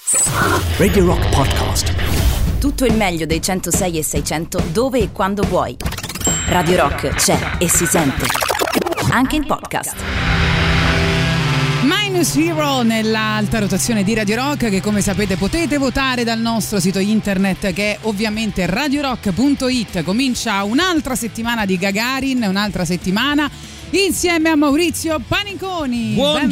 Radio Rock Podcast. Tutto il meglio dei 106 e 600 dove e quando vuoi. Radio Rock c'è e si sente anche in podcast. Minus Hero nell'alta rotazione di Radio Rock, che come sapete potete votare dal nostro sito internet, che è ovviamente radiorock.it. Comincia un'altra settimana di Gagarin, un'altra settimana insieme a Maurizio Paniconi.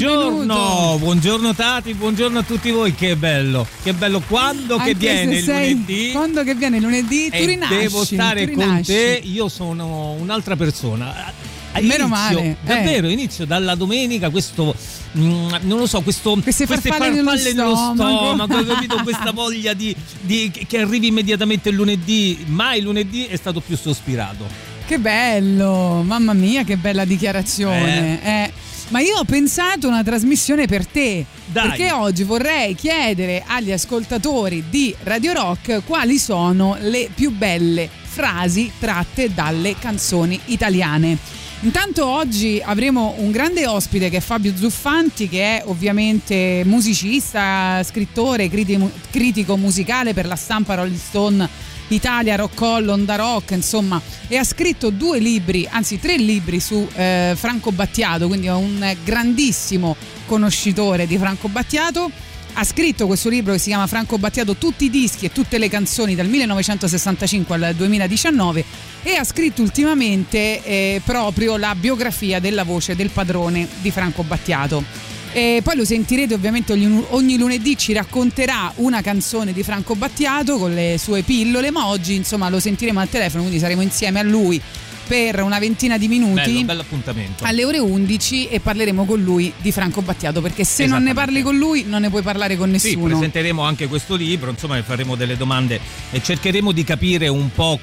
Buongiorno Tati, buongiorno a tutti voi. Che bello quando che viene il lunedì. Quando che viene il lunedì tu rinasci. Devo stare con te, io sono un'altra persona. Meno male. Davvero, inizio dalla domenica questo non lo so, queste farfalle nello stomaco, capito? Questa voglia di che arrivi immediatamente il lunedì, mai il lunedì è stato più sospirato. Che bello, mamma mia, che bella dichiarazione. Ma io ho pensato una trasmissione per te. Dai. Perché oggi vorrei chiedere agli ascoltatori di Radio Rock quali sono le più belle frasi tratte dalle canzoni italiane. Intanto oggi avremo un grande ospite che è Fabio Zuffanti, che è ovviamente musicista, scrittore, critico musicale per la stampa Rolling Stone Italia, Rock Hall, Onda Rock, insomma, e ha scritto 3 libri su Franco Battiato, quindi è un grandissimo conoscitore di Franco Battiato. Ha scritto questo libro che si chiama Franco Battiato, tutti i dischi e tutte le canzoni dal 1965 al 2019, e ha scritto ultimamente proprio la biografia della voce del padrone di Franco Battiato. E poi lo sentirete ovviamente ogni lunedì, ci racconterà una canzone di Franco Battiato con le sue pillole, ma oggi insomma lo sentiremo al telefono, quindi saremo insieme a lui per una ventina di minuti. Bello appuntamento. Alle ore 11, e parleremo con lui di Franco Battiato, perché se non ne parli con lui non ne puoi parlare con nessuno. Sì, presenteremo anche questo libro, insomma, faremo delle domande e cercheremo di capire un po'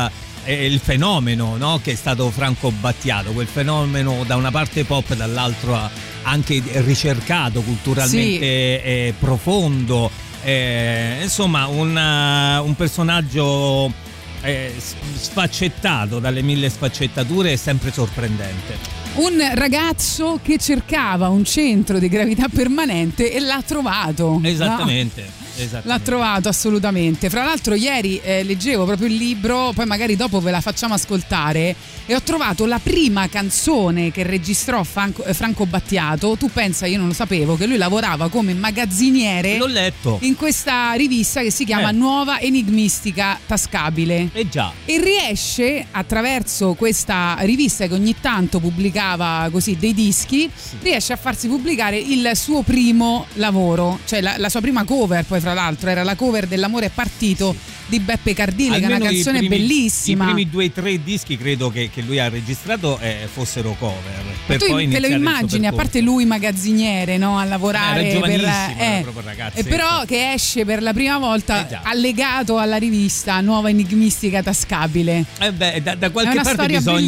il fenomeno, no? Che è stato Franco Battiato, quel fenomeno da una parte pop, dall'altro anche ricercato culturalmente, profondo, insomma un personaggio sfaccettato dalle 1000 sfaccettature, è sempre sorprendente. Un ragazzo che cercava un centro di gravità permanente e l'ha trovato. Esattamente. No? L'ha trovato assolutamente. Fra l'altro ieri leggevo proprio il libro, poi magari dopo ve la facciamo ascoltare, e ho trovato la prima canzone che registrò Franco Battiato. Tu pensa, io non lo sapevo, che lui lavorava come magazziniere. L'ho letto. In questa rivista che si chiama Nuova Enigmistica Tascabile. Già. E riesce, attraverso questa rivista che ogni tanto pubblicava così dei dischi, riesce a farsi pubblicare il suo primo lavoro, cioè la sua prima cover. Poi fra l'altro era la cover dell'Amore è partito di Beppe Cardilli, almeno che è una canzone bellissima. I primi 2 o 3 dischi credo che lui ha registrato fossero cover. Ma tu te lo immagini, a parte lui magazziniere, no? A lavorare era giovanissimo, proprio ragazzo. E però che esce per la prima volta allegato alla rivista Nuova Enigmistica Tascabile. Da qualche parte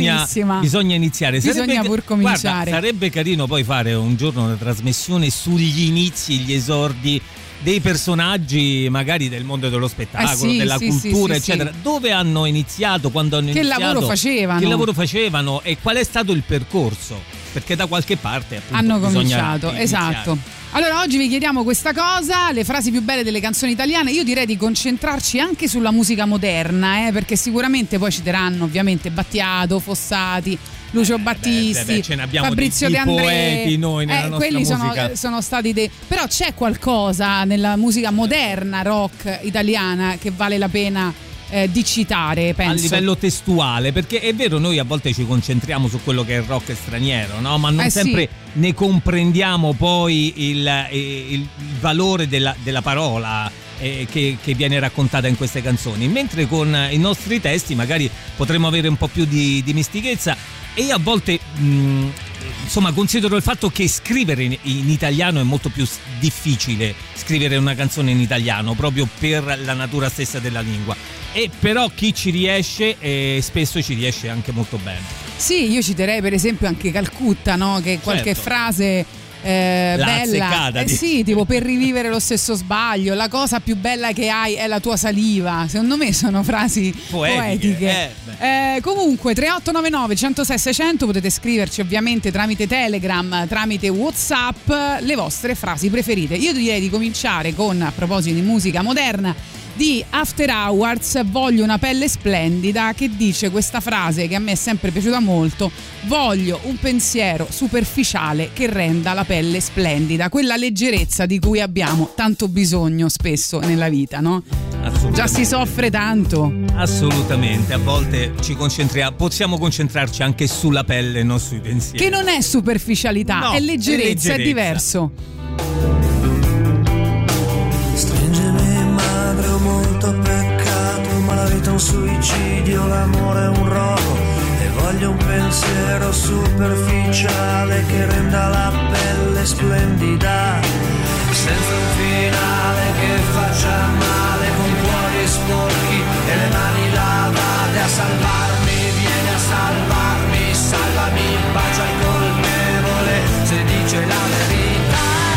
bisogna iniziare. Bisogna pur cominciare. Guarda, sarebbe carino poi fare un giorno una trasmissione sugli inizi, gli esordi dei personaggi magari del mondo dello spettacolo, della cultura, eccetera. Dove hanno iniziato, quando hanno iniziato, che lavoro facevano e qual è stato il percorso, perché da qualche parte appunto hanno cominciato. Esatto. Allora oggi vi chiediamo questa cosa, le frasi più belle delle canzoni italiane. Io direi di concentrarci anche sulla musica moderna, perché sicuramente poi citeranno ovviamente Battiato, Fossati, Lucio Battisti, ce ne abbiamo Fabrizio De André, poeti noi nella nostra quelli musica. sono stati però c'è qualcosa nella musica moderna rock italiana che vale la pena di citare, penso. A livello testuale, perché è vero, noi a volte ci concentriamo su quello che è il rock straniero, no? Ma non sempre ne comprendiamo poi il valore della parola che viene raccontata in queste canzoni, mentre con i nostri testi magari potremmo avere un po' più di dimestichezza. E io a volte insomma considero il fatto che scrivere in italiano è molto più difficile, scrivere una canzone in italiano, proprio per la natura stessa della lingua. E però chi ci riesce spesso ci riesce anche molto bene. Sì, io citerei per esempio anche Calcutta, no? Che qualche frase bella, sì, tipo per rivivere lo stesso sbaglio, la cosa più bella che hai è la tua saliva. Secondo me sono frasi poetiche. Comunque 3899 106 600, potete scriverci ovviamente tramite Telegram, tramite WhatsApp, le vostre frasi preferite. Io direi di cominciare con, a proposito di musica moderna, di After Hours, voglio una pelle splendida, che dice questa frase che a me è sempre piaciuta molto: voglio un pensiero superficiale che renda la pelle splendida, quella leggerezza di cui abbiamo tanto bisogno spesso nella vita, no? Già si soffre tanto. Assolutamente, a volte possiamo concentrarci anche sulla pelle, non sui pensieri. Che non è superficialità, no, è leggerezza, è diverso. Ho molto peccato, ma la vita è un suicidio, l'amore è un rogo e voglio un pensiero superficiale che renda la pelle splendida, senza un finale che faccia male, con cuori sporchi e le mani lavate. A salvarmi, vieni a salvarmi, salvami, bacia il colpevole se dice la verità.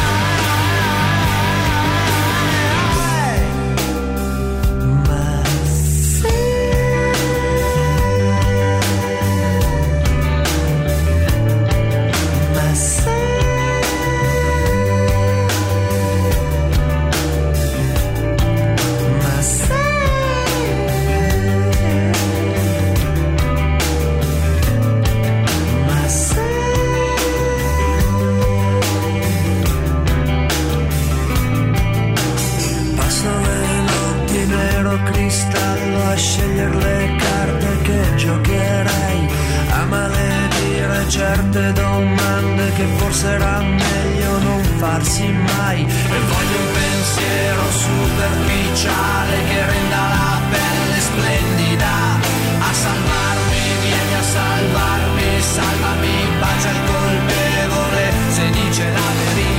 Cristallo a scegliere le carte che giocherei, a maledire certe domande che forse era meglio non farsi mai. E voglio un pensiero superficiale che renda la pelle splendida. A salvarmi, vieni a salvarmi, salvami, bacia il colpevole se dice la verità.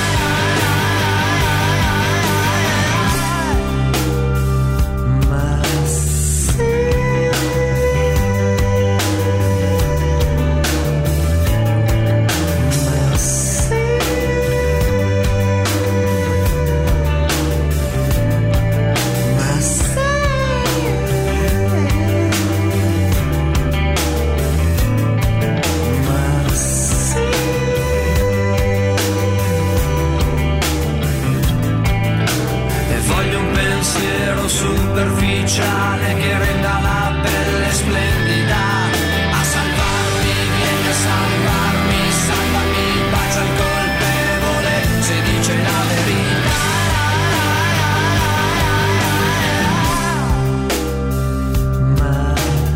Superficiale che renda la pelle splendida. A salvarmi, vieni a salvarmi, salvami, bacia il colpevole se dice la verità. Ma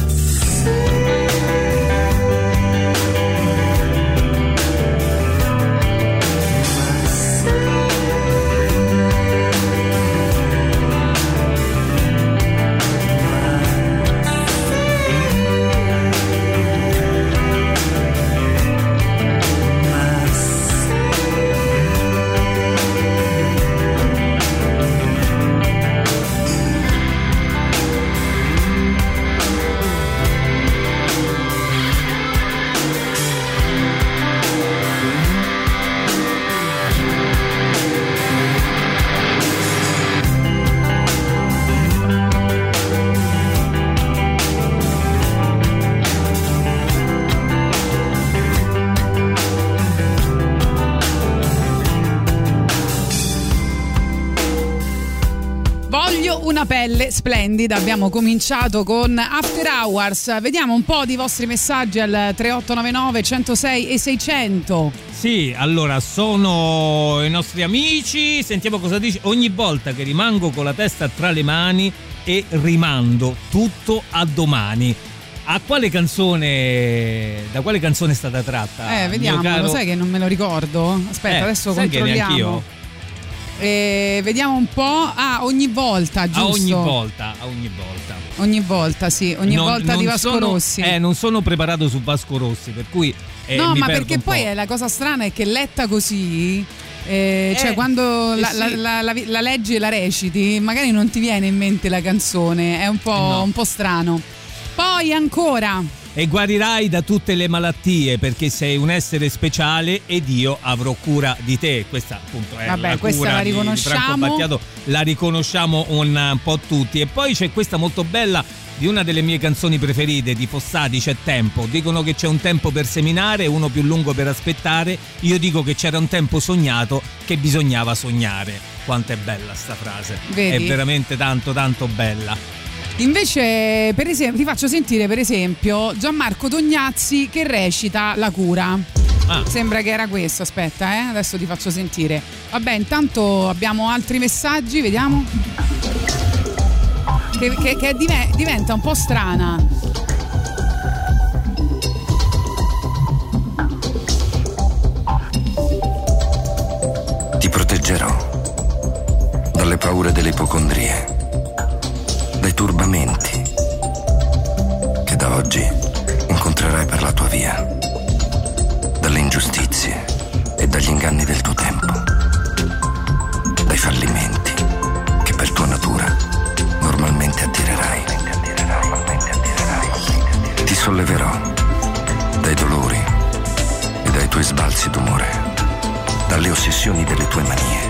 una pelle splendida. Abbiamo cominciato con After Hours. Vediamo un po' di vostri messaggi al 3899 106 e 600. Sì, allora sono i nostri amici. Sentiamo cosa dice. Ogni volta che rimango con la testa tra le mani e rimando tutto a domani. Da quale canzone è stata tratta? Vediamo, lo sai che non me lo ricordo. Aspetta, adesso controlliamo. Vediamo un po'. Ogni volta, giusto? Ogni volta, sì. Ogni volta di Vasco Rossi. Non sono preparato su Vasco Rossi, per cui no, ma perché poi la cosa strana è che letta così, cioè quando la leggi e la reciti, magari non ti viene in mente la canzone. È un po' strano. Poi ancora e guarirai da tutte le malattie perché sei un essere speciale ed io avrò cura di te. Questa appunto è la cura la di Franco Battiato, la riconosciamo un po' tutti. E poi c'è questa molto bella di una delle mie canzoni preferite di Fossati, C'è tempo. Dicono che c'è un tempo per seminare e uno più lungo per aspettare. Io dico che c'era un tempo sognato che bisognava sognare. Quanto è bella sta frase. Vedi? È veramente tanto tanto bella. Invece, per esempio, ti faccio sentire per esempio Gianmarco Tognazzi che recita La cura. Sembra che era questo, aspetta, adesso ti faccio sentire. Vabbè, intanto abbiamo altri messaggi, vediamo. Che diventa un po' strana. Ti proteggerò dalle paure delle ipocondrie, dai turbamenti che da oggi incontrerai per la tua via, dalle ingiustizie e dagli inganni del tuo tempo, dai fallimenti che per tua natura normalmente attirerai. Ti solleverò dai dolori e dai tuoi sbalzi d'umore, dalle ossessioni delle tue manie.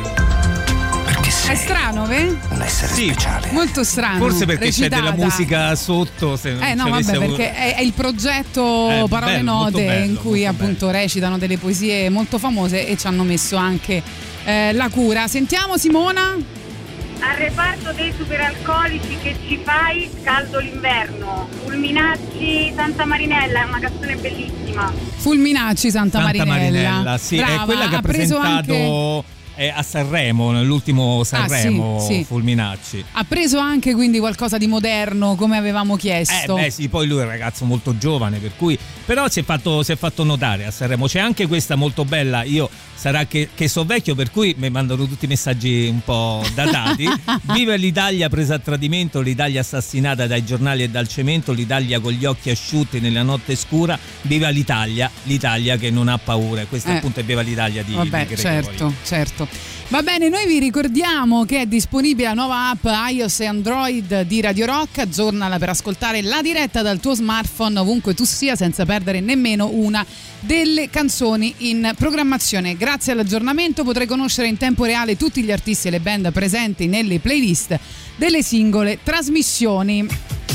È strano, un essere speciale. Molto strano. Forse perché recitata. C'è della musica sotto. No, vabbè, perché è il progetto Parole bello, Note bello, in cui appunto recitano delle poesie molto famose e ci hanno messo anche La cura. Sentiamo Simona. Al reparto dei superalcolici che ci fai, scaldo l'inverno. Fulminacci Santa Marinella, è una canzone bellissima. Fulminacci Santa Marinella. Sì, brava, è quella che ha presentato anche a Sanremo, nell'ultimo Sanremo. Sì. Fulminacci ha preso anche quindi qualcosa di moderno come avevamo chiesto. Sì, poi lui è un ragazzo molto giovane, per cui però si è fatto notare a Sanremo. C'è anche questa molto bella, io sarà che so vecchio, per cui mi mandano tutti i messaggi un po' datati. Viva l'Italia presa a tradimento, l'Italia assassinata dai giornali e dal cemento, l'Italia con gli occhi asciutti nella notte scura, viva l'Italia che non ha paura. Questa appunto è Viva l'Italia di Gregori. Certo. Va bene, noi vi ricordiamo che è disponibile la nuova app iOS e Android di Radio Rock. Aggiornala per ascoltare la diretta dal tuo smartphone ovunque tu sia, senza perdere nemmeno una delle canzoni in programmazione. Grazie all'aggiornamento potrai conoscere in tempo reale tutti gli artisti e le band presenti nelle playlist delle singole trasmissioni.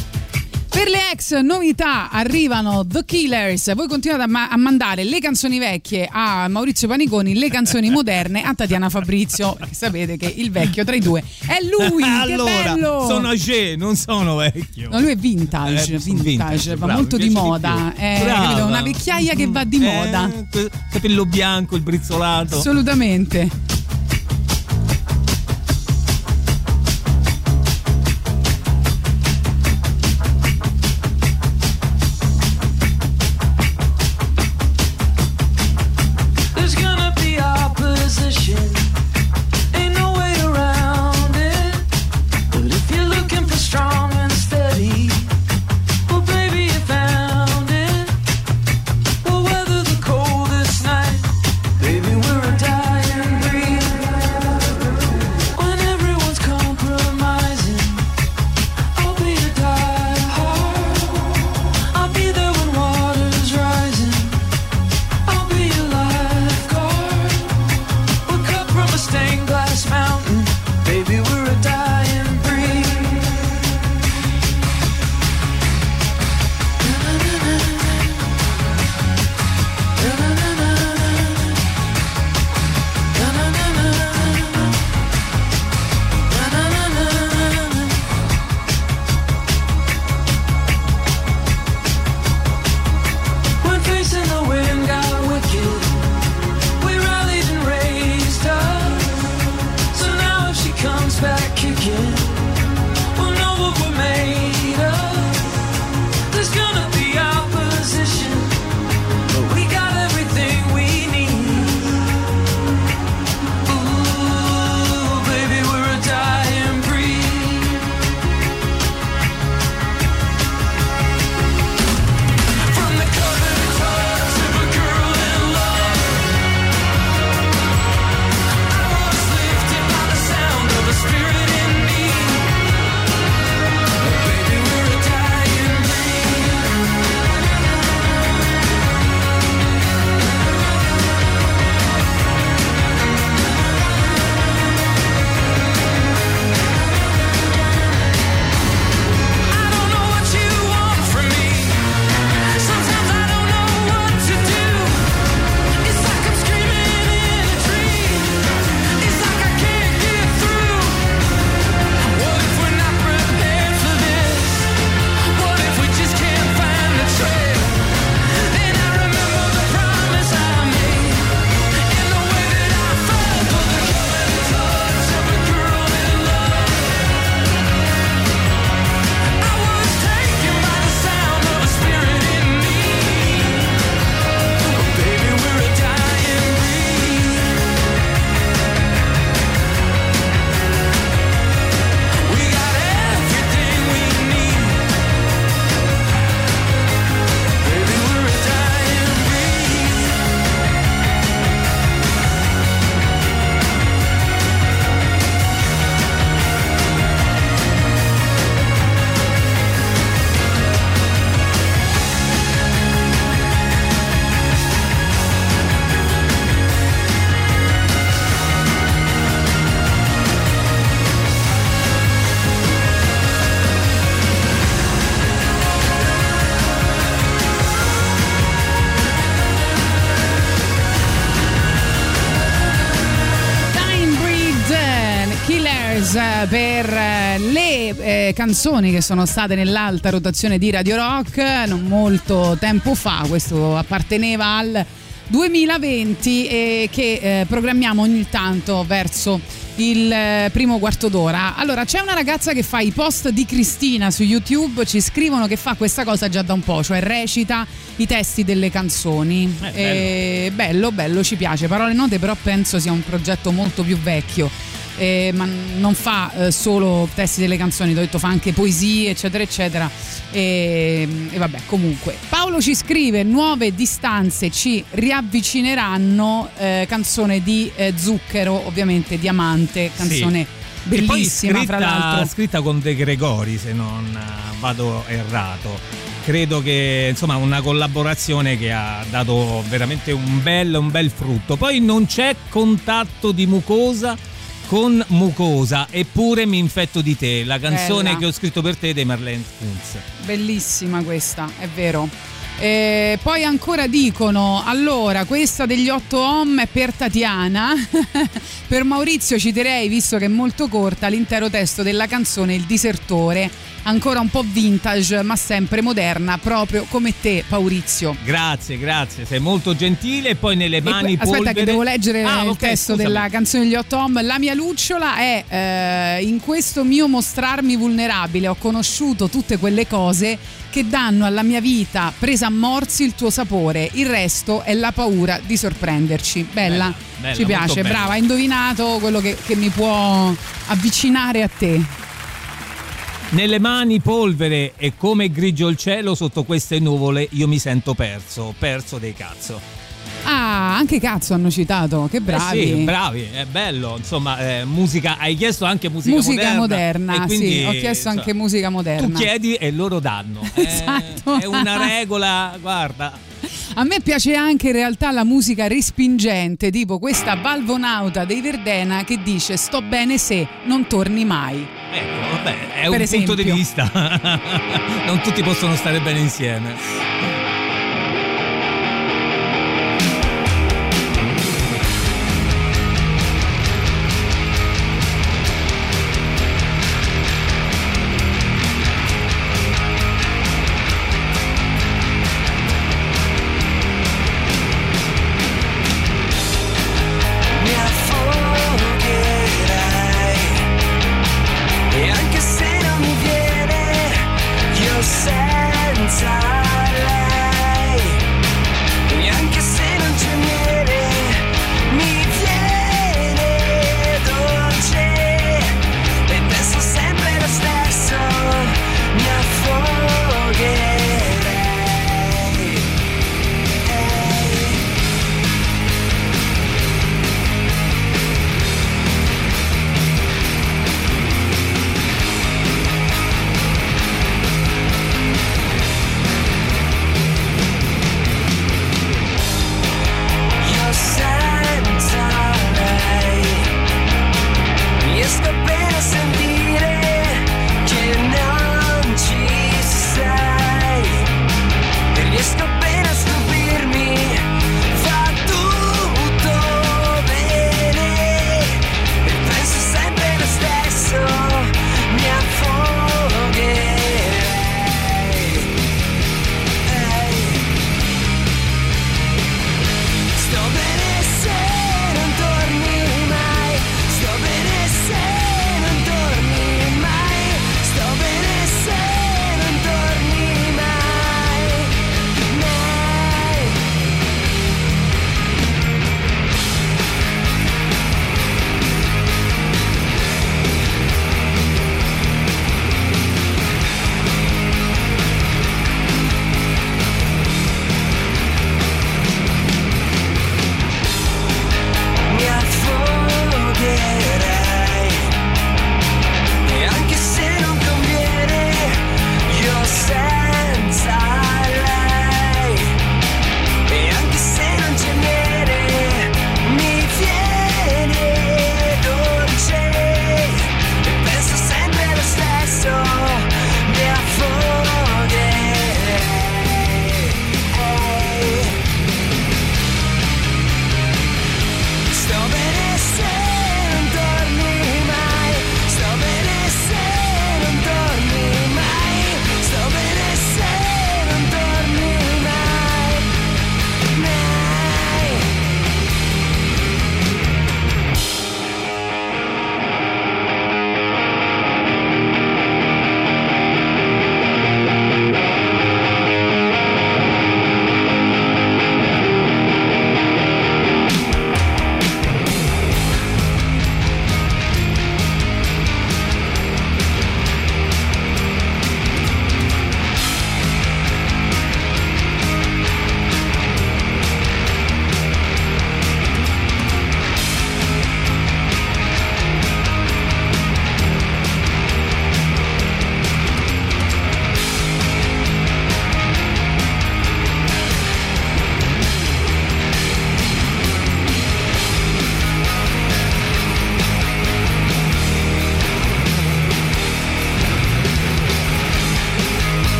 Per le ex novità arrivano The Killers. Voi continuate a mandare le canzoni vecchie a Maurizio Paniconi, le canzoni moderne a Tatiana Fabrizio, perché sapete che il vecchio tra i due è lui. Allora, che bello! sono âgé, non sono vecchio. No, lui è vintage, va bravo, molto di moda. Capito? Una vecchiaia che va di moda. Capello bianco, il brizzolato. Assolutamente. Baby, Years per le canzoni che sono state nell'alta rotazione di Radio Rock non molto tempo fa. Questo apparteneva al 2020 e che programmiamo ogni tanto verso il primo quarto d'ora. Allora, c'è una ragazza che fa i post di Cristina su YouTube, ci scrivono che fa questa cosa già da un po', cioè recita i testi delle canzoni. Bello, ci piace. Parole Note però penso sia un progetto molto più vecchio. Ma non fa solo testi delle canzoni, ti ho detto, fa anche poesie eccetera eccetera e vabbè, comunque Paolo ci scrive: nuove distanze ci riavvicineranno, canzone di Zucchero, ovviamente Diamante, canzone sì, bellissima, fra l'altro scritta con De Gregori, se non vado errato. Credo che insomma una collaborazione che ha dato veramente un bel frutto. Poi non c'è contatto di mucosa con Mucosa, eppure mi infetto di te, la canzone bella che ho scritto per te dei Marlene Kunz. Bellissima questa, è vero. Poi ancora dicono: allora, questa degli 8 Ohm è per Tatiana. Per Maurizio citerei, visto che è molto corta, l'intero testo della canzone Il Disertore, ancora un po' vintage ma sempre moderna, proprio come te, Maurizio. Grazie, sei molto gentile. E poi nelle mani polvere. Aspetta che devo leggere il testo della canzone degli 8 Ohm. La mia lucciola è in questo mio mostrarmi vulnerabile ho conosciuto tutte quelle cose che danno alla mia vita presa a morsi il tuo sapore, il resto è la paura di sorprenderci. Bella, ci piace, brava, hai indovinato quello che mi può avvicinare a te. Nelle mani polvere e come grigio il cielo sotto queste nuvole io mi sento perso dei Cazzo. Ah, anche Cazzo hanno citato, che bravi. Sì, bravi, è bello, insomma, musica, hai chiesto anche musica moderna, quindi, sì, ho chiesto anche musica moderna. Tu chiedi e loro danno. Esatto. È una regola, guarda. A me piace anche in realtà la musica respingente, tipo questa Valvonauta dei Verdena che dice sto bene se non torni mai. Ecco, vabbè, è un punto di vista. Non tutti possono stare bene insieme. Senza lei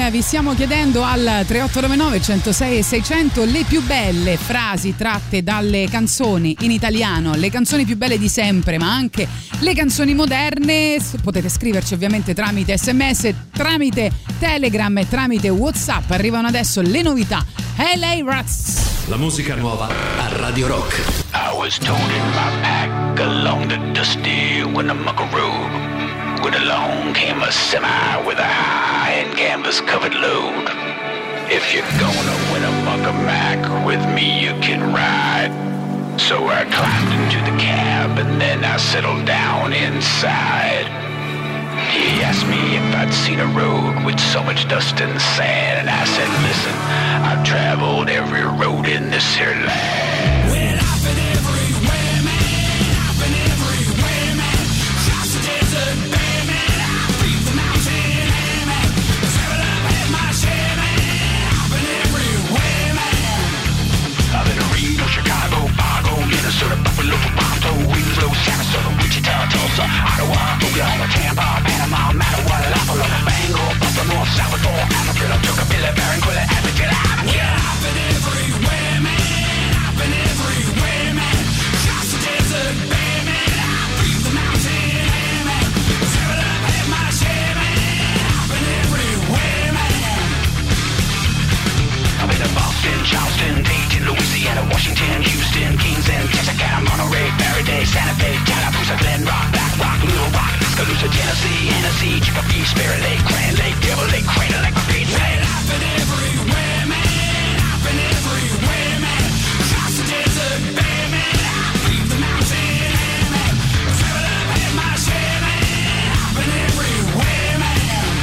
online vi stiamo chiedendo al 3899 106 e 600 le più belle frasi tratte dalle canzoni in italiano, le canzoni più belle di sempre, ma anche le canzoni moderne. Potete scriverci ovviamente tramite SMS, tramite Telegram e tramite WhatsApp. Arrivano adesso le novità. LA Rats. La musica nuova a Radio Rock. I was toting my pack along the dusty Winnemucca Road. When along came a semi with a high and canvas covered load. If you're gonna Winnemucca Mac with me, you can ride. So I climbed into the cab and then I settled down inside. He asked me if I'd seen a road with so much dust and sand, and I said, listen, I've traveled every road in this here land. Well, I've been everywhere, man. I've been everywhere, man. Across the desert, bare, man. I've breathed the mountain air, man. Traveled up, had my share, man. I've been everywhere, man. I've been to Reno, Chicago, Fargo, Minnesota, Buffalo, Toronto, Winslow, Sarasota, Wichita, Tulsa, Ottawa, Oklahoma, Tampa, Panama, Buffalo, Bangor, Baltimore, Salvador, Amarillo, Tucapilla, Barranquilla, Abington, yeah, I've been everywhere, man. I've been everywhere, man. Across the desert, bare, man. I breathe the mountain air, man. Traveled up, had my share, man. I've been everywhere, man. I've been to Boston, Charleston, Dayton, Louisiana, Washington, Houston, Kingston, Texarkana, Monterey, Faraday, Santa Fe, Tallapoosa, Glen Rock, Black Rock, Little Rock, Tuscaloosa, Tennessee, Hennessy, Chicopee, Spirit Lake, Grand Lake, Devil Lake, Crater Lake, Repeat Lake. I've been everywhere, man. I've been everywhere, man. Across the desert, bare, man. I breathe the mountain air, man. Traveled up, had my share, man. I've been everywhere, man.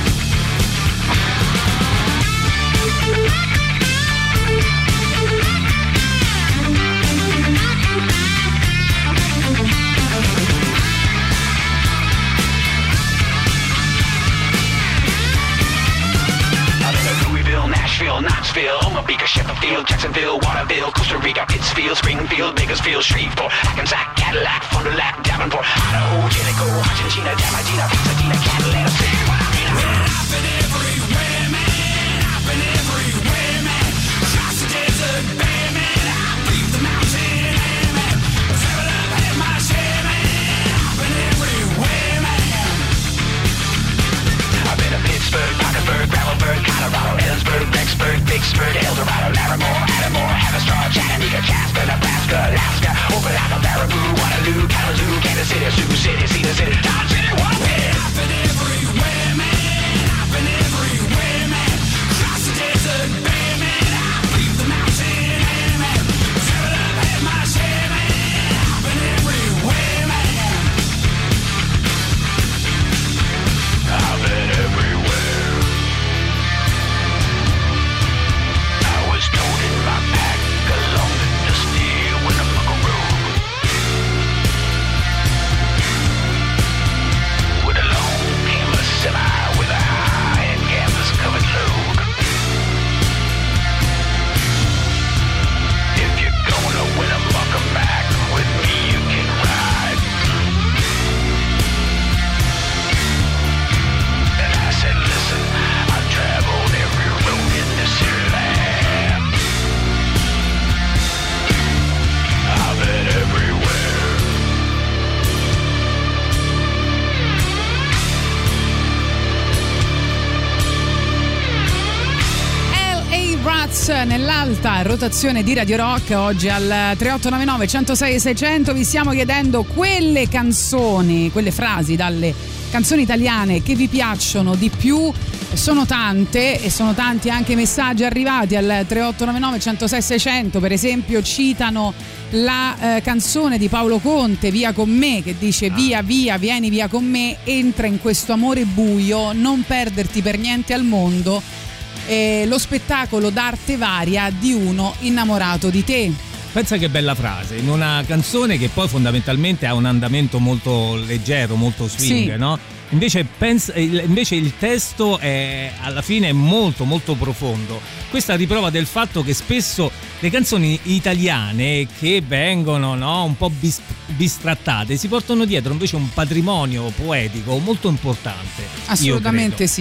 Nashville, Knoxville, Omaha, Sheffield, Jacksonville, Waterville, Costa Rica, Pittsfield, Springfield, Bakersfield, Shreveport, Hackensack, Cadillac, Fond du Lac, Davenport, Idaho, Jellicoe, Argentina, Diamantina, Pasadena, Catalina, see what I mean? Well, I've been everywhere, man. I've been everywhere, man. Across the desert, bare, man. I breathe the mountain air, man. Traveled up, had my share, man. I've been everywhere, man. I've been to Pittsburgh, Parkersburg, Gravelburg, Colorado, Ellensburg, Rexburg, Vicksburg, Eldorado, Larimore, Adamore, Haverstraw, Chattanooga, Jasper, Nebraska, Alaska, Opelika, Baraboo, Waterloo, Kalamazoo, Kansas City, Sioux City, Cedar City, Dodge City, Waterville. I've been everywhere, man. I've been everywhere, man. Across the desert, bare, man. I breathe the mountain air, man. Traveled up, had my share, man. I've been everywhere, man. I've been everywhere. I was toting my pack along the dusty Winnemucca Road. When along came a semi with a high and canvas covered load. If you're gonna Winnemucca Mac with me, you can ride. And I said, listen, I've traveled every road in this here land. I've been everywhere. LA Rats nell'alta rotazione di Radio Rock. Oggi al 3899 106 e 600 vi stiamo chiedendo quelle canzoni, quelle frasi dalle canzoni italiane che vi piacciono di più. Sono tante e sono tanti anche i messaggi arrivati al 3899 106 600. Per esempio citano la canzone di Paolo Conte, Via con me, che dice via via, vieni via con me, entra in questo amore buio, non perderti per niente al mondo, lo spettacolo d'arte varia di uno innamorato di te. Pensa che bella frase, in una canzone che poi fondamentalmente ha un andamento molto leggero, molto swing, sì. No? Invece il testo è alla fine molto molto profondo. Questa riprova del fatto che spesso le canzoni italiane che vengono, no, un po' bistrattate si portano dietro invece un patrimonio poetico molto importante. Assolutamente sì.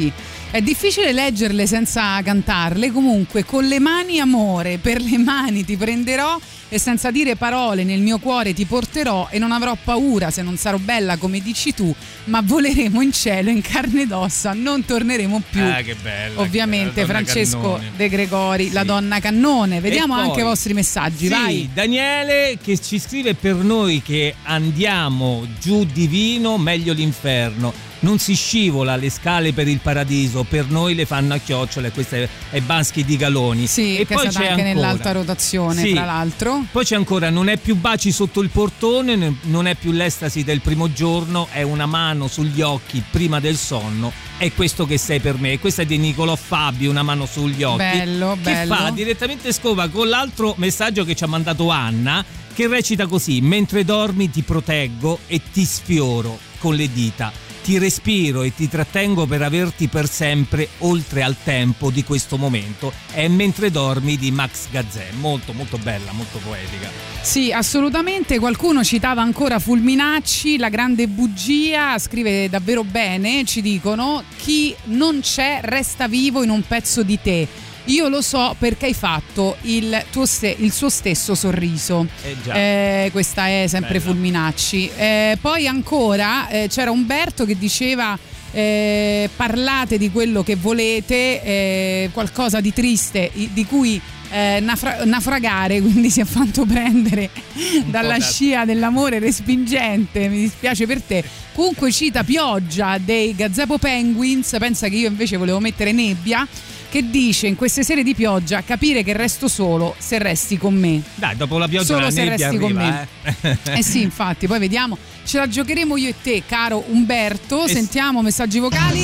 È difficile leggerle senza cantarle, comunque con le mani amore, per le mani ti prenderò e senza dire parole nel mio cuore ti porterò e non avrò paura se non sarò bella come dici tu, ma voleremo in cielo in carne ed ossa, non torneremo più. Che bella. Ovviamente che bella, Francesco Cannone. De Gregori, sì. La donna cannone. Vediamo poi, anche i vostri messaggi, sì, vai. Daniele che ci scrive: per noi che andiamo giù divino, meglio l'inferno. Non si scivola le scale per il paradiso, per noi le fanno a chiocciole. Questo è Bansky di Galoni. Sì, e che poi è stata c'è anche ancora, nell'alta rotazione, sì, tra l'altro. Poi c'è ancora: non è più baci sotto il portone, non è più l'estasi del primo giorno, è una mano sugli occhi prima del sonno, è questo che sei per me. E questa è di Nicolò Fabi, una mano sugli occhi, bello, che bello. fa direttamente scova con l'altro messaggio che ci ha mandato Anna, che recita così: mentre dormi ti proteggo e ti sfioro con le dita, ti respiro e ti trattengo per averti per sempre oltre al tempo di questo momento. È Mentre dormi di Max Gazzè, molto molto bella, molto poetica. Sì, assolutamente. Qualcuno citava ancora Fulminacci, La grande bugia, scrive davvero bene, ci dicono: chi non c'è resta vivo in un pezzo di te. Io lo so perché hai fatto il suo stesso sorriso. Già. Questa è sempre bella. Fulminacci. Poi ancora c'era Umberto che diceva: parlate di quello che volete, qualcosa di triste di cui naufragare, quindi si è fatto prendere dalla scia dell'amore respingente, mi dispiace per te. Comunque cita Pioggia dei Gazebo Penguins, pensa che io invece volevo mettere Nebbia, che dice: in queste sere di pioggia capire che resto solo se resti con me. Dai, dopo la pioggia solo la se nebbia resti arriva, con me. Eh sì, infatti, poi vediamo, ce la giocheremo io e te, caro Umberto. Sentiamo messaggi vocali.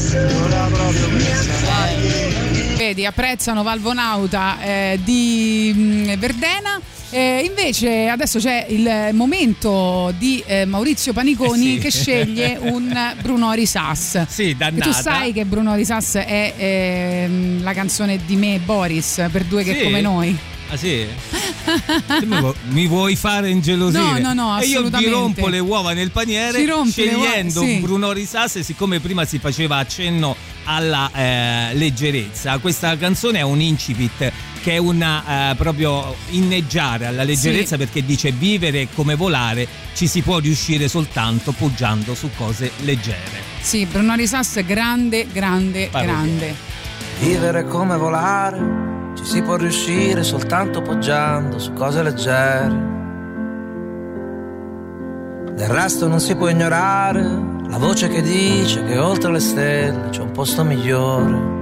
Vedi, apprezzano Valvonauta di Verdena. Invece adesso c'è il momento di Maurizio Paniconi, che sceglie un Bruno Risas. Sì, dannata. E tu sai che Bruno Risas è la canzone di me e Boris, per due che come noi. Ah sì? Mi vuoi fare ingelosire? No, e io assolutamente. vi rompo le uova nel paniere scegliendo sì. un Bruno Risas, e siccome prima si faceva accenno alla leggerezza, questa canzone è un incipit che è una proprio inneggiare alla leggerezza, sì, perché dice: vivere come volare, ci si può riuscire soltanto poggiando su cose leggere. Sì, Bruno Risas grande. Vivere come volare, ci si può riuscire soltanto poggiando su cose leggere. Del resto non si può ignorare la voce che dice che oltre le stelle c'è un posto migliore.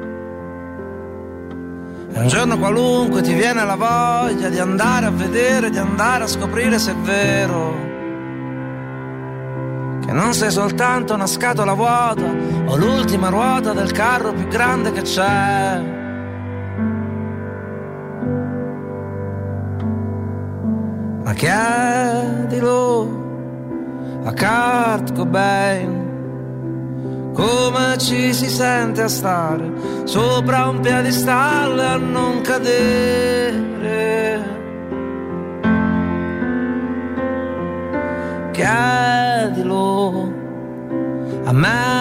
E un giorno qualunque ti viene la voglia di andare a vedere, di andare a scoprire se è vero che non sei soltanto una scatola vuota o l'ultima ruota del carro più grande che c'è. Ma chiedilo a Kurt Cobain come ci si sente a stare sopra un piedistallo e a non cadere. Chiedilo a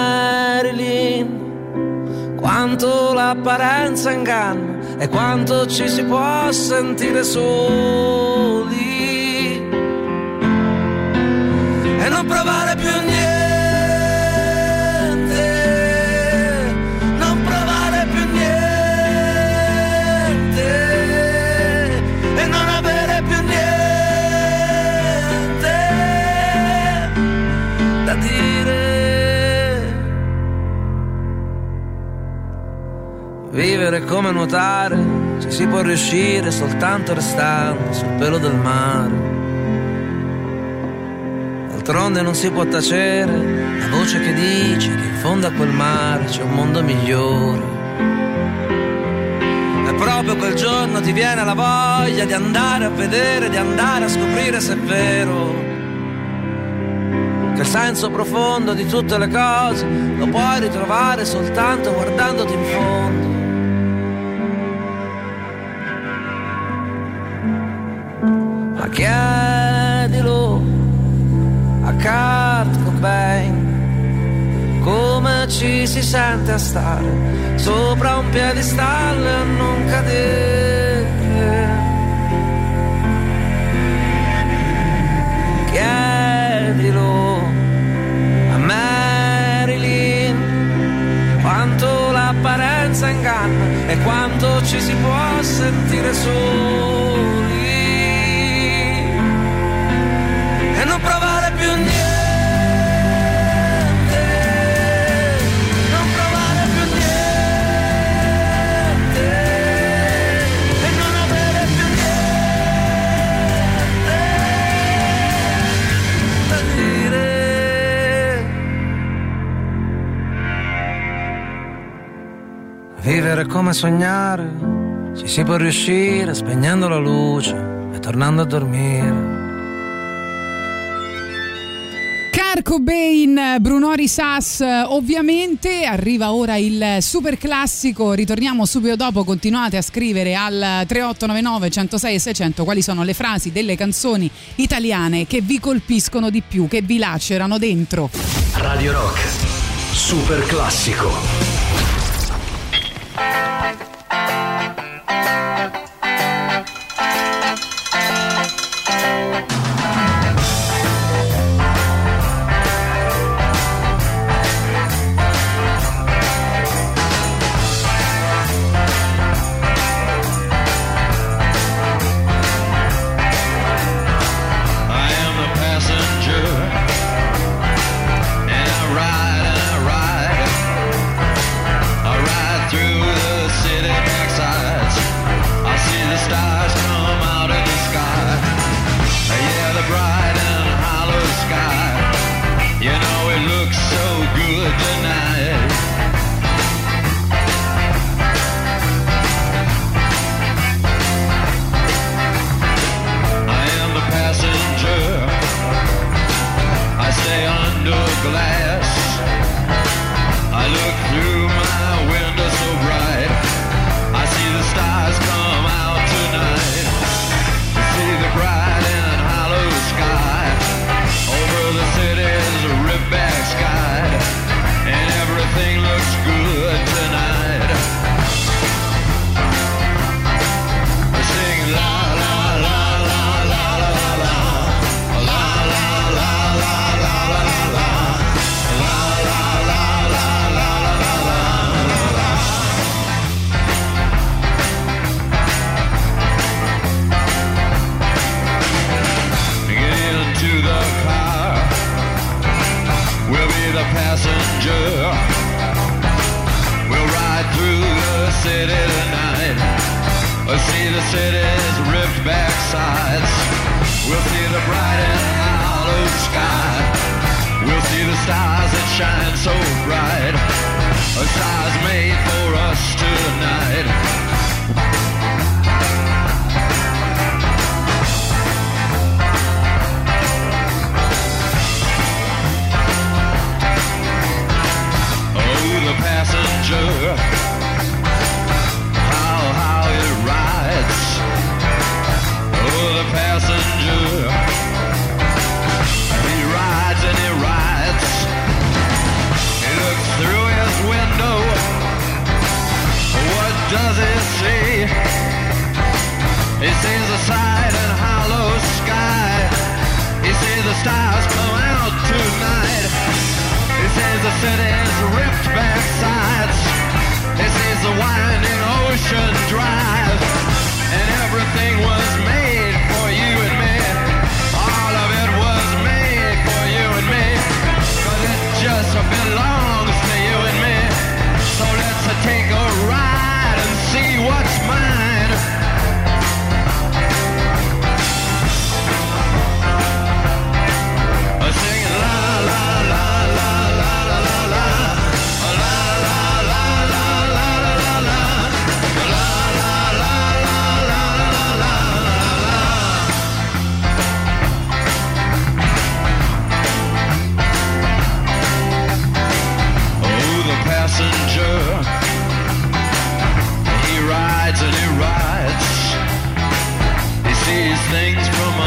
Marilyn quanto l'apparenza inganna e quanto ci si può sentire soli e non provare più niente, non provare più niente e non avere più niente da dire. Vivere come nuotare, ci si può riuscire soltanto restando sul pelo del mare. D'altronde non si può tacere la voce che dice che in fondo a quel mare c'è un mondo migliore. E proprio quel giorno ti viene la voglia di andare a vedere, di andare a scoprire se è vero che il senso profondo di tutte le cose lo puoi ritrovare soltanto guardandoti in fondo. Ma chiedilo a Kurt Cobain come ci si sente a stare sopra un piedistallo e a non cadere. Chiedilo a Marilyn quanto l'apparenza inganna e quanto ci si può sentire soli e non provare più niente. Vivere come sognare, ci si può riuscire spegnendo la luce e tornando a dormire. Kurt Cobain, Bruno Risas, ovviamente arriva ora il super classico. Ritorniamo subito dopo, continuate a scrivere al 3899 106 e 600 quali sono le frasi delle canzoni italiane che vi colpiscono di più, che vi lacerano dentro. Radio Rock, super classico.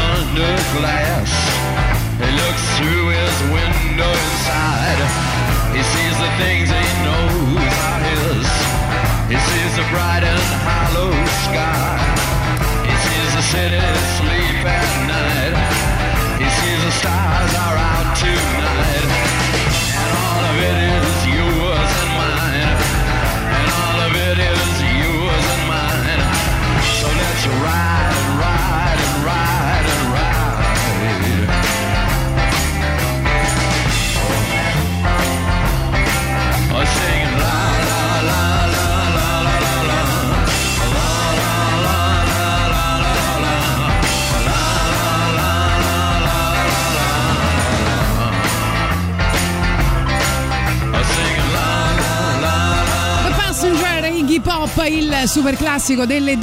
glass. He looks through his window inside. He sees the things he knows are his. He sees the bright and hollow sky. He sees the city sleep at night. He sees the stars are out tonight. And all of it is yours and mine. And all of it is yours and mine. So let's ride and ride and ride and ride. Oh, singing la la la la la la la la la la la la Iggy Pop, il super classico delle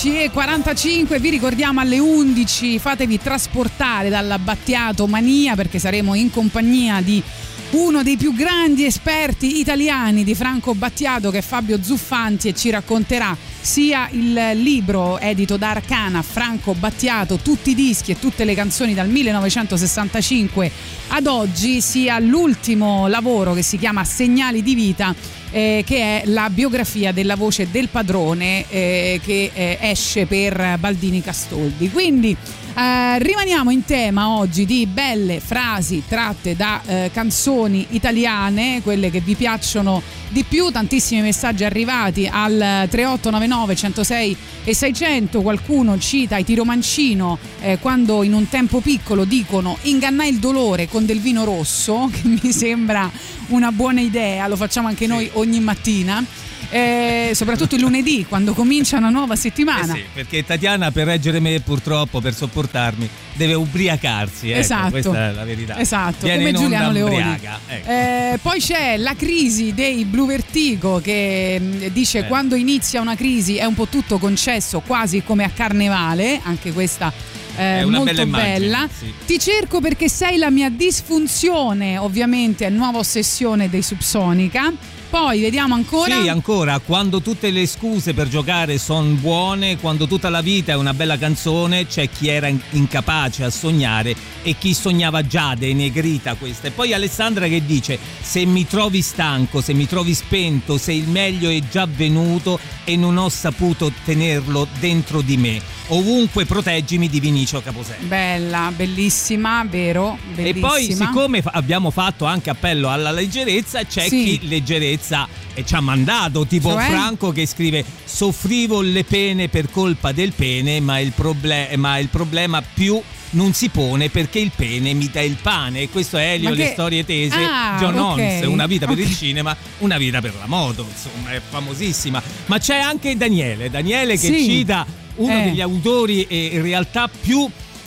12:45. Vi ricordiamo alle 11 fatevi trasportare dalla Battiato Mania, perché saremo in compagnia di uno dei più grandi esperti italiani di Franco Battiato, che è Fabio Zuffanti, e ci racconterà sia il libro edito da Arcana, Franco Battiato, tutti i dischi e tutte le canzoni dal 1965 ad oggi, sia l'ultimo lavoro che si chiama Segnali di vita, che è la biografia della voce del padrone, che esce per Baldini Castoldi. Quindi rimaniamo in tema oggi di belle frasi tratte da canzoni italiane, quelle che vi piacciono di più. Tantissimi messaggi arrivati al 3899 106 e 600. Qualcuno cita i Tiro Mancino, quando in un tempo piccolo dicono ingannai il dolore con del vino rosso, che mi sembra una buona idea, lo facciamo anche noi ogni mattina. Soprattutto il lunedì, quando comincia una nuova settimana. Sì, perché Tatiana, per reggere me, purtroppo, per sopportarmi, deve ubriacarsi. Esatto, questa è la verità. Esatto, viene come Giuliano Leoni. Ubriaca, ecco. Poi c'è la crisi dei Blu Vertigo, che dice quando inizia una crisi è un po' tutto concesso, quasi come a Carnevale. Anche questa è una molto bella. Sì. Ti cerco perché sei la mia disfunzione, ovviamente è nuova ossessione dei Subsonica. Poi vediamo ancora. Sì, ancora. Quando tutte le scuse per giocare sono buone, quando tutta la vita è una bella canzone, c'è chi era incapace a sognare e chi sognava già dei Negrita, questa. E poi Alessandra che dice: se mi trovi stanco, se mi trovi spento, se il meglio è già venuto e non ho saputo tenerlo dentro di me, ovunque proteggimi di Vinicio Caposello. Bella, bellissima, vero? Bellissima. E poi, siccome abbiamo fatto anche appello alla leggerezza, c'è chi leggerezza ci ha mandato, tipo Franco che scrive: soffrivo le pene per colpa del pene, ma il problema più non si pone perché il pene mi dà il pane. E questo è Elio, Le storie tese, John Holmes, Una vita per il cinema, una vita per la moto, insomma è famosissima. Ma c'è anche Daniele che cita uno degli autori in realtà più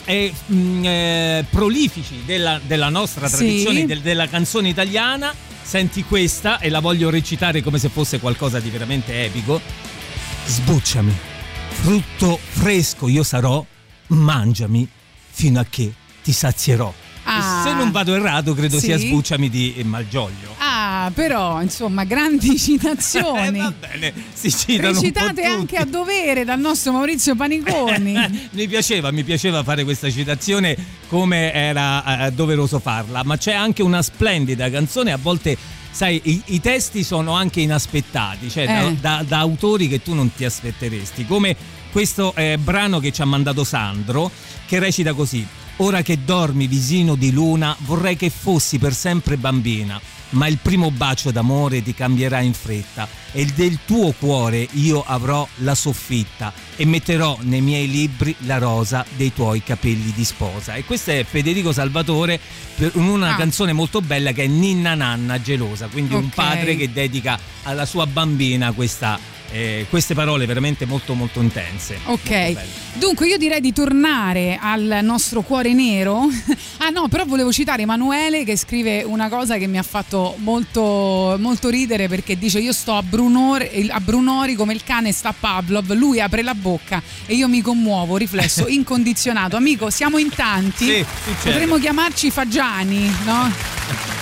prolifici della nostra tradizione, della canzone italiana. Senti questa, e la voglio recitare come se fosse qualcosa di veramente epico. Sbucciami, frutto fresco io sarò, mangiami fino a che ti sazierò. Se non vado errato, credo sia Sbucciami di Malgioglio. Però insomma, grandi citazioni. Va bene, si citano recitate un po' anche a dovere dal nostro Maurizio Paniconi. Mi piaceva fare questa citazione come era doveroso farla, ma c'è anche una splendida canzone. A volte, sai, i testi sono anche inaspettati, cioè da autori che tu non ti aspetteresti, come questo brano che ci ha mandato Sandro, che recita così: ora che dormi visino di luna, vorrei che fossi per sempre bambina, ma il primo bacio d'amore ti cambierà in fretta e del tuo cuore io avrò la soffitta e metterò nei miei libri la rosa dei tuoi capelli di sposa. E questo è Federico Salvatore, per una canzone molto bella che è Ninna Nanna gelosa, quindi un padre che dedica alla sua bambina queste parole veramente molto molto intense. Ok, dunque io direi di tornare al nostro cuore nero. Però volevo citare Emanuele, che scrive una cosa che mi ha fatto molto molto ridere, perché dice: io sto a Brunori come il cane sta a Pavlov, lui apre la bocca e io mi commuovo, riflesso incondizionato. Amico, siamo in tanti, potremmo chiamarci Fagiani, no?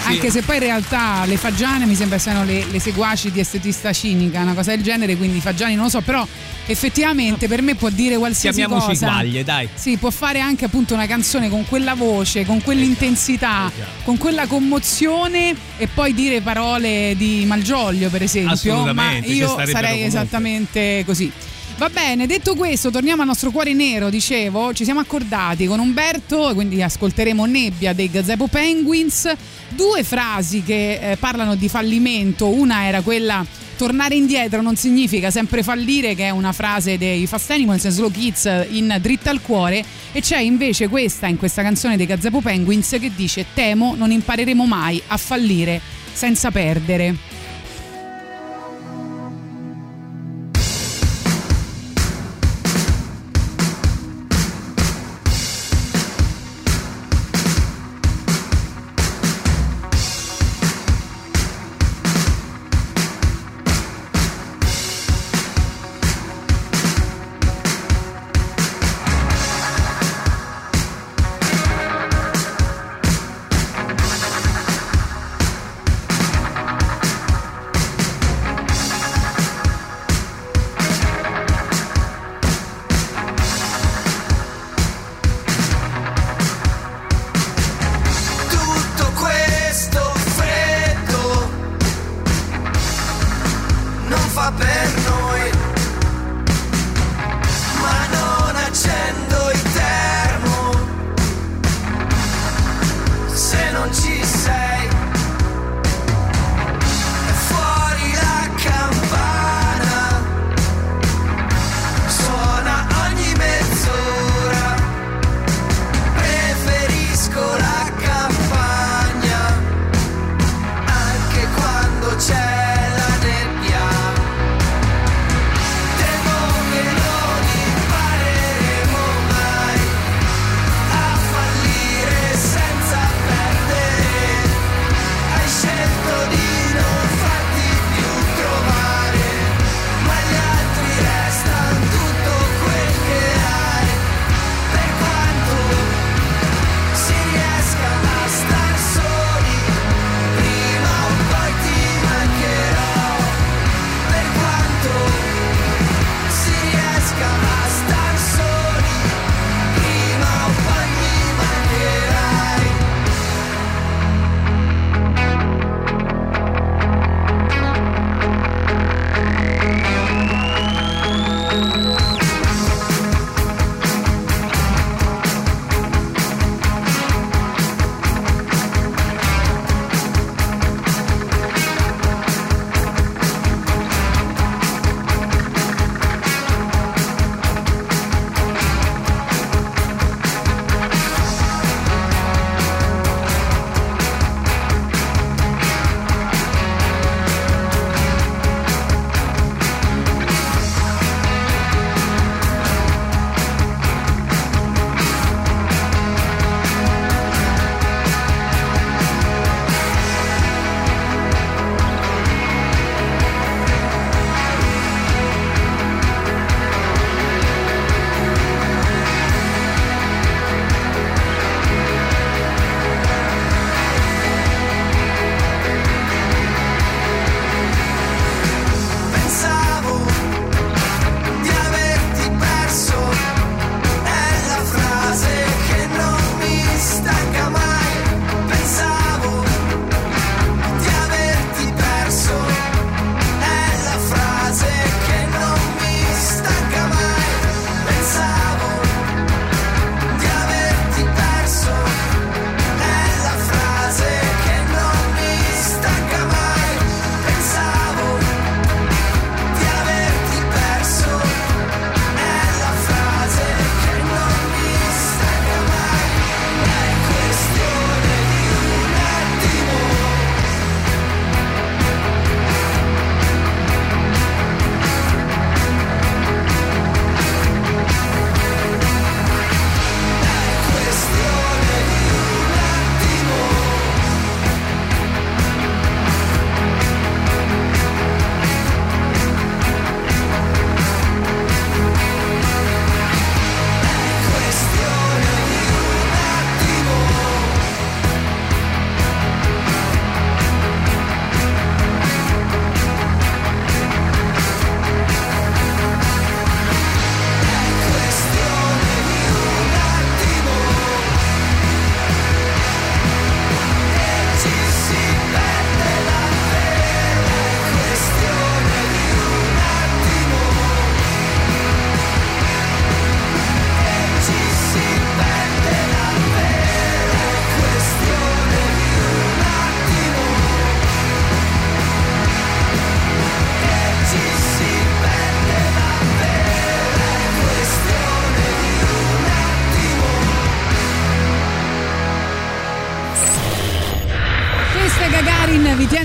Anche se poi in realtà le fagiane mi sembra siano le seguaci di Estetista Cinica, una cosa del genere, quindi fagiani non lo so, però effettivamente per me può dire qualsiasi Chiamiamoci cosa. Quaglie, dai. Sì, può fare anche appunto una canzone con quella voce, con quell'intensità, con quella commozione e poi dire parole di Malgioglio, per esempio. Assolutamente, ma io sarei comunque esattamente così. Va bene, detto questo, torniamo al nostro cuore nero, dicevo, ci siamo accordati con Umberto, quindi ascolteremo Nebbia dei Gazebo Penguins, 2 frasi che parlano di fallimento, una era quella tornare indietro non significa sempre fallire, che è una frase dei Fast Animals e Slow Kids in Dritta al cuore, e c'è invece questa in questa canzone dei Gazebo Penguins che dice: temo non impareremo mai a fallire senza perdere.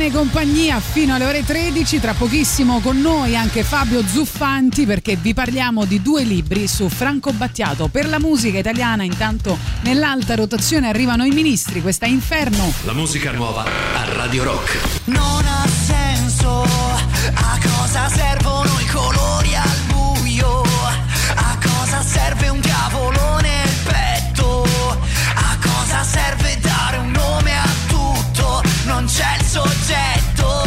tiene compagnia fino alle ore 13. Tra pochissimo con noi anche Fabio Zuffanti, perché vi parliamo di 2 libri su Franco Battiato. Per la musica italiana, intanto nell'alta rotazione arrivano i Ministri, questa è Inferno. La musica nuova a Radio Rock. Non ha senso, a cosa servono i colori al buio? A cosa serve un diavolo nel petto? A cosa serve dare un nome a tutto? Non c'è il soggetto.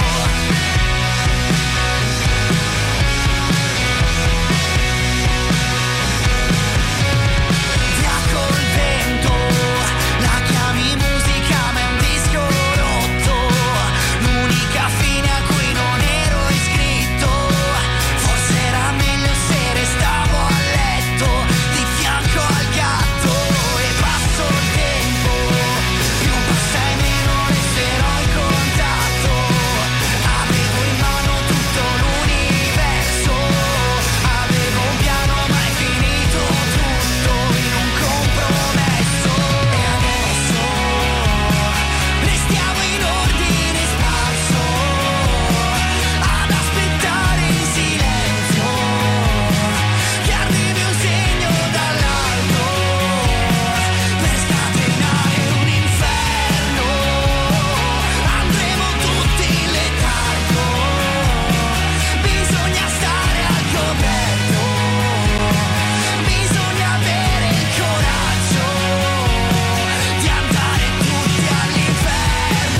Via col vento, la chiami musica ma è un disco rotto. L'unica fine a cui non ero iscritto. Forse era meglio se restavo a letto di fianco al gatto. E passo il tempo, più passa e meno resterò in contatto. Avevo in mano tutto l'universo, avevo un piano ma è finito tutto in un compromesso. E adesso restiamo in ordine sparso, ad aspettare in silenzio che arrivi un segno dall'alto per scatenare un inferno. Andremo tutti in letargo, bisogna stare al coperto, bisogna avere il coraggio di andare tutti all'inferno.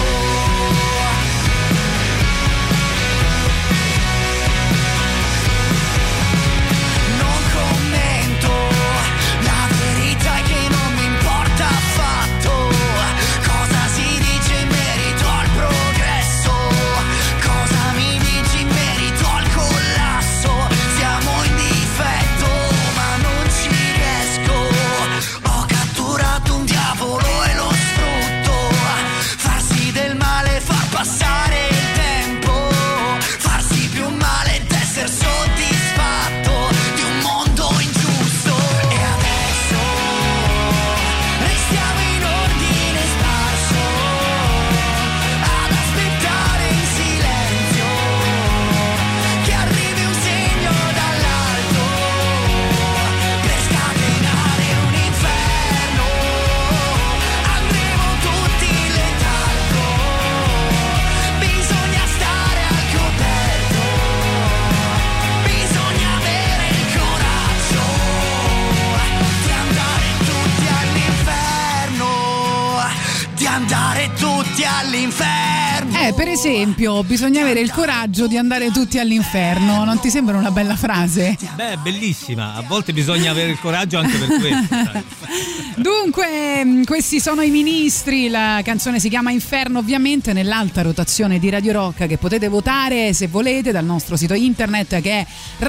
Non commento, la verità è che non mi importa affatto cosa si dice in merito al progresso, cosa mi dici in merito al collasso. Siamo in difetto ma non ci riesco. Ho catturato un diavolo e lo sfrutto, farsi del male, far passare il tempo, farsi più male ed essere soddisfatto di un mondo ingiusto. E adesso restiamo in ordine sparso, ad aspettare in silenzio che arrivi un segno dall'alto per scatenare un inferno. Andremo tutti in letargo, bisogna stare al coperto, bisogna avere il coraggio di andare tutti all'inferno, di andare tutti all'inferno. Per esempio, bisogna avere il coraggio di andare tutti all'inferno. Non ti sembra una bella frase? Beh, bellissima. A volte bisogna avere il coraggio anche per questo. sai. Dunque, questi sono i Ministri, la canzone si chiama Inferno, ovviamente nell'alta rotazione di Radio Rock, che potete votare se volete dal nostro sito internet che è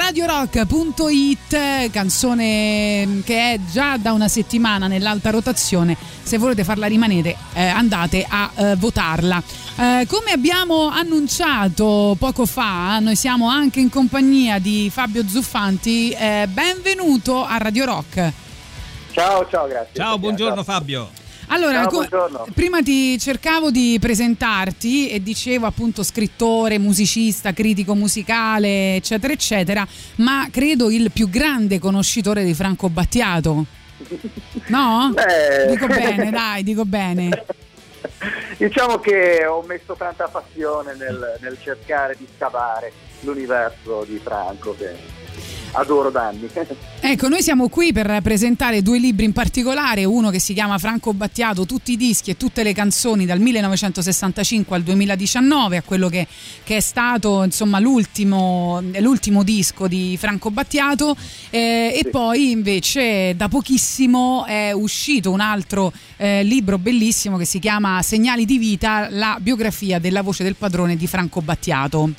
radiorock.it, canzone che è già da una settimana nell'alta rotazione. Se volete farla rimanere, andate a votarla. Come abbiamo annunciato poco fa, noi siamo anche in compagnia di Fabio Zuffanti. Benvenuto a Radio Rock. Ciao, grazie. Ciao, buongiorno Fabio. Allora, Ciao, buongiorno. prima cercavo di presentarti e dicevo appunto scrittore, musicista, critico musicale, eccetera, eccetera, ma credo il più grande conoscitore di Franco Battiato. No? Dico bene, dai, dico bene. Diciamo che ho messo tanta passione nel cercare di scavare l'universo di Franco, che adoro da anni. Ecco, noi siamo qui per presentare 2 libri in particolare, uno che si chiama Franco Battiato, tutti i dischi e tutte le canzoni dal 1965 al 2019, a quello che è stato insomma l'ultimo disco di Franco Battiato, e poi invece da pochissimo è uscito un altro libro bellissimo che si chiama Segnali di vita, la biografia della voce del padrone di Franco Battiato.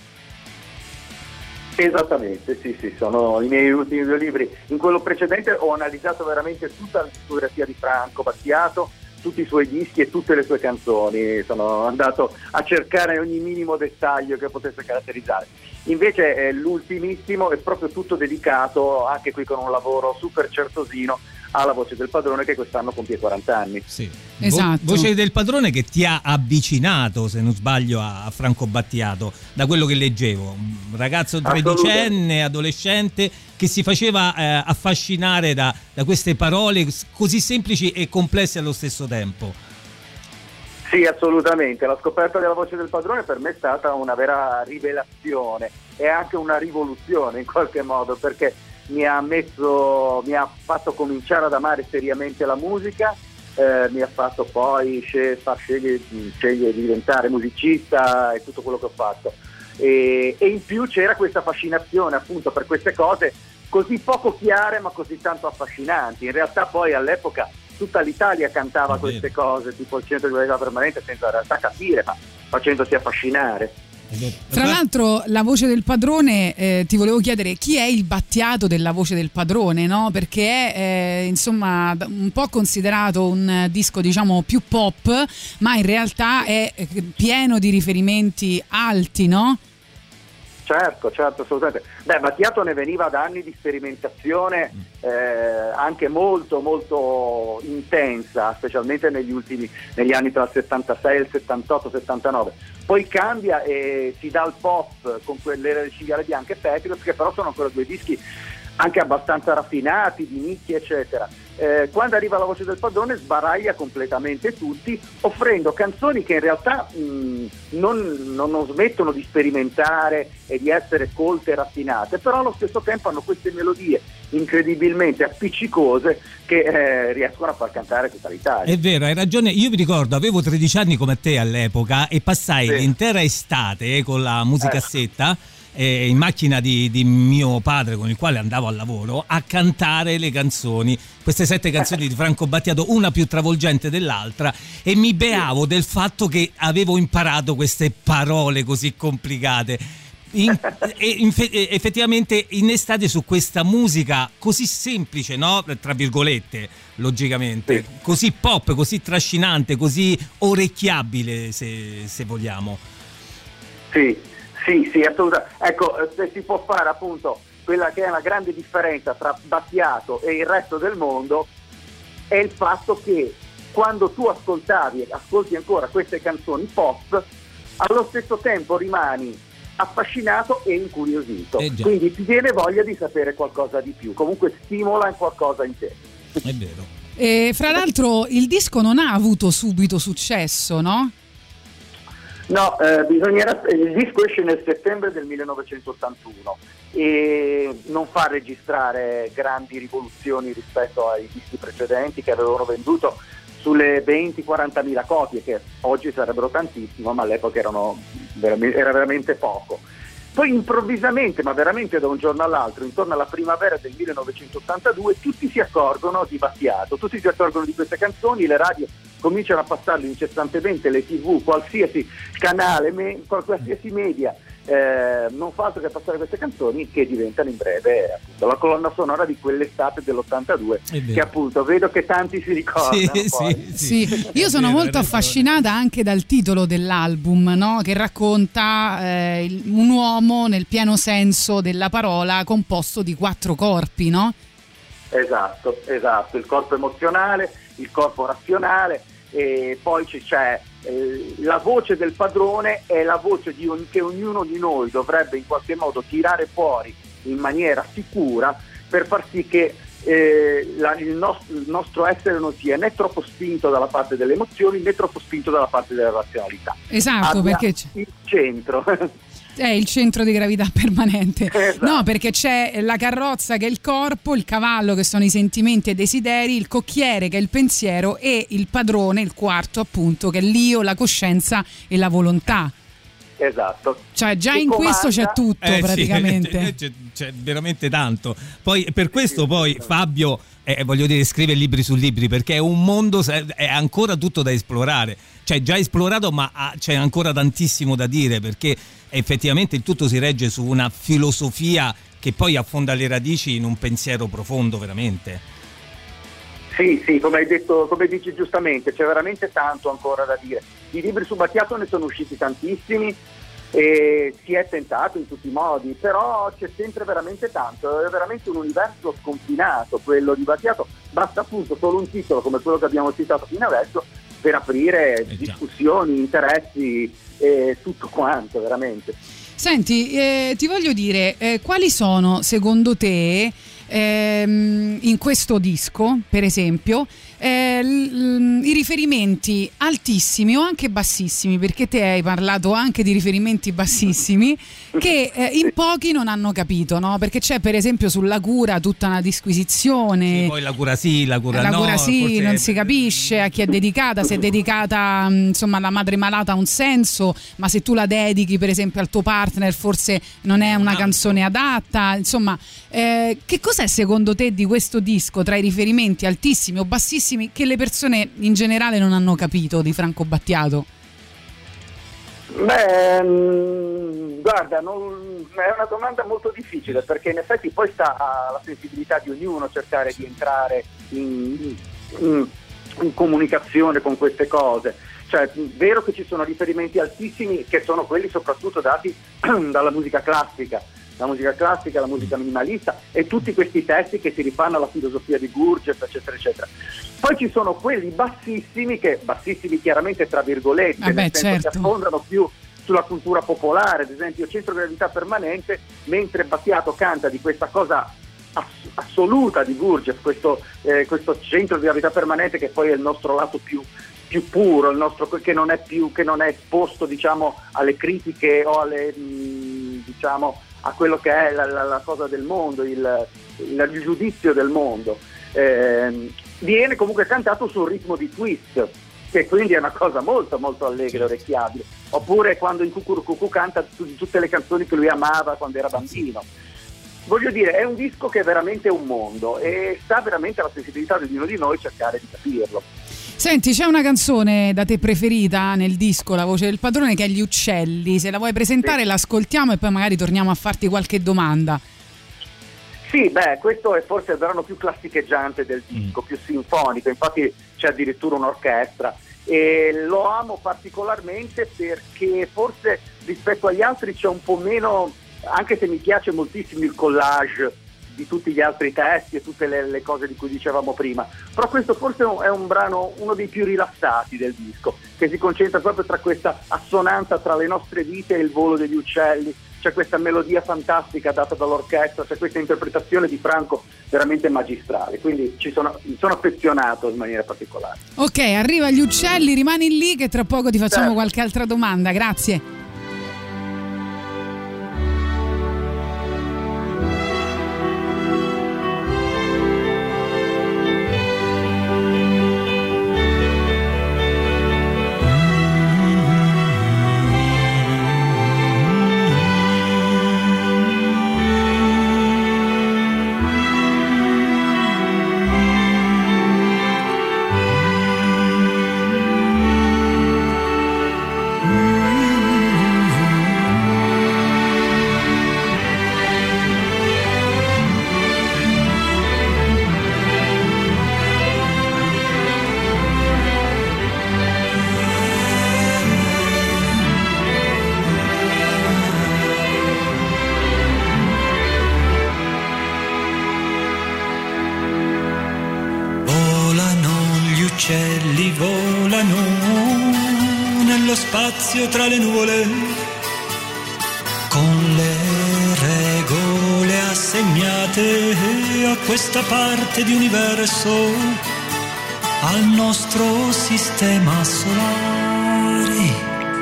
Esattamente, sì, sono i miei ultimi 2 libri. In quello precedente ho analizzato veramente tutta la discografia di Franco Battiato, tutti i suoi dischi e tutte le sue canzoni. Sono andato a cercare ogni minimo dettaglio che potesse caratterizzare. Invece l'ultimissimo è proprio tutto dedicato, anche qui con un lavoro super certosino, alla Voce del Padrone, che quest'anno compie 40 anni. Sì. Esatto. Voce del Padrone che ti ha avvicinato, se non sbaglio, a Franco Battiato, da quello che leggevo, un ragazzo tredicenne, adolescente, che si faceva affascinare da queste parole così semplici e complesse allo stesso tempo. Sì, assolutamente. La scoperta della Voce del Padrone per me è stata una vera rivelazione e anche una rivoluzione in qualche modo, perché mi ha fatto cominciare ad amare seriamente la musica, mi ha fatto poi scegliere di diventare musicista e tutto quello che ho fatto. E in più c'era questa fascinazione appunto per queste cose così poco chiare ma così tanto affascinanti. In realtà poi all'epoca tutta l'Italia cantava queste cose, tipo il centro di gravità permanente, senza in realtà capire, ma facendosi affascinare. Fra l'altro la Voce del Padrone, ti volevo chiedere chi è il Battiato della Voce del Padrone, no? Perché è insomma un po' considerato un disco diciamo più pop, ma in realtà è pieno di riferimenti alti, no? Certo, assolutamente. Battiato ne veniva da anni di sperimentazione anche molto molto intensa, specialmente negli anni tra il 76 e il 78, 79. Poi cambia e si dà al pop con quell'era del Cinghiale Bianco e Patriots, che però sono ancora due dischi anche abbastanza raffinati, di nicchia eccetera. Quando arriva la Voce del Padrone sbaraglia completamente tutti, offrendo canzoni che in realtà non smettono di sperimentare e di essere colte e raffinate, però allo stesso tempo hanno queste melodie incredibilmente appiccicose che riescono a far cantare tutta l'Italia. È vero, hai ragione. Io mi ricordo, avevo 13 anni come te all'epoca e passai l'intera estate con la musicassetta in macchina di mio padre, con il quale andavo al lavoro, a cantare le canzoni, queste 7 canzoni di Franco Battiato, una più travolgente dell'altra, e mi beavo del fatto che avevo imparato queste parole così complicate. Effettivamente in estate su questa musica così semplice, no? Tra virgolette, logicamente, così pop, così trascinante, così orecchiabile, se vogliamo. Sì, assolutamente. Ecco, se si può fare appunto quella che è la grande differenza tra Battiato e il resto del mondo, è il fatto che quando tu ascolti ancora queste canzoni pop, allo stesso tempo rimani affascinato e incuriosito, quindi ti viene voglia di sapere qualcosa di più, comunque stimola in qualcosa in te. È vero. Fra l'altro il disco non ha avuto subito successo, no? No, il disco esce nel settembre del 1981 e non fa registrare grandi rivoluzioni rispetto ai dischi precedenti, che avevano venduto sulle 20-40 mila copie, che oggi sarebbero tantissimo, ma all'epoca era veramente poco. Poi improvvisamente, ma veramente da un giorno all'altro, intorno alla primavera del 1982, tutti si accorgono di Battiato, tutti si accorgono di queste canzoni, le radio cominciano a passarle incessantemente, le TV, qualsiasi canale, qualsiasi media non fa altro che passare queste canzoni, che diventano in breve appunto la colonna sonora di quell'estate dell'82, che appunto vedo che tanti si ricordano. Sì. Io sono molto affascinata anche dal titolo dell'album, no? Che racconta un uomo nel pieno senso della parola, composto di 4 corpi, no? Esatto, il corpo emozionale, il corpo razionale, e poi c'è la voce del padrone, è la voce che ognuno di noi dovrebbe in qualche modo tirare fuori in maniera sicura, per far sì che il nostro essere non sia né troppo spinto dalla parte delle emozioni né troppo spinto dalla parte della razionalità. Esatto, perché il centro è il centro di gravità permanente. Esatto. No, perché c'è la carrozza che è il corpo, il cavallo che sono i sentimenti e i desideri, il cocchiere che è il pensiero e il padrone, il quarto appunto, che è l'io, la coscienza e la volontà. Esatto. Cioè già in questo c'è tutto praticamente. C'è veramente tanto. Poi per questo poi Fabio voglio dire, scrive libri su libri, perché è un mondo, è ancora tutto da esplorare. Cioè già esplorato, ma c'è ancora tantissimo da dire, perché effettivamente il tutto si regge su una filosofia che poi affonda le radici in un pensiero profondo, veramente. Sì, come dici giustamente, c'è veramente tanto ancora da dire. I libri su Battiato ne sono usciti tantissimi, e si è tentato in tutti i modi, però c'è sempre veramente tanto, è veramente un universo sconfinato quello di Battiato, basta appunto solo un titolo come quello che abbiamo citato fino adesso per aprire discussioni, interessi e tutto quanto veramente. Senti, ti voglio dire, quali sono secondo te in questo disco, per esempio, i riferimenti altissimi o anche bassissimi, perché te hai parlato anche di riferimenti bassissimi che in pochi non hanno capito, no? Perché c'è per esempio sulla cura tutta una disquisizione, poi la cura sì, la cura no, sì, non si capisce a chi è dedicata, se è dedicata insomma alla madre malata ha un senso, ma se tu la dedichi per esempio al tuo partner forse non è una canzone adatta, insomma che cos'è secondo te di questo disco tra i riferimenti altissimi o bassissimi che le persone in generale non hanno capito di Franco Battiato? Guarda, è una domanda molto difficile, perché in effetti poi sta alla sensibilità di ognuno cercare di entrare in comunicazione con queste cose. Cioè, è vero che ci sono riferimenti altissimi che sono quelli soprattutto dati dalla musica classica, la musica minimalista e tutti questi testi che si rifanno alla filosofia di Gurdjieff, eccetera, eccetera. Poi ci sono quelli bassissimi chiaramente tra virgolette, nel senso che affondano più sulla cultura popolare, ad esempio Centro di Gravità Permanente, mentre Battiato canta di questa cosa assoluta di Gurdjieff, questo centro di gravità permanente che poi è il nostro lato più puro, il nostro che non è esposto, diciamo, alle critiche o alle diciamo a quello che è la cosa del mondo, il giudizio del mondo, viene comunque cantato sul ritmo di twist, che quindi è una cosa molto molto allegra e orecchiabile. Oppure quando in Cucurucucù canta tutte le canzoni che lui amava quando era bambino. Voglio dire, è un disco che è veramente un mondo e sta veramente alla sensibilità di ognuno di noi cercare di capirlo. Senti, c'è una canzone da te preferita nel disco, La voce del padrone, che è Gli uccelli. Se la vuoi presentare, l'ascoltiamo e poi magari torniamo a farti qualche domanda. Sì, questo è forse il brano più classicheggiante del disco, più sinfonico, infatti c'è addirittura un'orchestra e lo amo particolarmente perché forse rispetto agli altri c'è un po' meno, anche se mi piace moltissimo il collage di tutti gli altri testi e tutte le cose di cui dicevamo prima, però questo forse è un brano, uno dei più rilassati del disco, che si concentra proprio tra questa assonanza tra le nostre vite e il volo degli uccelli. C'è questa melodia fantastica data dall'orchestra, c'è questa interpretazione di Franco veramente magistrale, quindi mi sono affezionato in maniera particolare. Ok, arriva Gli uccelli, rimani lì che tra poco ti facciamo qualche altra domanda, grazie. Tra le nuvole, con le regole assegnate a questa parte di universo, al nostro sistema solare.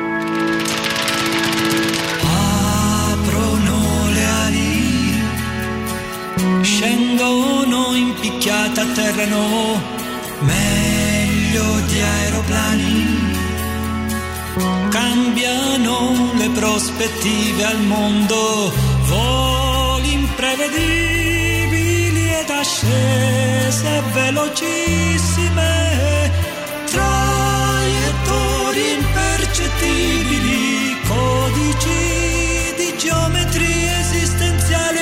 Aprono le ali, scendono impicchiate, atterrano meglio di aeroplani. Cambiano le prospettive al mondo, voli imprevedibili ed ascese velocissime, traiettorie impercettibili, codici di geometrie esistenziali.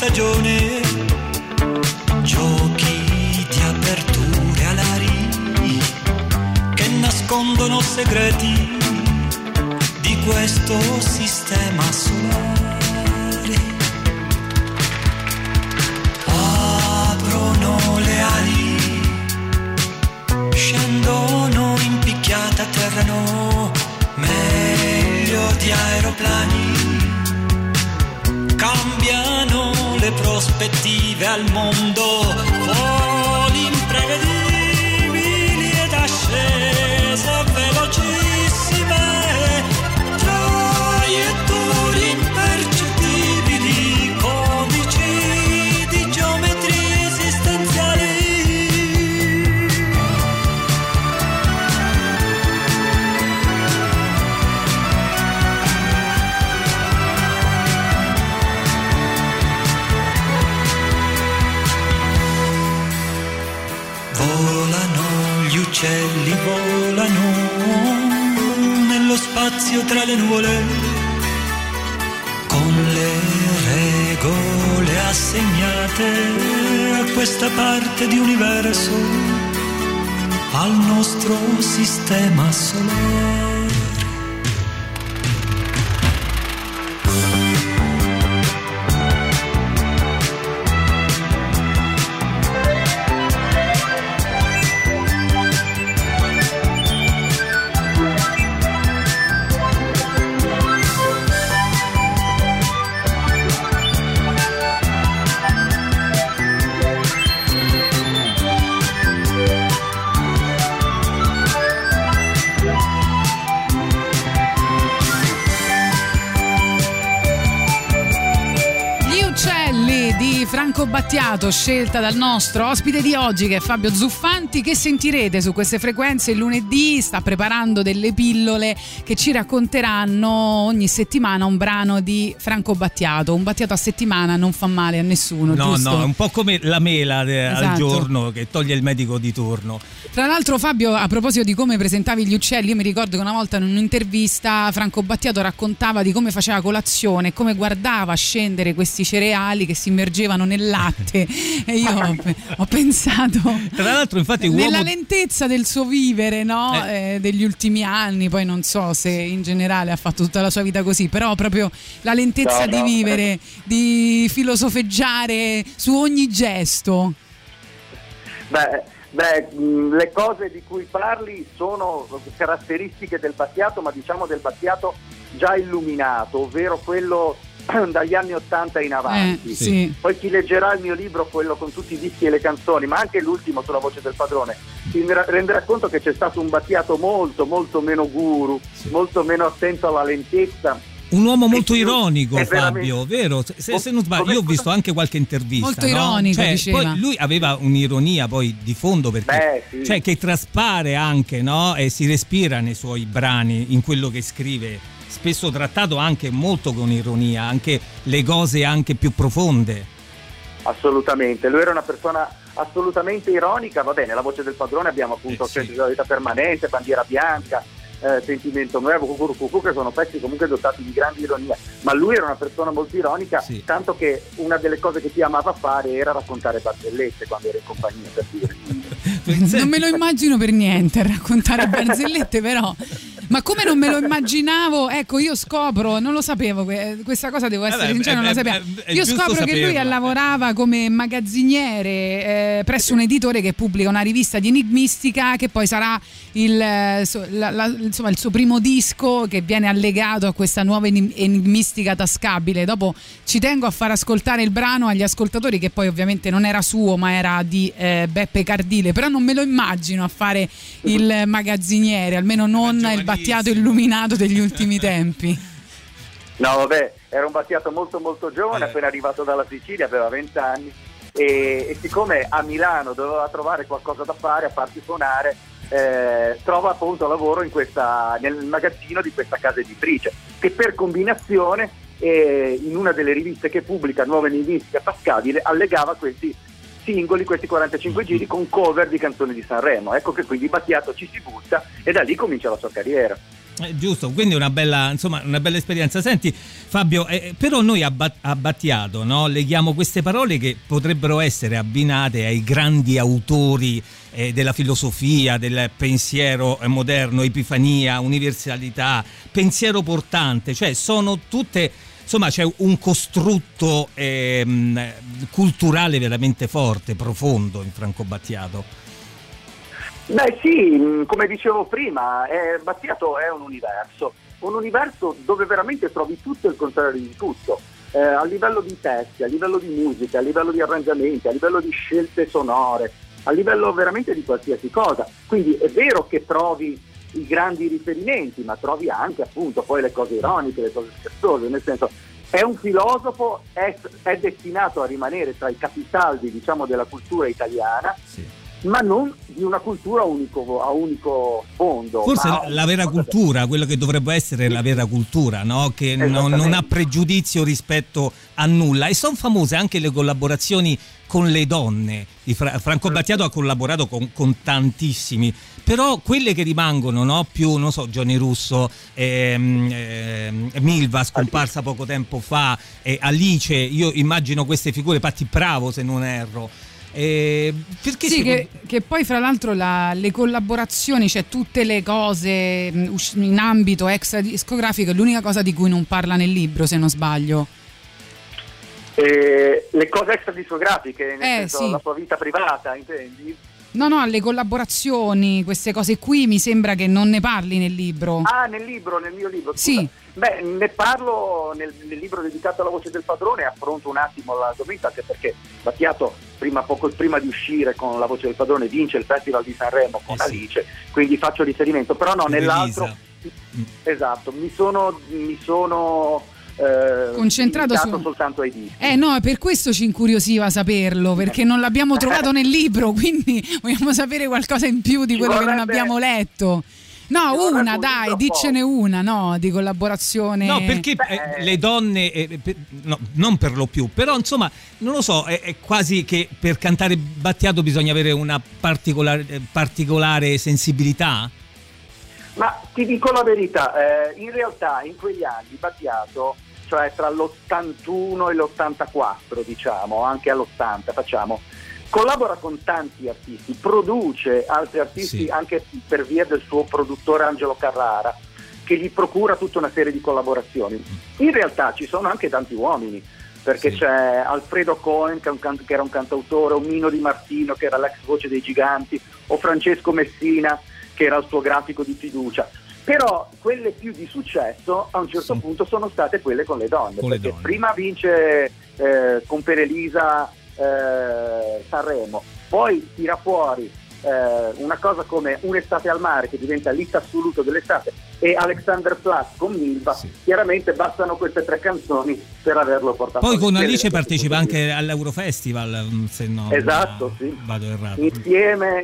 stagione, giochi di aperture alari che nascondono segreti di questo sistema solare. Aprono le ali, scendono in picchiata a terra, no, meglio di aeroplani. Cambiano le prospettive al mondo, voli imprevedibili ed ascese velocissime, traiettorie impercettibili, codici di geometrie esistenziali. Volano gli uccelli, volano nello spazio tra le nuvole, con le regole assegnate a questa parte di universo, al nostro sistema solare. Franco Battiato, scelta dal nostro ospite di oggi che è Fabio Zuffanti, che sentirete su queste frequenze il lunedì. Sta preparando delle pillole che ci racconteranno ogni settimana un brano di Franco Battiato. Un Battiato a settimana non fa male a nessuno, no, giusto? No, è un po' come la mela esatto. Al giorno che toglie il medico di turno. Tra l'altro, Fabio, a proposito di come presentavi gli uccelli, io mi ricordo che una volta in un'intervista Franco Battiato raccontava di come faceva colazione, come guardava scendere questi cereali che si immergevano nel latte, e io ho pensato, tra l'altro, infatti, nella lentezza del suo vivere, no? Degli ultimi anni. Poi non so se in generale ha fatto tutta la sua vita così, però proprio la lentezza di vivere, di filosofeggiare su ogni gesto. Beh, le cose di cui parli sono caratteristiche del Battiato, ma diciamo del Battiato già illuminato, ovvero quello dagli anni 80 in avanti. Sì. Poi chi leggerà il mio libro, quello con tutti i dischi e le canzoni, ma anche l'ultimo sulla voce del padrone, si renderà conto che c'è stato un Battiato molto molto meno guru, molto meno attento alla lentezza. Un uomo molto ironico, Fabio, vero? Se non sbaglio, io ho visto anche qualche intervista. Molto ironico, diceva. Poi lui aveva un'ironia poi di fondo, perché cioè, che traspare anche, no? E si respira nei suoi brani, in quello che scrive, spesso trattato anche molto con ironia, anche le cose anche più profonde. Assolutamente, lui era una persona assolutamente ironica. Va bene, la voce del padrone abbiamo appunto Centralità Permanente, Bandiera Bianca, Sentimento Nuovo, Cucù, che sono pezzi comunque dotati di grande ironia, ma lui era una persona molto ironica, tanto che una delle cose che ti amava fare era raccontare barzellette quando era in compagnia, per dire. Non me lo immagino per niente raccontare barzellette, però. Ma come non me lo immaginavo? Ecco, io scopro, non lo sapevo, questa cosa devo essere sincera, non lo sapevo. Io scopro che lui lavorava come magazziniere presso un editore che pubblica una rivista di enigmistica, che poi sarà il suo primo disco, che viene allegato a questa nuova enigmistica tascabile. Dopo ci tengo a far ascoltare il brano agli ascoltatori, che poi ovviamente non era suo ma era di Beppe Cardile, però non me lo immagino a fare il magazziniere, almeno non il Battiato illuminato degli ultimi tempi. No, vabbè, era un Battiato molto molto giovane, appena arrivato dalla Sicilia, aveva 20 anni e siccome a Milano doveva trovare qualcosa da fare a parte suonare, trova appunto lavoro nel magazzino di questa casa editrice, che per combinazione in una delle riviste che pubblica, Nuova Enigmistica Tascabile, allegava questi singoli, questi 45 giri con cover di canzoni di Sanremo. Ecco che quindi Battiato ci si butta e da lì comincia la sua carriera. Giusto, quindi una bella esperienza. Senti Fabio, però noi a Battiato, no, leghiamo queste parole che potrebbero essere abbinate ai grandi autori della filosofia, del pensiero moderno, epifania, universalità, pensiero portante, cioè sono tutte, insomma c'è un costrutto culturale veramente forte, profondo in Franco Battiato. Beh sì, come dicevo prima, Battiato è un universo dove veramente trovi tutto il contrario di tutto, a livello di testi, a livello di musica, a livello di arrangiamenti, a livello di scelte sonore, a livello veramente di qualsiasi cosa. Quindi è vero che trovi i grandi riferimenti, ma trovi anche appunto poi le cose ironiche, le cose scherzose, nel senso è un filosofo, è destinato a rimanere tra i capisaldi, diciamo, della cultura italiana. Sì. Ma non di una cultura a unico sfondo. Forse la vera cultura, quello che dovrebbe essere la vera cultura, no? Che non ha pregiudizio rispetto a nulla. E sono famose anche le collaborazioni con le donne. Franco Battiato ha collaborato con tantissimi, però quelle che rimangono, no? Più, non so, Johnny Russo, Milva, scomparsa poco tempo fa, Alice, io immagino queste figure, Patti Bravo se non erro. Perché sì, che poi fra l'altro le collaborazioni, cioè tutte le cose in ambito extra discografico, è l'unica cosa di cui non parla nel libro, se non sbaglio. Le cose extra discografiche, nel senso, sì. La sua vita privata, intendi? No, le collaborazioni, queste cose qui mi sembra che non ne parli nel libro. Nel mio libro, scusa. Sì. Beh, ne parlo nel libro dedicato alla voce del padrone, affronto un attimo l'argomento, anche perché Battiato poco prima di uscire con la voce del padrone vince il Festival di Sanremo con Alice, quindi faccio riferimento, però no, nell'altro esatto, mi sono concentrato soltanto ai dischi. No, per questo ci incuriosiva saperlo, perché non l'abbiamo trovato nel libro, quindi vogliamo sapere qualcosa in più di quello che non abbiamo letto. No, una, dai, diccene una, no, di collaborazione. No, perché le donne, no, non per lo più, però insomma, non lo so, è quasi che per cantare Battiato bisogna avere una particolare sensibilità? Ma ti dico la verità, in realtà in quegli anni Battiato, cioè tra l'81 e l'84, diciamo, anche all'80 facciamo, collabora con tanti artisti, produce altri artisti anche per via del suo produttore Angelo Carrara, che gli procura tutta una serie di collaborazioni. In realtà ci sono anche tanti uomini, perché c'è Alfredo Cohen che era un cantautore, o Mino Di Martino che era l'ex voce dei Giganti, o Francesco Messina che era il suo grafico di fiducia. Però quelle più di successo a un certo punto sono state quelle con le donne, perché prima vince con Per Elisa Sanremo, poi tira fuori una cosa come Un'estate al mare, che diventa l'hit assoluto dell'estate, e Alexanderplatz con Milva. Chiaramente bastano queste tre canzoni per averlo portato. Poi con Alice partecipa anche all'Eurofestival, se no sì. Vado errato. Insieme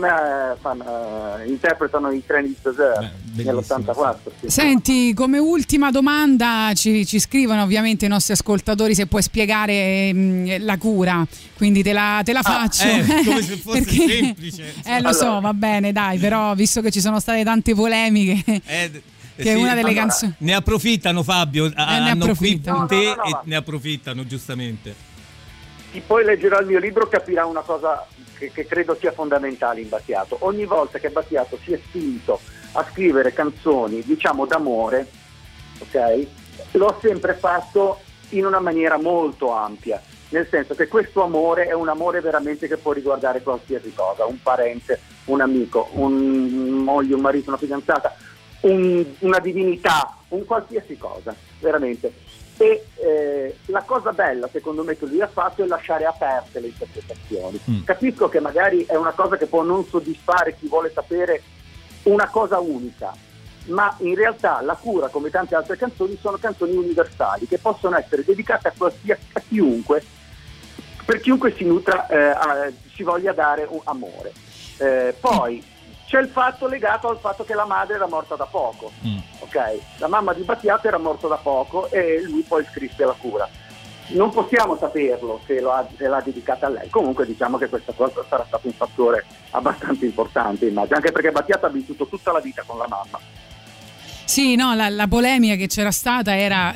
interpretano I treni di César nell'84. Sì. Senti, come ultima domanda ci scrivono ovviamente i nostri ascoltatori se puoi spiegare la cura, quindi te la faccio. Come se fosse semplice. Lo so, va bene, dai, però visto che ci sono state tante polemiche, che è una delle canzoni. Ne approfittano, Fabio, hanno approfittano. qui te e ne approfittano, giustamente. Chi poi leggerà il mio libro capirà una cosa che credo sia fondamentale in Battiato. Ogni volta che Battiato si è spinto a scrivere canzoni, diciamo, d'amore, ok? Lo ha sempre fatto in una maniera molto ampia, nel senso che questo amore è un amore veramente che può riguardare qualsiasi cosa, un parente, un amico, un moglie, un marito, una fidanzata, una divinità, un qualsiasi cosa, veramente. E la cosa bella, secondo me, che lui ha fatto è lasciare aperte le interpretazioni. Capisco che magari è una cosa che può non soddisfare chi vuole sapere una cosa unica, ma in realtà La cura, come tante altre canzoni, sono canzoni universali che possono essere dedicate a chiunque, per chiunque si nutra, si voglia dare un amore. Poi c'è il fatto legato al fatto che la madre era morta da poco, ok? La mamma di Battiato era morta da poco e lui poi scrisse La cura. Non possiamo saperlo se l'ha dedicata a lei. Comunque diciamo che questa cosa sarà stato un fattore abbastanza importante, immagino, anche perché Battiato ha vissuto tutta la vita con la mamma. Sì, no, la polemica che c'era stata era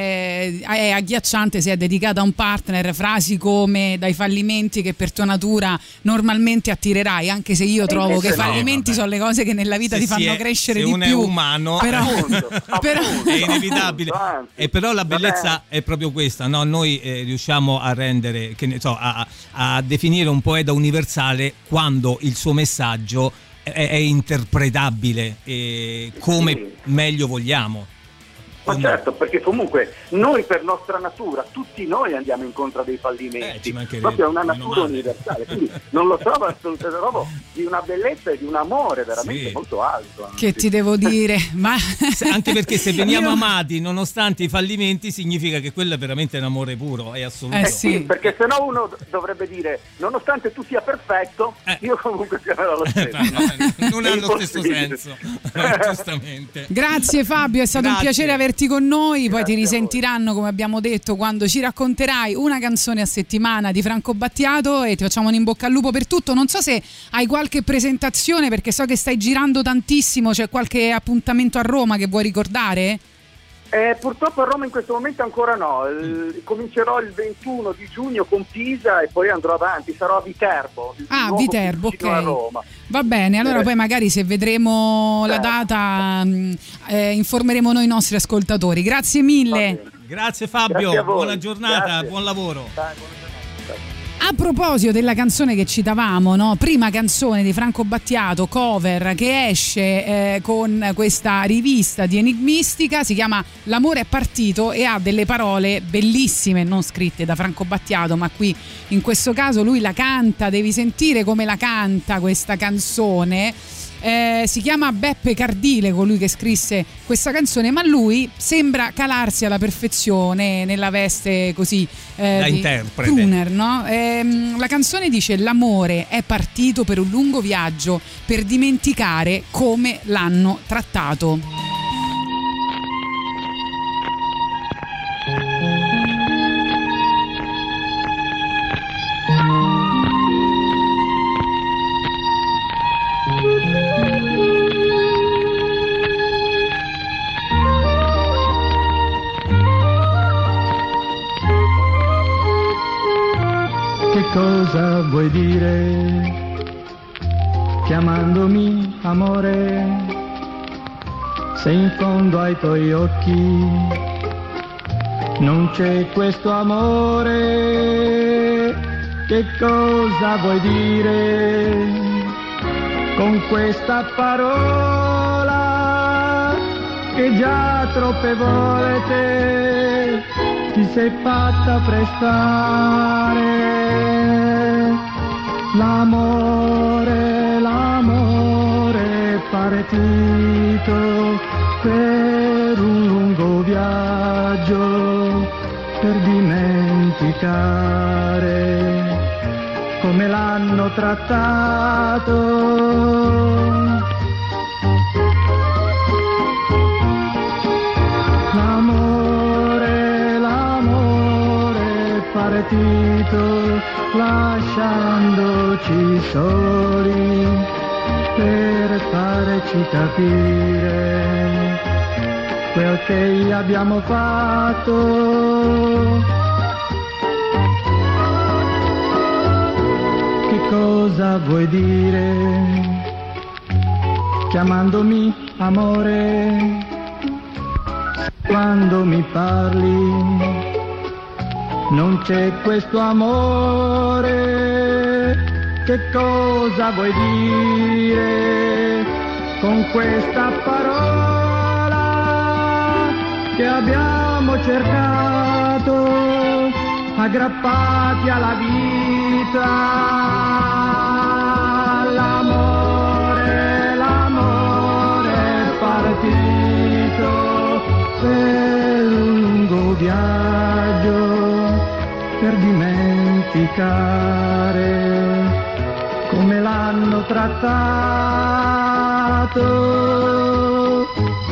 è agghiacciante, si è dedicata a un partner, frasi come dai fallimenti che per tua natura normalmente attirerai, anche se io trovo che i fallimenti sono le cose che nella vita ti fanno crescere di più. Se uno è umano, però è inevitabile. E però la bellezza è proprio questa, no? Noi riusciamo a rendere, che ne so, a definire un poeta universale quando il suo messaggio è interpretabile come meglio vogliamo. Ma certo, perché comunque noi per nostra natura, tutti noi andiamo incontro a dei fallimenti, proprio è una natura universale, quindi non lo trovo assolutamente, trovo di una bellezza e di un amore veramente molto alto. Che ti devo dire? Ma anche perché se veniamo amati nonostante i fallimenti significa che quello è veramente un amore puro, è assoluto. Sì, perché sennò uno dovrebbe dire nonostante tu sia perfetto, io comunque chiamerò lo stesso. Non ha lo stesso senso, giustamente. Grazie Fabio, è stato un piacere averti con noi, poi ti risentiranno come abbiamo detto quando ci racconterai una canzone a settimana di Franco Battiato e ti facciamo un in bocca al lupo per tutto. Non so se hai qualche presentazione, perché so che stai girando tantissimo, c'è qualche appuntamento a Roma che vuoi ricordare? Purtroppo a Roma in questo momento ancora no, comincerò il 21 di giugno con Pisa e poi andrò avanti, sarò a Viterbo. Viterbo, ok. A Roma. Va bene, allora poi magari se vedremo la data informeremo noi i nostri ascoltatori. Grazie mille. Grazie Fabio, grazie buona giornata, buon lavoro. A proposito della canzone che citavamo, no? Prima canzone di Franco Battiato, cover, che esce con questa rivista di Enigmistica, si chiama L'amore è partito e ha delle parole bellissime, non scritte da Franco Battiato, ma qui in questo caso lui la canta, devi sentire come la canta questa canzone. Si chiama Beppe Cardile, colui che scrisse questa canzone, ma lui sembra calarsi alla perfezione nella veste così da di interprete crooner, no? La canzone dice: l'amore è partito per un lungo viaggio per dimenticare come l'hanno trattato. Cosa vuoi dire chiamandomi amore, se in fondo ai tuoi occhi non c'è questo amore? Che cosa vuoi dire con questa parola che già troppe volte ti sei fatta prestare? L'amore, l'amore è partito per un lungo viaggio per dimenticare come l'hanno trattato. L'amore, l'amore è partito lasciandoci soli per farci capire quel che abbiamo fatto. Che cosa vuoi dire chiamandomi amore, quando mi parli non c'è questo amore? Che cosa vuoi dire con questa parola che abbiamo cercato aggrappati alla vita? L'amore, l'amore è partito per un lungo viaggio per dimenticare come l'hanno trattato.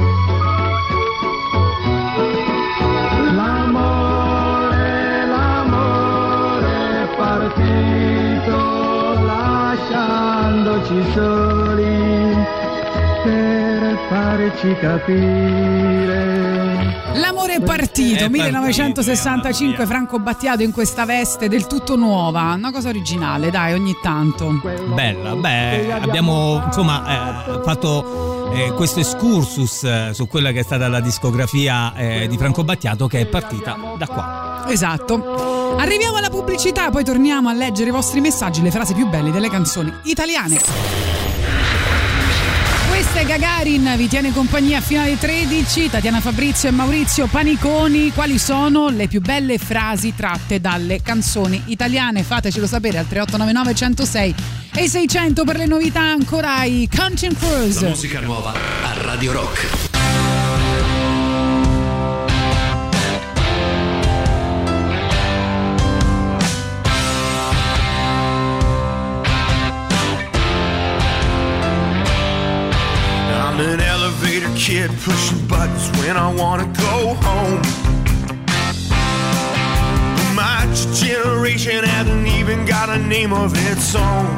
L'amore, l'amore è partito lasciandoci soli per fare farci capire. L'amore è partito, 1965, Franco Battiato in questa veste del tutto nuova, una cosa originale, dai, ogni tanto. Bella, abbiamo insomma fatto questo excursus su quella che è stata la discografia di Franco Battiato, che è partita da qua. Esatto. Arriviamo alla pubblicità, poi torniamo a leggere i vostri messaggi, le frasi più belle delle canzoni italiane. Questa è Gagarin, vi tiene compagnia fino alle 13. Tatiana Fabrizio e Maurizio Paniconi. Quali sono le più belle frasi tratte dalle canzoni italiane? Fatecelo sapere al 3899 106 e 600 per le novità. Ancora i Counting Crows. La musica nuova a Radio Rock. An elevator kid pushing buttons when I wanna go home. My generation hasn't even got a name of its own.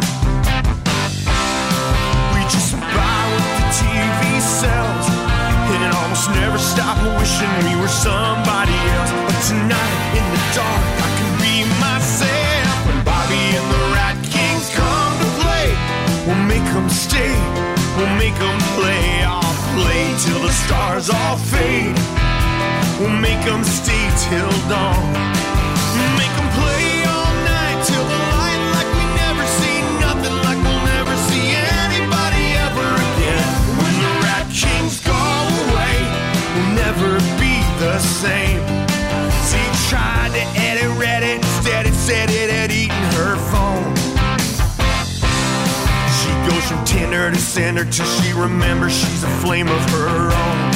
We just buy what the TV sells and almost never stop wishing we were somebody else. But tonight in the dark I can be myself. When Bobby and the Rat Kings come to play, we'll make them stay. We'll make them play, I'll play till the stars all fade. We'll make them stay till dawn. Make them play all night till the light, like we never see nothing, like we'll never see anybody ever again. When the Rat Kings go away, we'll never be the same. She tried to edit Reddit, instead it said it had eaten her phone. Goes from Tinder to Cinder till she remembers she's a flame of her own.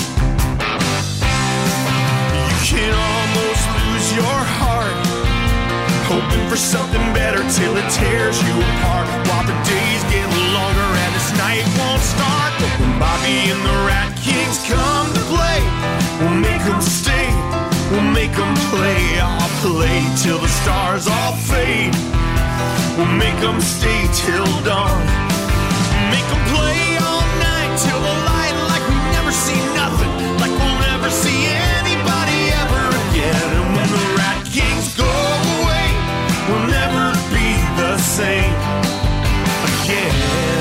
You can almost lose your heart, hoping for something better till it tears you apart. While the days get longer and this night won't start. But when Bobby and the Rat Kings come to play, we'll make them stay, we'll make them play. I'll play till the stars all fade. We'll make them stay till dawn. Make them play all night till the light, like we never see nothing, like we'll never see anybody ever again. And when the Rat Kings go away, we'll never be the same again.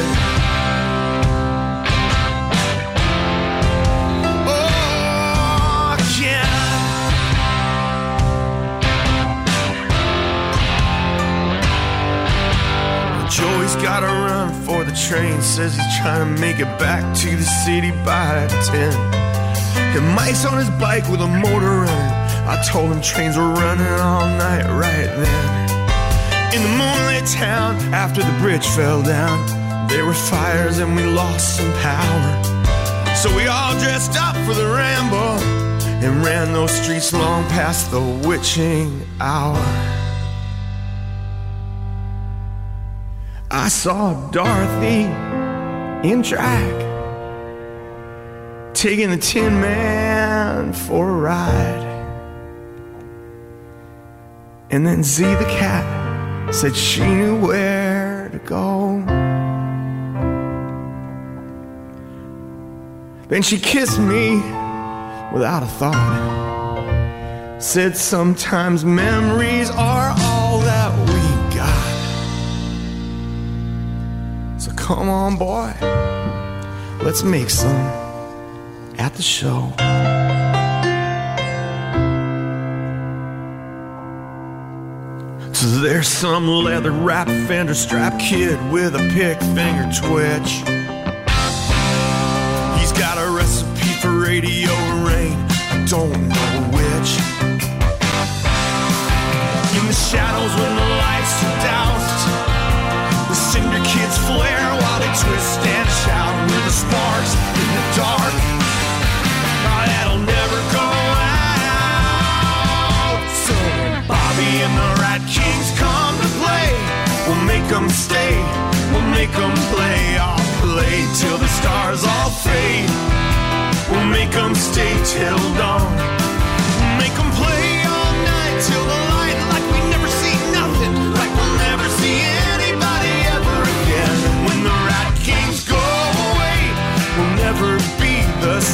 Oh, again. Joey's gotta run for the train, says he's trying to make it back to the city by 10. And Mike's on his bike with a motor running. I told him trains were running all night right then. In the moonlit town, after the bridge fell down, there were fires and we lost some power. So we all dressed up for the ramble and ran those streets long past the witching hour. I saw Dorothy in drag, taking the Tin Man for a ride. And then Z the cat said she knew where to go. Then she kissed me without a thought, said sometimes memories are all that we got. So come on, boy, let's make some at the show. So there's some leather-wrapped fender-strap kid with a pick finger twitch. He's got a recipe for radio rain, I don't know which. In the shadows when the lights are doused, the cinder kids flare while they twist and shout with the sparks in the dark. Oh, that'll never go out. So when Bobby and the Rat Kings come to play, we'll make them stay, we'll make them play. I'll play till the stars all fade. We'll make them stay till dawn. Make them play all night till the light, like we never see nothing, like we'll never see anybody ever again. When the Rat Kings go away, we'll never be the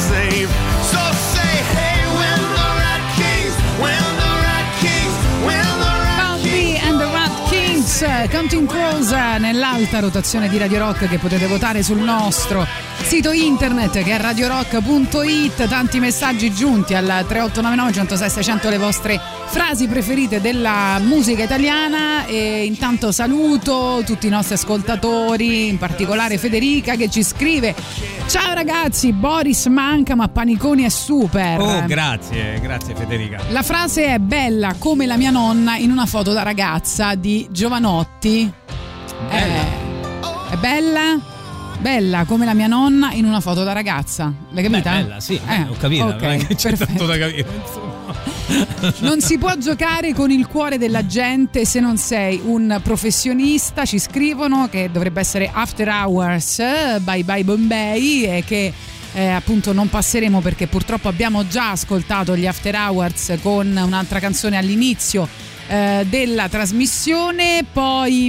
Counting Crows nell'alta rotazione di Radio Rock, che potete votare sul nostro sito internet che è radiorock.it. Tanti messaggi giunti al 3899 106 600, le vostre frasi preferite della musica italiana. E intanto saluto tutti i nostri ascoltatori, in particolare Federica che ci scrive: ciao ragazzi, Boris manca ma Paniconi è super. Oh, grazie Federica. La frase è bella come la mia nonna in una foto da ragazza di Giovanotti. È bella come la mia nonna in una foto da ragazza. L'hai capita? Bella, sì, ho capito. Okay, non è che c'è perfetto. tanto da capire. Non si può giocare con il cuore della gente se non sei un professionista, ci scrivono, che dovrebbe essere After Hours, Bye Bye Bombay, e che appunto non passeremo perché purtroppo abbiamo già ascoltato gli After Hours con un'altra canzone all'inizio della trasmissione. Poi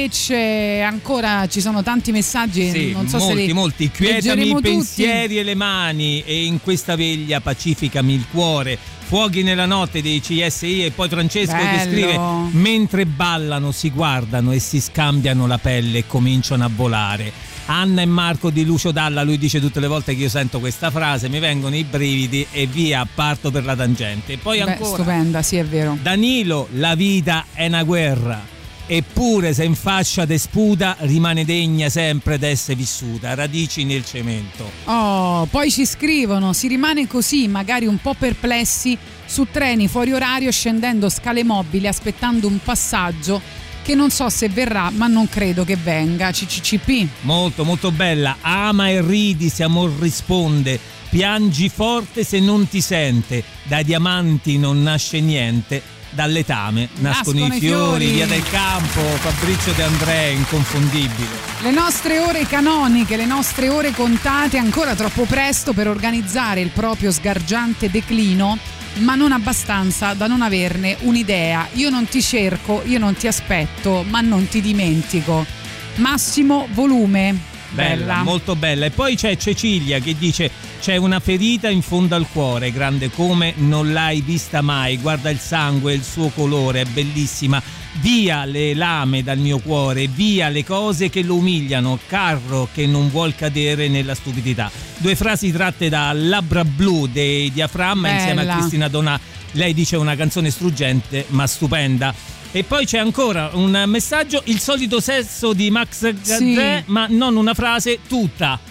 invece ancora ci sono tanti messaggi, sì, non so molti. Quietami i tutti. pensieri e le mani, e in questa veglia pacificami il cuore. Fuochi nella notte dei CSI. E poi Francesco che scrive: mentre ballano si guardano e si scambiano la pelle e cominciano a volare. Anna e Marco di Lucio Dalla, lui dice tutte le volte che io sento questa frase mi vengono i brividi e via, parto per la tangente. E poi ancora stupenda, sì, è vero. Danilo: la vita è una guerra, eppure se in faccia te sputa rimane degna sempre d'essere vissuta, radici nel cemento. Oh, poi ci scrivono: si rimane così, magari un po' perplessi, su treni fuori orario, scendendo scale mobili, aspettando un passaggio che non so se verrà, ma non credo che venga. CCCP. Molto molto bella. Ama e ridi se amor risponde, piangi forte se non ti sente, dai diamanti non nasce niente, dal letame nascono i fiori. Via del Campo, Fabrizio De André, inconfondibile. Le nostre ore canoniche, le nostre ore contate, ancora troppo presto per organizzare il proprio sgargiante declino, ma non abbastanza da non averne un'idea. Io non ti cerco, io non ti aspetto, ma non ti dimentico. Massimo Volume. Bella, molto bella. E poi c'è Cecilia che dice: c'è una ferita in fondo al cuore, grande come non l'hai vista mai, guarda il sangue e il suo colore, è bellissima. Via le lame dal mio cuore, via le cose che lo umiliano, carro che non vuol cadere nella stupidità. Due frasi tratte da Labbra Blu dei Diaframma. Bella. Insieme a Cristina Donà. Lei dice una canzone struggente ma stupenda. E poi c'è ancora un messaggio: il solito sesso di Max Gazzè, sì, ma non una frase, tutta.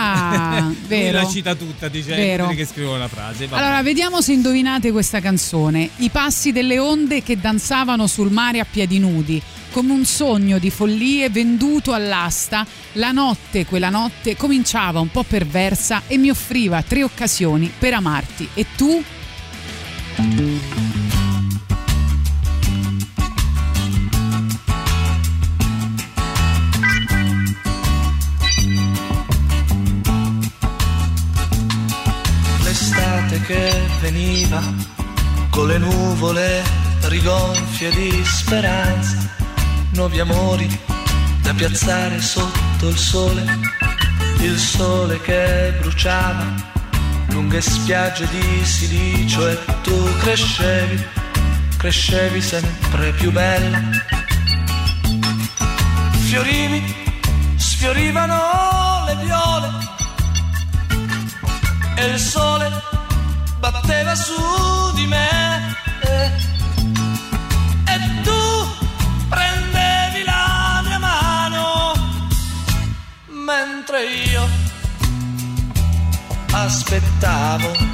Ah, vero. Lui la cita tutta, dice che scrivono la frase. Vabbè. Allora, vediamo se indovinate questa canzone. I passi delle onde che danzavano sul mare a piedi nudi, come un sogno di follie venduto all'asta. La notte, quella notte, cominciava un po' perversa e mi offriva 3 occasioni per amarti. E tu? L'estate che veniva con le nuvole rigonfie di speranza, nuovi amori da piazzare sotto il sole che bruciava lunghe spiagge di silicio, e tu crescevi sempre più bella, sfiorivano le viole e il sole batteva su di me, e tu prendevi la mia mano mentre io aspettavo.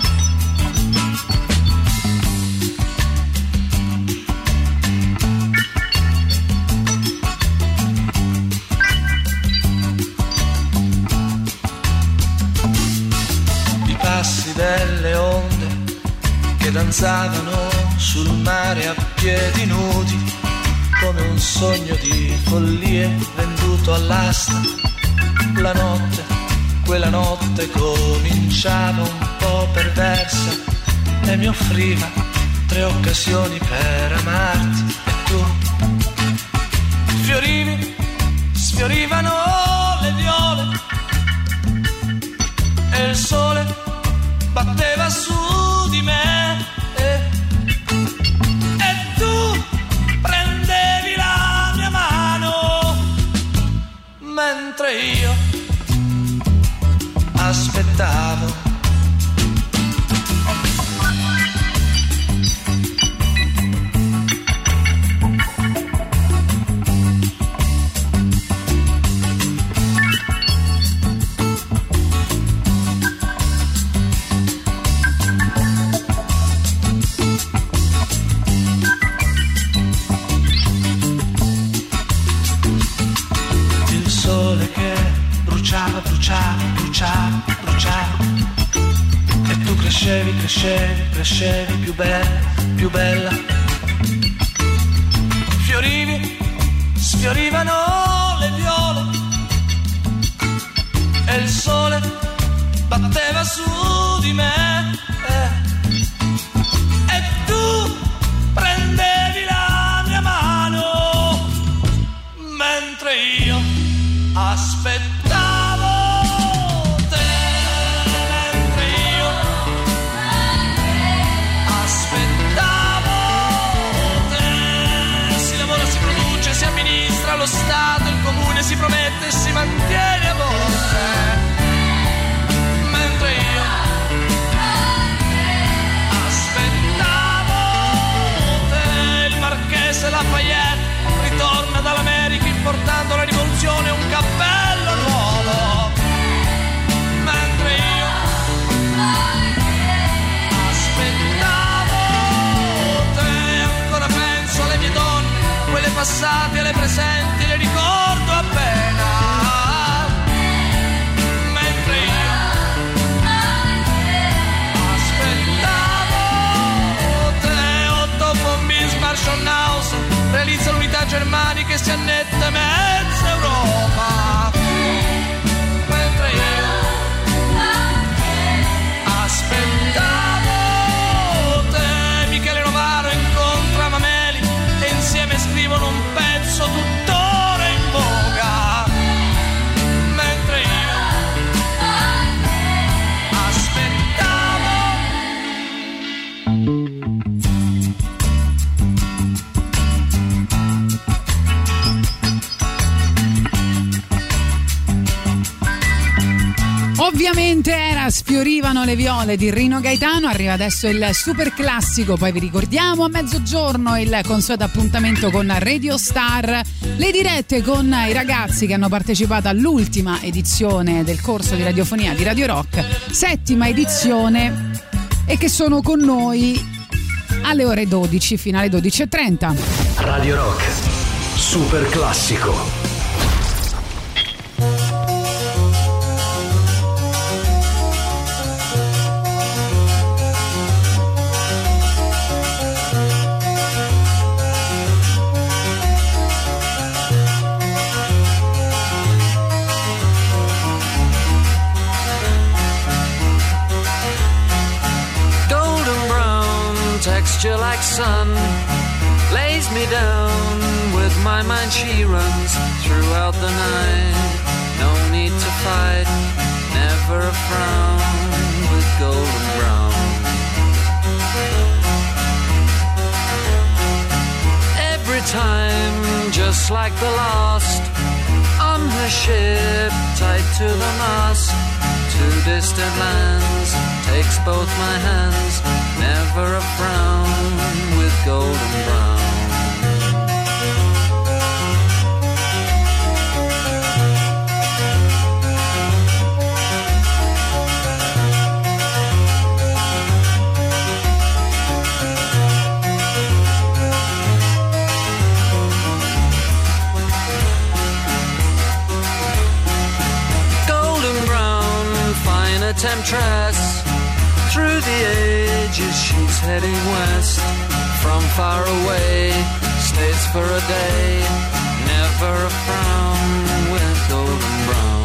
Passi delle onde che danzavano sul mare a piedi nudi, come un sogno di follie venduto all'asta. La notte, quella notte cominciava un po' perversa e mi offriva 3 occasioni per amarti, e tu sfiorivano le viole e il sole batteva su di me, e tu prendevi la mia mano crescevi più bella. Sfiorivano le viole e il sole batteva su di me e tu prendevi la mia mano mentre io aspettavo te, mentre io aspettavo te. Si lavora, si produce, si amministra lo Stato, il comune, si promette e si mantiene a volte. Mentre io aspettavo te, il Marchese Lafayette ritorna dall'America importando la rivoluzione e un cappello nuovo. Mentre io aspettavo te, ancora penso alle mie donne, quelle passate e alle presenti, le ricordo appena. Mentre io aspettavo te, Otto von Bismarck, Schonhausen realizza l'unità germanica e si annette mezza Europa. Mentre io aspettavo te, Michele Novaro incontra Mameli e insieme scrivono un pezzo tuttora in voga. Mentre io aspettavo. Ovviamente era Sfiorivano le viole di Rino Gaetano. Arriva adesso il super classico, poi vi ricordiamo a mezzogiorno il consueto appuntamento con Radio Star, le dirette con i ragazzi che hanno partecipato all'ultima edizione del corso di radiofonia di Radio Rock, 7ª edizione, e che sono con noi alle ore 12 fino alle 12:30. Radio Rock, super classico. Like sun lays me down with my mind, she runs throughout the night. No need to fight, never a frown with golden brown. Every time, just like the last, on her ship tied to the mast, to distant lands, takes both my hands, never a frown with golden brown. Golden brown, fine a temptress. Through the ages she's heading west. From far away, stays for a day. Never a frown with golden brown.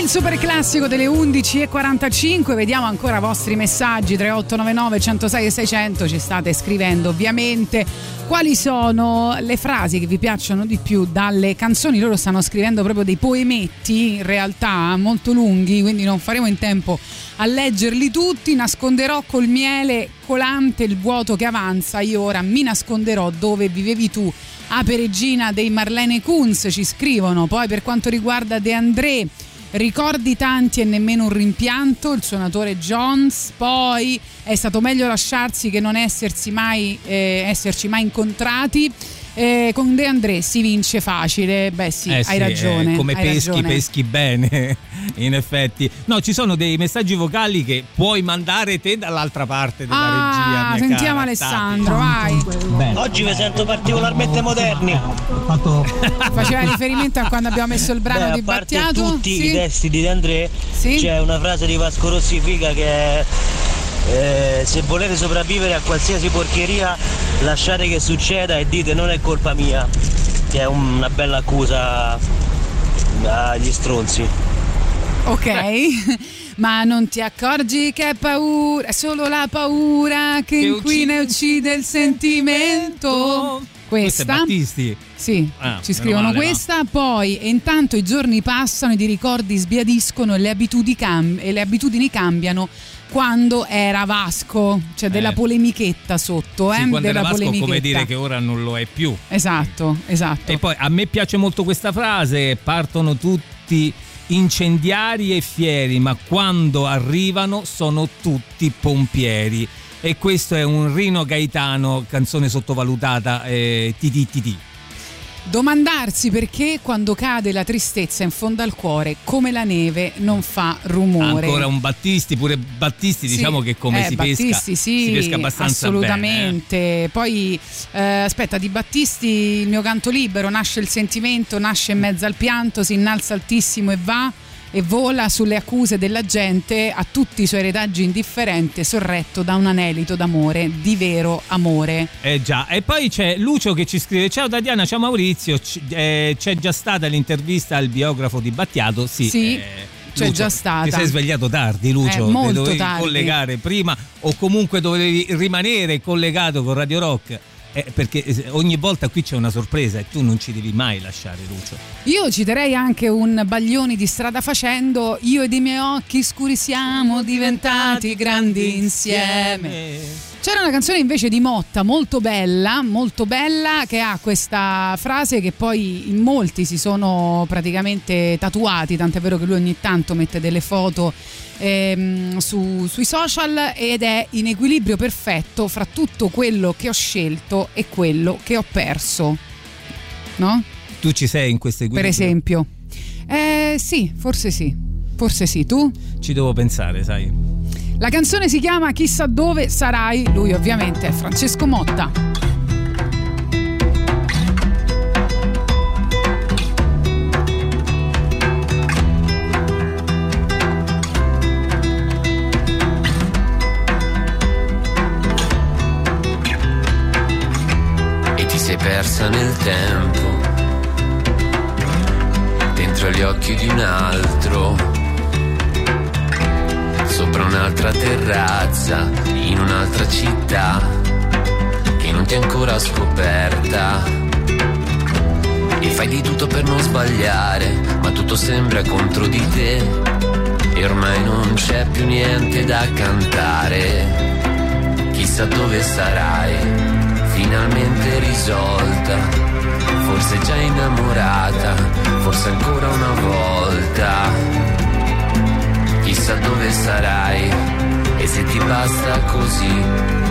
super classico delle 11:45, vediamo ancora i vostri messaggi 3899 106 e 600, ci state scrivendo ovviamente quali sono le frasi che vi piacciono di più dalle canzoni. Loro stanno scrivendo proprio dei poemetti in realtà molto lunghi, quindi non faremo in tempo a leggerli tutti. Nasconderò col miele colante il vuoto che avanza, io ora mi nasconderò dove vivevi tu. Ape Regina dei Marlene Kunz ci scrivono. Poi per quanto riguarda De André, ricordi tanti e nemmeno un rimpianto, il suonatore Jones. Poi è stato meglio lasciarsi che non esserci mai incontrati. Con De André si vince facile. Beh sì, hai ragione. Come hai ragione. peschi bene, in effetti. No, ci sono dei messaggi vocali che puoi mandare te dall'altra parte della regia. Sentiamo cara, Alessandro, vai. Bene. Oggi vi sento particolarmente moderni. Faceva riferimento a quando abbiamo messo il brano di Battiato. A parte tutti i testi di De André, c'è una frase di Vasco Rossi figa che è se volete sopravvivere a qualsiasi porcheria, lasciate che succeda e dite non è colpa mia, che è una bella accusa agli stronzi. Ok. Ma non ti accorgi che è paura, è solo la paura che inquina e uccide il sentimento. Questa Battisti. Sì, ci scrivono male, questa, no? Poi e intanto i giorni passano ed i ricordi sbiadiscono e le abitudini cambiano. Quando era Vasco, cioè della polemichetta sotto, sì, quando della era Vasco, polemichetta. come dire che ora non lo è più. Esatto. E poi a me piace molto questa frase: partono tutti incendiari e fieri, ma quando arrivano sono tutti pompieri. E questo è un Rino Gaetano, canzone sottovalutata, TTTT. Domandarsi perché quando cade la tristezza in fondo al cuore come la neve non fa rumore. Ancora un Battisti, pure Battisti, sì, diciamo che come si Battisti, pesca, si pesca abbastanza assolutamente bene. Poi aspetta, di Battisti il mio canto libero, nasce il sentimento, nasce in mezzo al pianto, si innalza altissimo e va e vola sulle accuse della gente, a tutti i suoi retaggi indifferente, sorretto da un anelito d'amore, di vero amore. Già, e poi c'è Lucio che ci scrive: ciao Tatiana, ciao Maurizio, c'è già stata l'intervista al biografo di Battiato? Sì. C'è Lucio, già stata. Ti sei svegliato tardi, Lucio, molto dovevi tardi. collegare prima, o comunque dovevi rimanere collegato con Radio Rock. Perché ogni volta qui c'è una sorpresa e tu non ci devi mai lasciare, Lucio. Io citerei anche un Baglioni di Strada Facendo: io ed i miei occhi scuri siamo diventati grandi insieme. C'era una canzone invece di Motta molto bella, che ha questa frase che poi in molti si sono praticamente tatuati, tant'è vero che lui ogni tanto mette delle foto sui social, ed è: in equilibrio perfetto fra tutto quello che ho scelto e quello che ho perso. No? Tu ci sei in questo equilibrio? Per esempio. Sì, forse sì, tu? Ci devo pensare, sai. La canzone si chiama Chissà dove sarai, lui ovviamente è Francesco Motta. E ti sei persa nel tempo, dentro gli occhi di un altro, sopra un'altra terrazza, in un'altra città che non ti è ancora scoperta. E fai di tutto per non sbagliare, ma tutto sembra contro di te. E ormai non c'è più niente da cantare. Chissà dove sarai, finalmente risolta, forse già innamorata, forse ancora una volta. Chissà dove sarai e se ti basta così.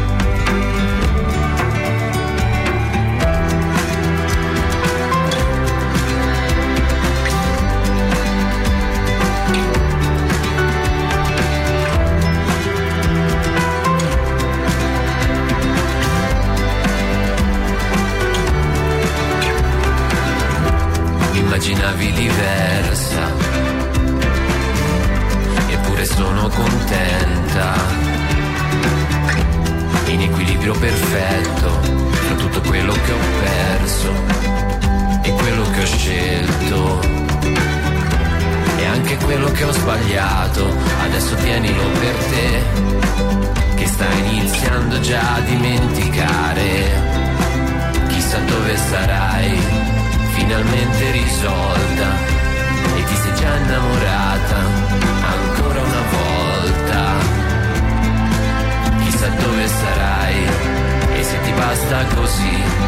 Immaginavi diversa, eppure sono contenta, in equilibrio perfetto tra tutto quello che ho perso e quello che ho scelto, e anche quello che ho sbagliato, adesso tienilo per te, che stai iniziando già a dimenticare. Chissà dove sarai, finalmente risolta, e ti sei già innamorata ancora una volta. Chissà dove sarai, e se ti basta così.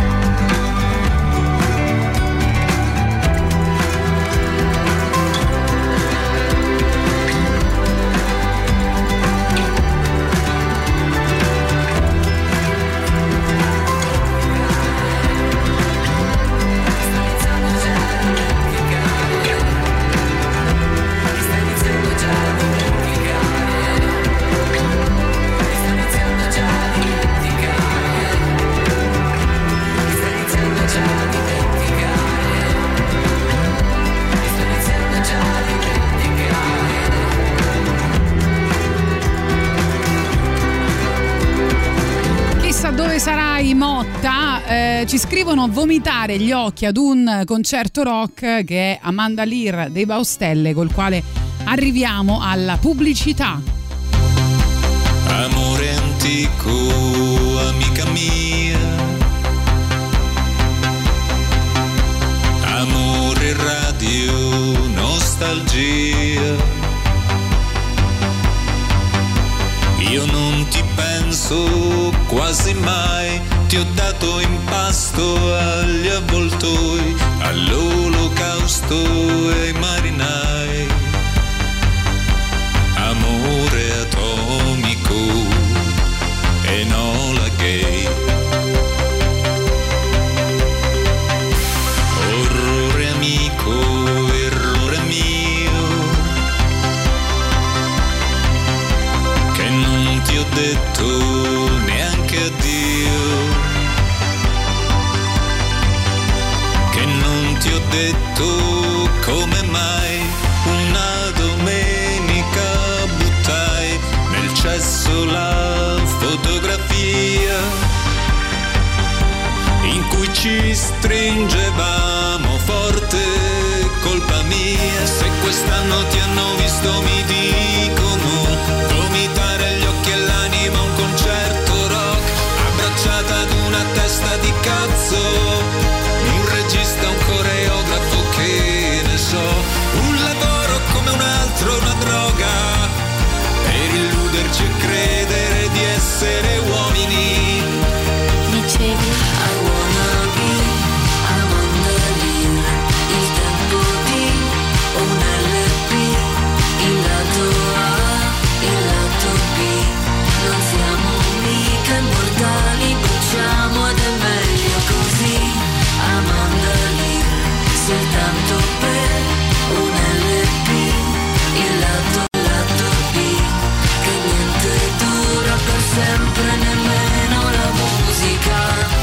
Dove sarai, Motta? Ci scrivono: vomitare gli occhi ad un concerto rock, che è Amanda Lear dei Baustelle, col quale arriviamo alla pubblicità. Amore antico, amica mia, amore radio, nostalgia. Io non ti penso quasi mai, ti ho dato in pasto agli avvoltoi, all'olocausto e ai marinai. Amore atomico, Enola Gay. Orrore amico, errore mio, che non ti ho detto neanche addio, che non ti ho detto come mai una domenica buttai nel cesso la fotografia in cui ci stringevamo forte, colpa mia. Se quest'anno ti hanno visto mi dicono, vomitare gli occhi e l'anima a un concerto rock, abbracciata ad una testa di cazzo, un regista, un coreografo, che ne so, un lavoro come un altro, una droga, per illuderci e credere di essere uomini. Dicevi I wanna be Amanda Lear, il tempo di un LP, il lato A, il lato B, non siamo mica immortali, bruciamo ed è meglio così. Amanda Lear, soltanto per un LP, il lato B, che niente dura per sempre, nemmeno la musica.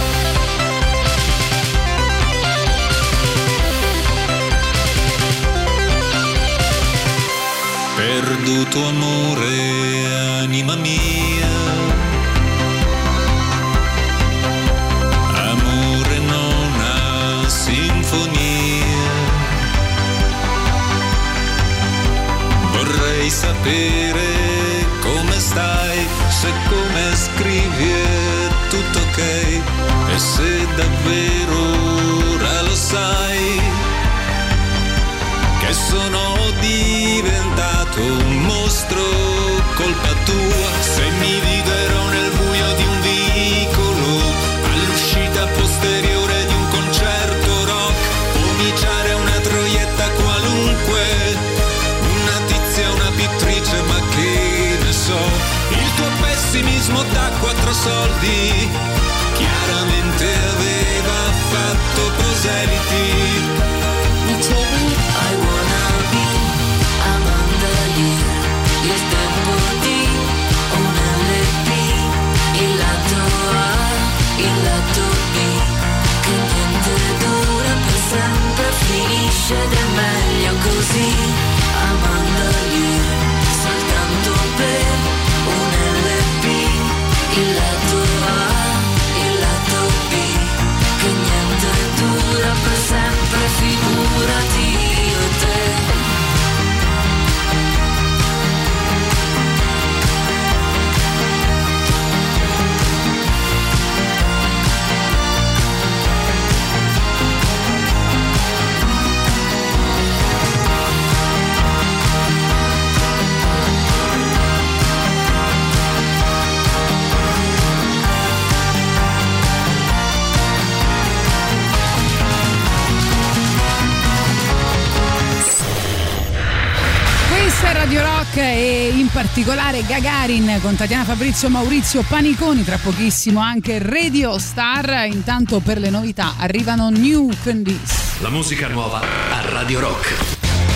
Perduto amore, anima mia, amore nona sinfonia. Vorrei sapere come stai, se come scrivi è tutto ok, e se davvero ora lo sai che sono diventato un mostro, colpa tua. Se mi vivrò nel buio di un vicolo, all'uscita posteriore di un concerto rock, cominciare una troietta qualunque, una tizia, una pittrice, ma che ne so, il tuo pessimismo da 4 soldi chiaramente aveva fatto proseliti. Dicevi I wanna be Amanda Lear, il tempo di un LP, il lato A, il lato B, che niente dura per sempre, finisce ed è meglio così. Amanda Lear, soltanto per un LP, il lato A, il lato B, che niente dura per sempre. C'è Radio Rock e in particolare Gagarin con Tatiana Fabrizio, Maurizio Paniconi, tra pochissimo anche Radio Star. Intanto per le novità arrivano New Candies. La musica nuova a Radio Rock.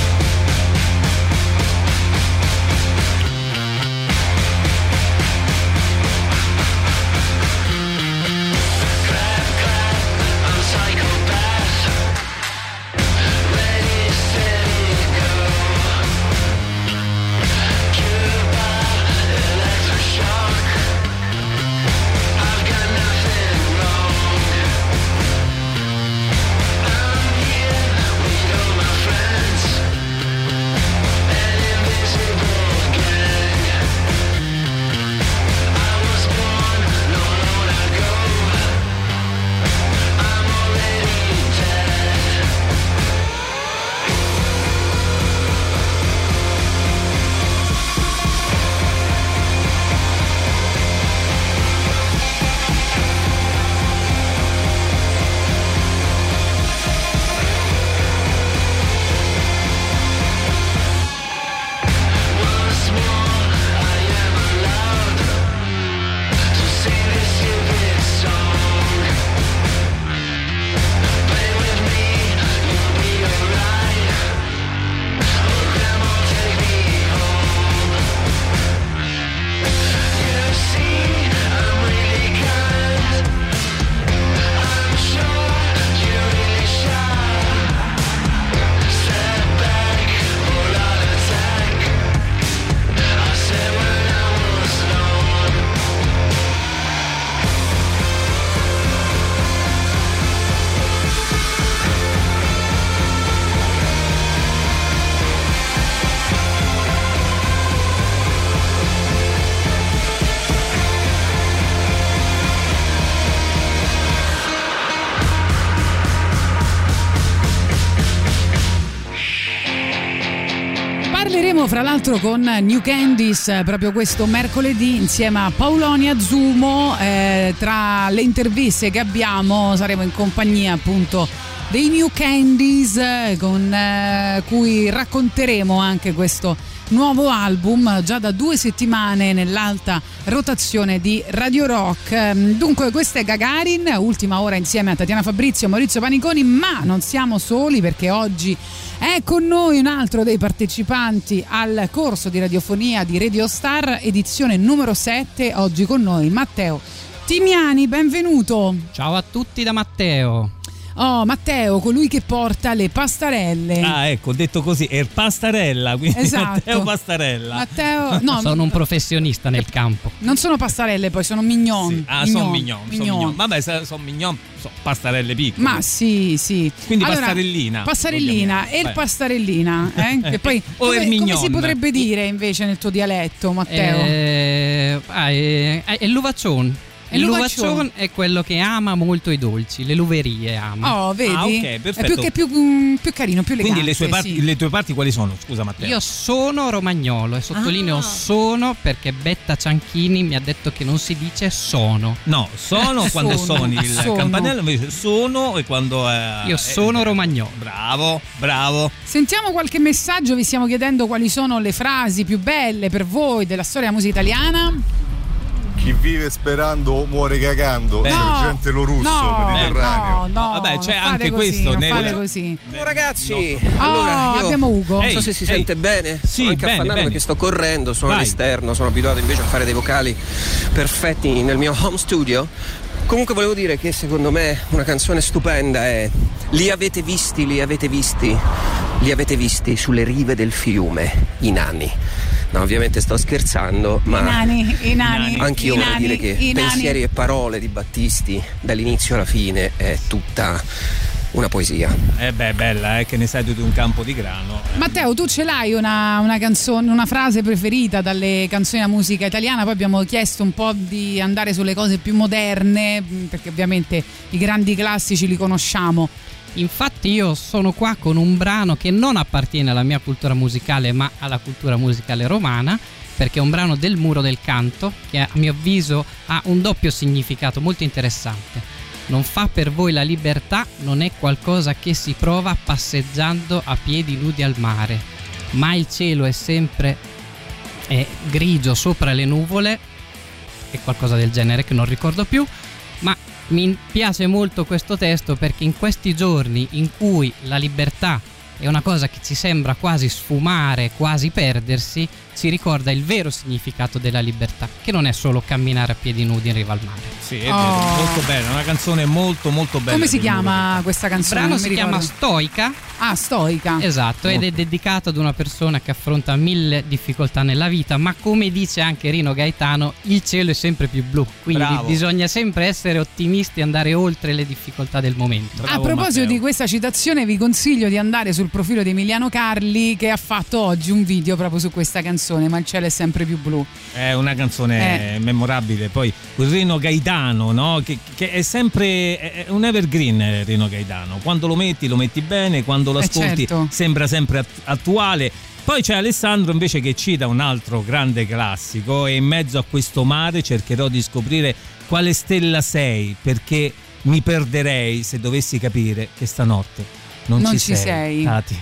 Fra l'altro con New Candies proprio questo mercoledì insieme a Paolonia Zumo. Tra le interviste che abbiamo saremo in compagnia appunto dei New Candies con cui racconteremo anche questo nuovo album già da 2 settimane nell'alta rotazione di Radio Rock. Dunque questa è Gagarin, ultima ora insieme a Tatiana Fabrizio e Maurizio Paniconi, ma non siamo soli perché oggi è con noi un altro dei partecipanti al corso di radiofonia di Radio Star, edizione numero 7. Oggi con noi Matteo Timiani, benvenuto. Ciao a tutti da Matteo. Oh, Matteo, colui che porta le pastarelle. Ah, ecco, detto così, è pastarella, quindi esatto. Matteo Pastarella. Matteo, no, sono un professionista nel campo. Non sono pastarelle, poi sono mignon. Sì. Ah, sono mignon. Vabbè, sono mignon, pastarelle piccole. Ma sì. Quindi allora, pastarellina e il pastarellina, che poi come si potrebbe dire invece nel tuo dialetto, Matteo? È l'uvaccion. Il l'uvaccion è quello che ama molto i dolci, le luverie ama. Oh, vedi? Ah, ok, perfetto. È più carino, più elegante. Quindi le tue parti quali sono? Scusa Matteo. Io sono romagnolo e sottolineo sono perché Betta Cianchini mi ha detto che non si dice sono. No, sono quando suoni il campanello, invece sono e quando io sono romagnolo. Bravo. Sentiamo qualche messaggio, vi stiamo chiedendo quali sono le frasi più belle per voi della storia della musica italiana. Chi vive sperando muore cagando. Sergente Lo Russo, Mediterraneo. No, vabbè, c'è anche così, questo. Fate così. Ciao ragazzi. Allora, io abbiamo Ugo. Non so se si sente bene. Sì, anche affannando perché sto correndo, sono all'esterno, sono abituato invece a fare dei vocali perfetti nel mio home studio. Comunque volevo dire che secondo me una canzone stupenda è Li avete visti sulle rive del fiume, i nani. No, ovviamente sto scherzando, ma i nani. Anche io voglio dire che pensieri e parole di Battisti dall'inizio alla fine è tutta una poesia. Bella, che ne sai tu di un campo di grano. Matteo, tu ce l'hai una canzone, una frase preferita dalle canzoni della musica italiana? Poi abbiamo chiesto un po' di andare sulle cose più moderne, perché ovviamente i grandi classici li conosciamo. Infatti io sono qua con un brano che non appartiene alla mia cultura musicale ma alla cultura musicale romana, perché è un brano del Muro del Canto che a mio avviso ha un doppio significato molto interessante. Non fa per voi la libertà, non è qualcosa che si prova passeggiando a piedi nudi al mare. ma il cielo è sempre grigio sopra le nuvole, è qualcosa del genere che non ricordo più, ma mi piace molto questo testo perché in questi giorni in cui la libertà è una cosa che ci sembra quasi sfumare, quasi perdersi, ci ricorda il vero significato della libertà, che non è solo camminare a piedi nudi in riva al mare. Sì, è vero, molto bella, una canzone molto molto bella. Come si chiama questa canzone? Il brano si chiama Stoica. Ah, Stoica. Esatto, ed è dedicato ad una persona che affronta 1000 difficoltà nella vita, ma come dice anche Rino Gaetano, il cielo è sempre più blu, quindi bisogna sempre essere ottimisti e andare oltre le difficoltà del momento. A proposito di questa citazione, vi consiglio di andare sul profilo di Emiliano Carli, che ha fatto oggi un video proprio su questa canzone, Ma il cielo è sempre più blu. È una canzone memorabile. Poi Rino Gaetano, no? Che è sempre un evergreen. Rino Gaetano, quando lo metti bene, quando lo ascolti sembra sempre attuale. Poi c'è Alessandro invece che cita un altro grande classico: e in mezzo a questo mare cercherò di scoprire quale stella sei, perché mi perderei se dovessi capire che stanotte non ci sei. Tati.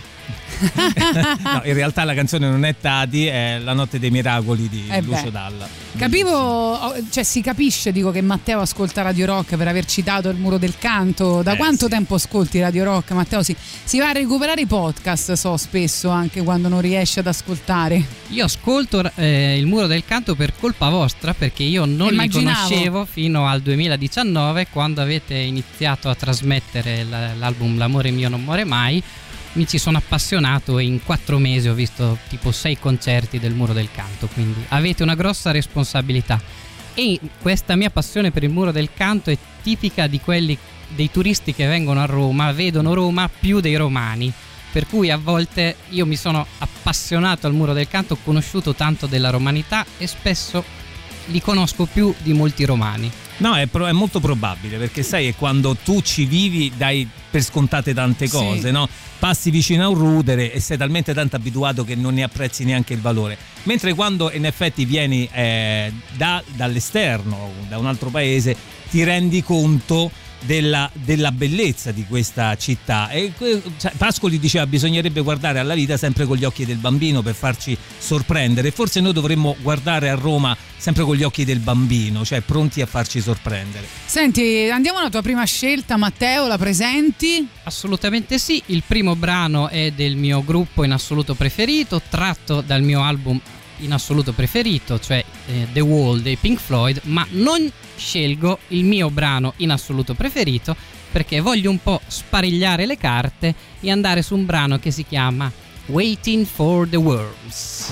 No, in realtà la canzone non è Tati, è La notte dei miracoli di Lucio Dalla. Capivo, cioè si capisce, dico, che Matteo ascolta Radio Rock per aver citato Il muro del canto. Da quanto tempo ascolti Radio Rock, Matteo? Si va a recuperare i podcast, so, spesso, anche quando non riesce ad ascoltare. Io ascolto Il muro del canto per colpa vostra, perché io non li conoscevo fino al 2019, quando avete iniziato a trasmettere l'album L'amore mio non muore mai. Mi ci sono appassionato e in 4 mesi ho visto tipo 6 concerti del Muro del Canto, quindi avete una grossa responsabilità. E questa mia passione per il Muro del Canto è tipica di quelli dei turisti che vengono a Roma, vedono Roma più dei romani, per cui a volte io mi sono appassionato al Muro del Canto, ho conosciuto tanto della romanità e spesso li conosco più di molti romani. No, è molto probabile, perché sai, è quando tu ci vivi dai per scontate tante cose, no? Passi vicino a un rudere e sei talmente tanto abituato che non ne apprezzi neanche il valore, mentre quando in effetti vieni dall'esterno, da un altro paese, ti rendi conto della bellezza di questa città. E Pascoli diceva: bisognerebbe guardare alla vita sempre con gli occhi del bambino per farci sorprendere. Forse noi dovremmo guardare a Roma sempre con gli occhi del bambino, cioè pronti a farci sorprendere. Senti, andiamo alla tua prima scelta, Matteo, la presenti? Assolutamente sì, il primo brano è del mio gruppo in assoluto preferito, tratto dal mio album in assoluto preferito, cioè The Wall dei Pink Floyd, ma non scelgo il mio brano in assoluto preferito perché voglio un po' sparigliare le carte e andare su un brano che si chiama Waiting for the Worms.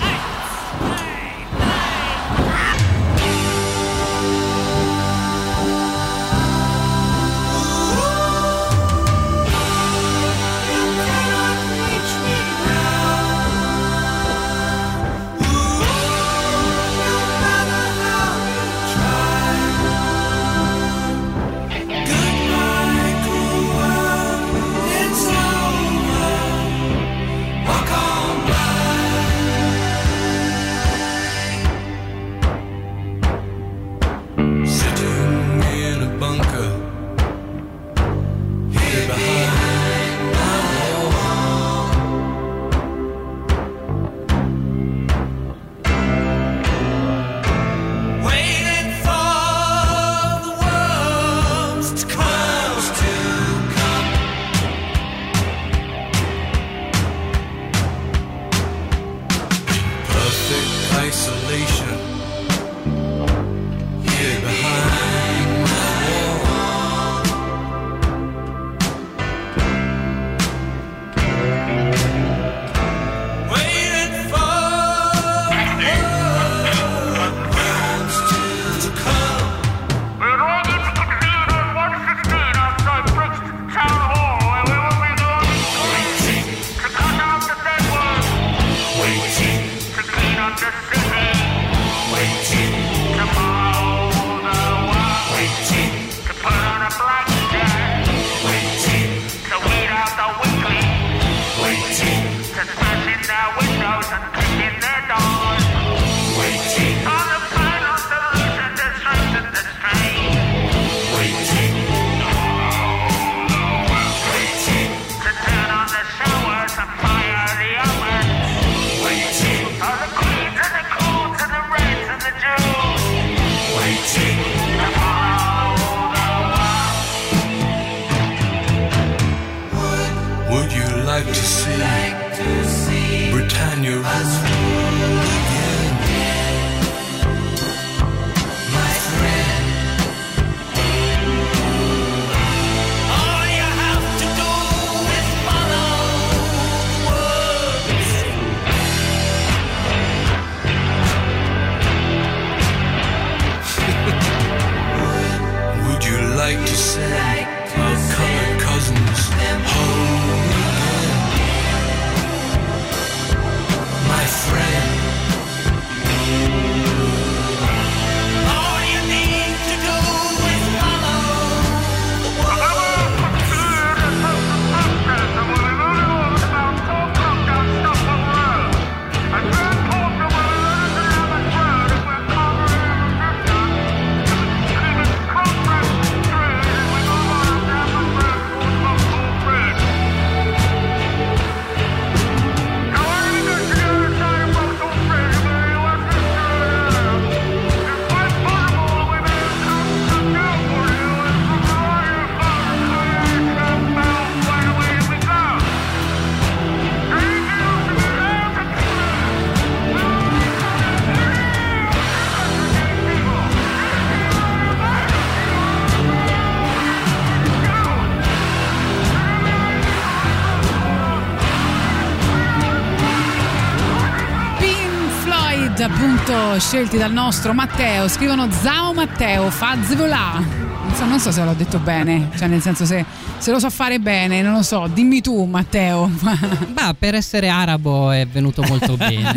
appunto scelti dal nostro Matteo. Scrivono Zao Matteo, fazzi volà. Non so se l'ho detto bene, cioè nel senso se lo so fare bene, non lo so, dimmi tu Matteo. Bah, per essere arabo è venuto molto bene.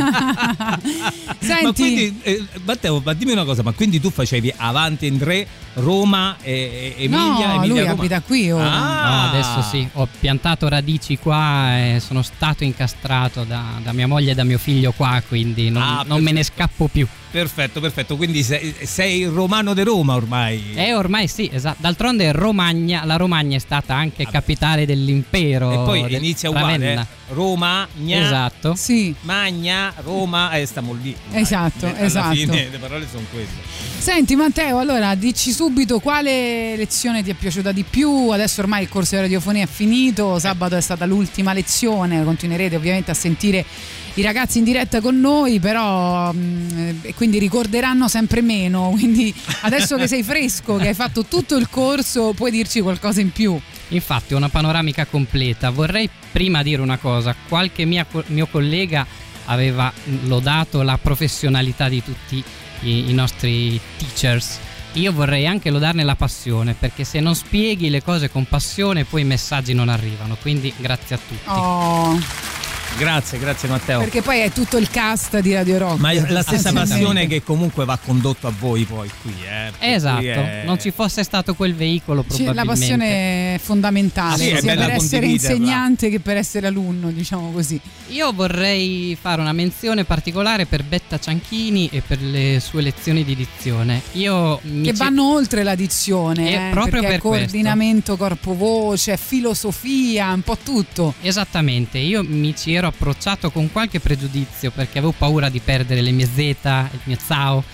Senti, ma quindi Matteo, ma dimmi una cosa, ma quindi tu facevi avanti in tre Roma e Emilia? No, lui Roma. abita qui ora. No, adesso sì, ho piantato radici qua e sono stato incastrato da mia moglie e da mio figlio qua, quindi non me ne scappo più. Perfetto, quindi sei romano de Roma ormai. Ormai sì, esatto. D'altronde la Romagna è stata anche capitale dell'impero. E poi inizia uguale, Romagna, esatto. Sì. Magna, Roma e stiamo lì. Esatto, alla fine le parole sono queste. Senti Matteo, allora dici subito quale lezione ti è piaciuta di più. Adesso ormai il corso di radiofonia è finito, sabato è stata l'ultima lezione, continuerete ovviamente a sentire i ragazzi in diretta con noi, però quindi ricorderanno sempre meno, quindi adesso che sei fresco, che hai fatto tutto il corso, puoi dirci qualcosa in più. Infatti una panoramica completa. Vorrei prima dire una cosa: qualche mio collega aveva lodato la professionalità di tutti i nostri teachers. Io vorrei anche lodarne la passione, perché se non spieghi le cose con passione poi i messaggi non arrivano, quindi grazie a tutti. Grazie Matteo. Perché poi è tutto il cast di Radio Rock. Ma è la stessa passione che comunque va condotto a voi poi qui. Esatto, non ci fosse stato quel veicolo probabilmente. La passione è fondamentale, sia per essere insegnante che per essere alunno, diciamo così. Io vorrei fare una menzione particolare per Betta Cianchini e per le sue lezioni di dizione. Che vanno oltre la dizione, proprio perché per è coordinamento corpo-voce, filosofia, un po' tutto. Esattamente, io mi ci ero approcciato con qualche pregiudizio perché avevo paura di perdere le mie zeta, il mio zao.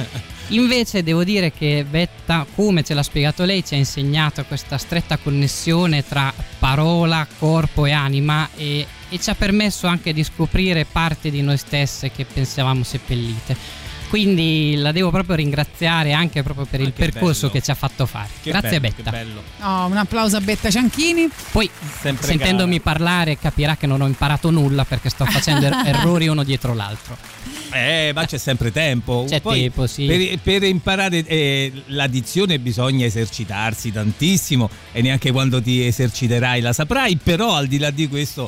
Invece devo dire che Betta, come ce l'ha spiegato lei, ci ha insegnato questa stretta connessione tra parola, corpo e anima e ci ha permesso anche di scoprire parti di noi stesse che pensavamo seppellite. Quindi la devo proprio ringraziare anche proprio per il percorso che ci ha fatto fare. Grazie bello, Betta. Che bello. Un applauso a Betta Cianchini. Poi sentendomi parlare capirà che non ho imparato nulla perché sto facendo errori uno dietro l'altro. Ma c'è sempre tempo. C'è tempo, sì. Per imparare la dizione bisogna esercitarsi tantissimo e neanche quando ti eserciterai la saprai, però al di là di questo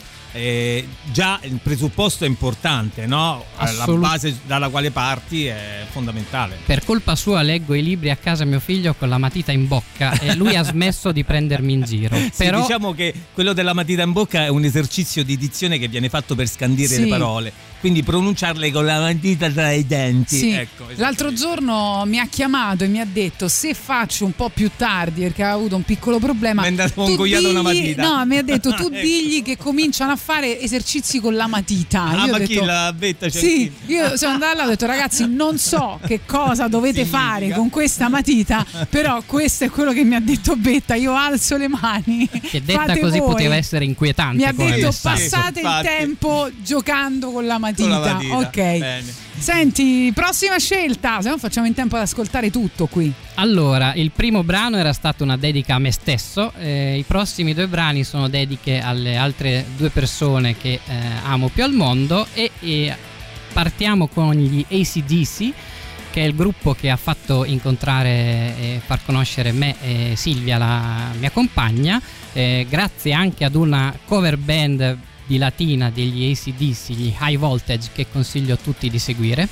già il presupposto è importante, no? La base dalla quale parti è fondamentale. Per colpa sua leggo i libri a casa mio figlio con la matita in bocca e lui ha smesso di prendermi in giro. Però diciamo che quello della matita in bocca è un esercizio di dizione che viene fatto per scandire le parole, quindi pronunciarle con la matita tra i denti. Sì. Ecco, l'altro giorno mi ha chiamato e mi ha detto: se faccio un po' più tardi, perché ha avuto un piccolo problema, mi è andato ingoiato una matita. No, mi ha detto tu digli che cominciano a fare esercizi con la matita. Io ho ma detto, chi la Betta? Sì, io sono andata là e ho detto: ragazzi, non so che cosa dovete fare con questa matita, però questo è quello che mi ha detto Betta. Io alzo le mani. Che detta fate così voi. Poteva essere inquietante. Mi ha detto: messaggio. passate il tempo giocando con la matita. Ok. Bene. Senti, prossima scelta, se no facciamo in tempo ad ascoltare tutto qui. Allora, il primo brano era stata una dedica a me stesso, i prossimi due brani sono dediche alle altre due persone che amo più al mondo e partiamo con gli AC/DC, che è il gruppo che ha fatto incontrare e far conoscere me e Silvia, la mia compagna, grazie anche ad una cover band di latina degli AC/DC, gli High Voltage, che consiglio a tutti di seguire.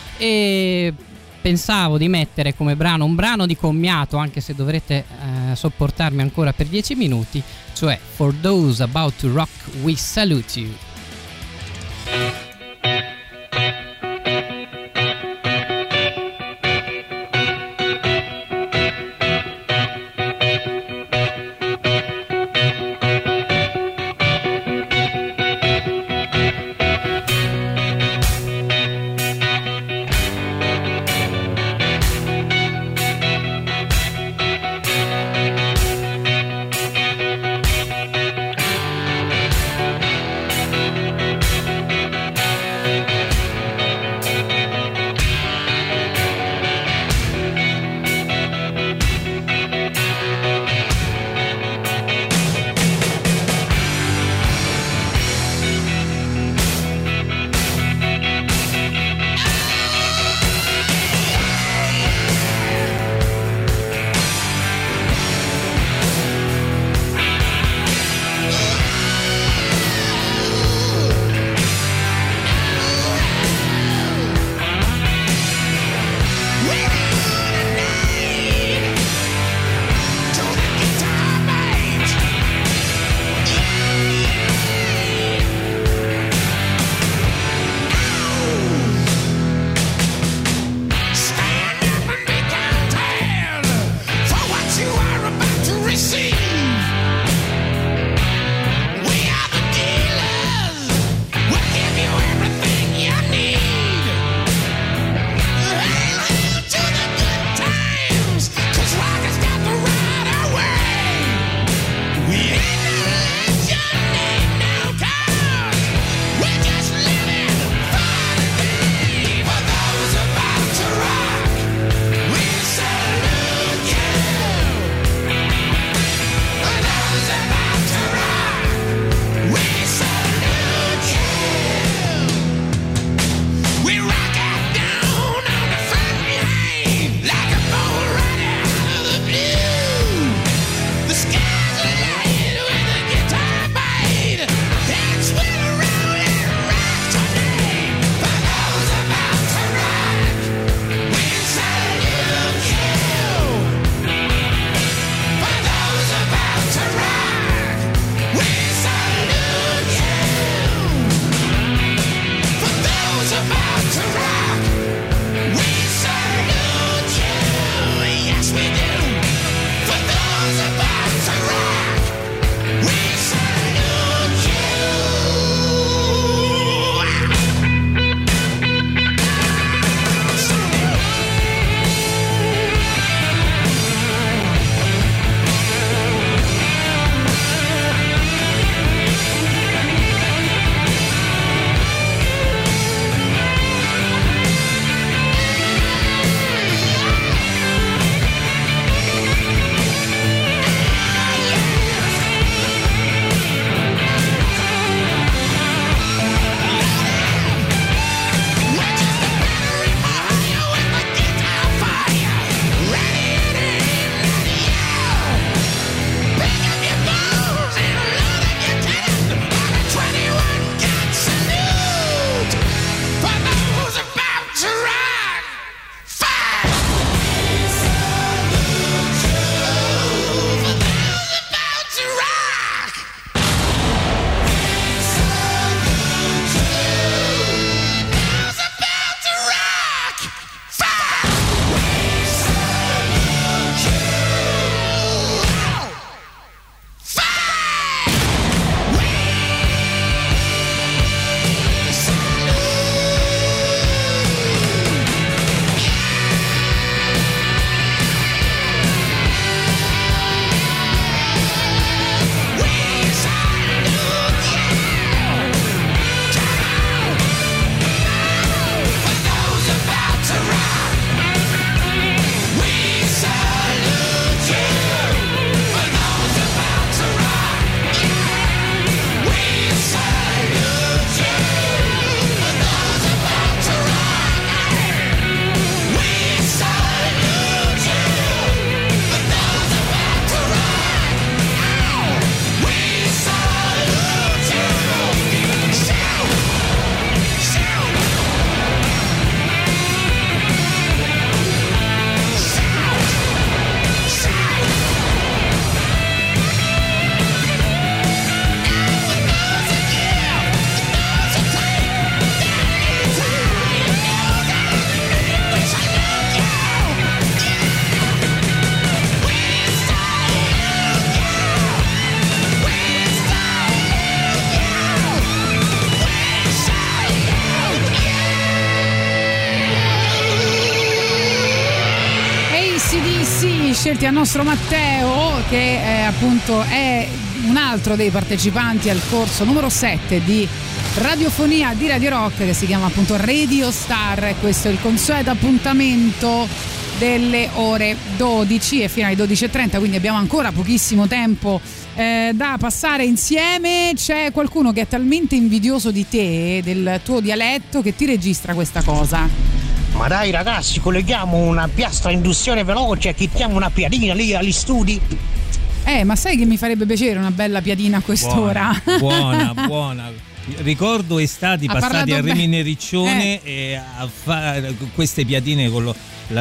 E pensavo di mettere come brano un brano di commiato, anche se dovrete sopportarmi ancora per 10 minuti, cioè For Those About to Rock We Salute You. scelti al nostro Matteo, che appunto è un altro dei partecipanti al corso numero 7 di radiofonia di Radio Rock, che si chiama appunto Radio Star, e questo è il consueto appuntamento delle ore 12 e fino alle 12:30, quindi abbiamo ancora pochissimo tempo da passare insieme. C'è qualcuno che è talmente invidioso di te, del tuo dialetto, che ti registra questa cosa. Ma dai ragazzi, colleghiamo una piastra a induzione veloce, chittiamo una piadina lì agli studi. Ma sai che mi farebbe piacere una bella piadina a quest'ora? Buona. Ricordo estati passati a Rimini Riccione e a fare queste piadine con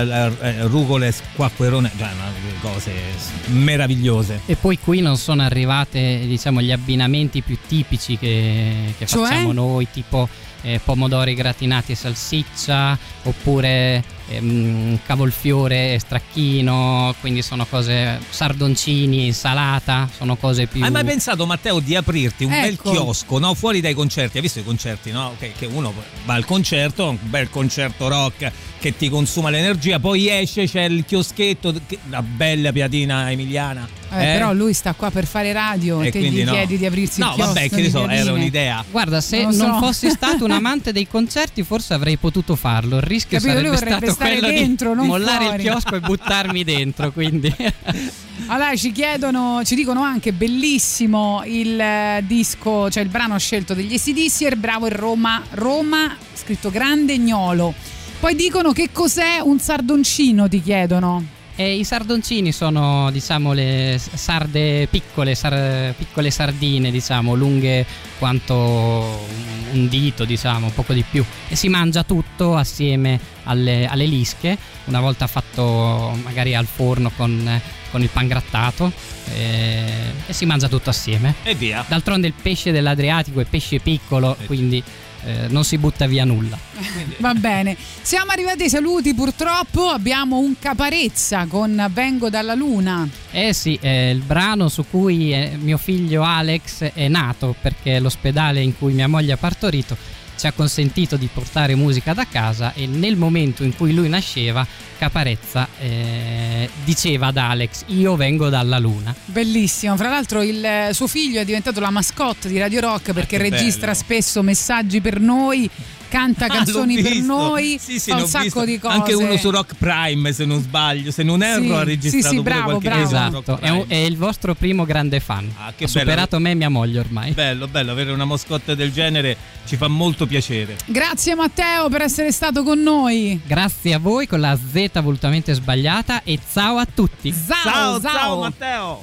rugole e squacquerone, cioè cose meravigliose. E poi qui non sono arrivate, diciamo, gli abbinamenti più tipici che facciamo noi, tipo pomodori gratinati e salsiccia, oppure cavolfiore e stracchino, quindi sono cose, sardoncini, insalata, sono cose più... Hai mai pensato, Matteo, di aprirti un bel chiosco, no? Fuori dai concerti? Hai visto i concerti, no? Che uno va al concerto, un bel concerto rock che ti consuma l'energia, poi esce, c'è il chioschetto, una bella piadina emiliana. Però lui sta qua per fare radio e te gli chiedi di aprirsi il chiosco. No, vabbè, che ne so, era un'idea. Guarda, se non fossi stato un amante dei concerti, forse avrei potuto farlo. Il rischio sarebbe stato quello dentro, di mollare fuori. Il chiosco e buttarmi dentro, quindi... Allora ci dicono anche bellissimo il disco, cioè il brano scelto degli AC/DC, bravo il Roma, scritto grande gnolo. Poi dicono che cos'è un sardoncino, ti chiedono. I sardoncini sono, diciamo, le sarde piccole sardine, diciamo, lunghe quanto un dito, diciamo, poco di più, e si mangia tutto assieme alle lische, una volta fatto magari al forno con il pangrattato, e si mangia tutto assieme e via. D'altronde il pesce dell'Adriatico è pesce piccolo, quindi non si butta via nulla. Va bene, siamo arrivati ai saluti, purtroppo abbiamo un Caparezza con Vengo dalla Luna. Sì, è il brano su cui mio figlio Alex è nato, perché l'ospedale in cui mia moglie ha partorito ci ha consentito di portare musica da casa, e nel momento in cui lui nasceva Caparezza diceva ad Alex: io vengo dalla Luna. Bellissimo, fra l'altro il suo figlio è diventato la mascotte di Radio Rock, perché registra spesso messaggi per noi, canta canzoni per noi, fa un sacco di cose. Anche uno su Rock Prime, se non sbaglio, se non erro, ha registrato bravo. Esatto, è il vostro primo grande fan. Che ha superato me e mia moglie ormai. Bello, avere una mascotte del genere ci fa molto piacere. Grazie Matteo per essere stato con noi. Grazie a voi con la Z volutamente sbagliata, e ciao a tutti. Ciao Matteo.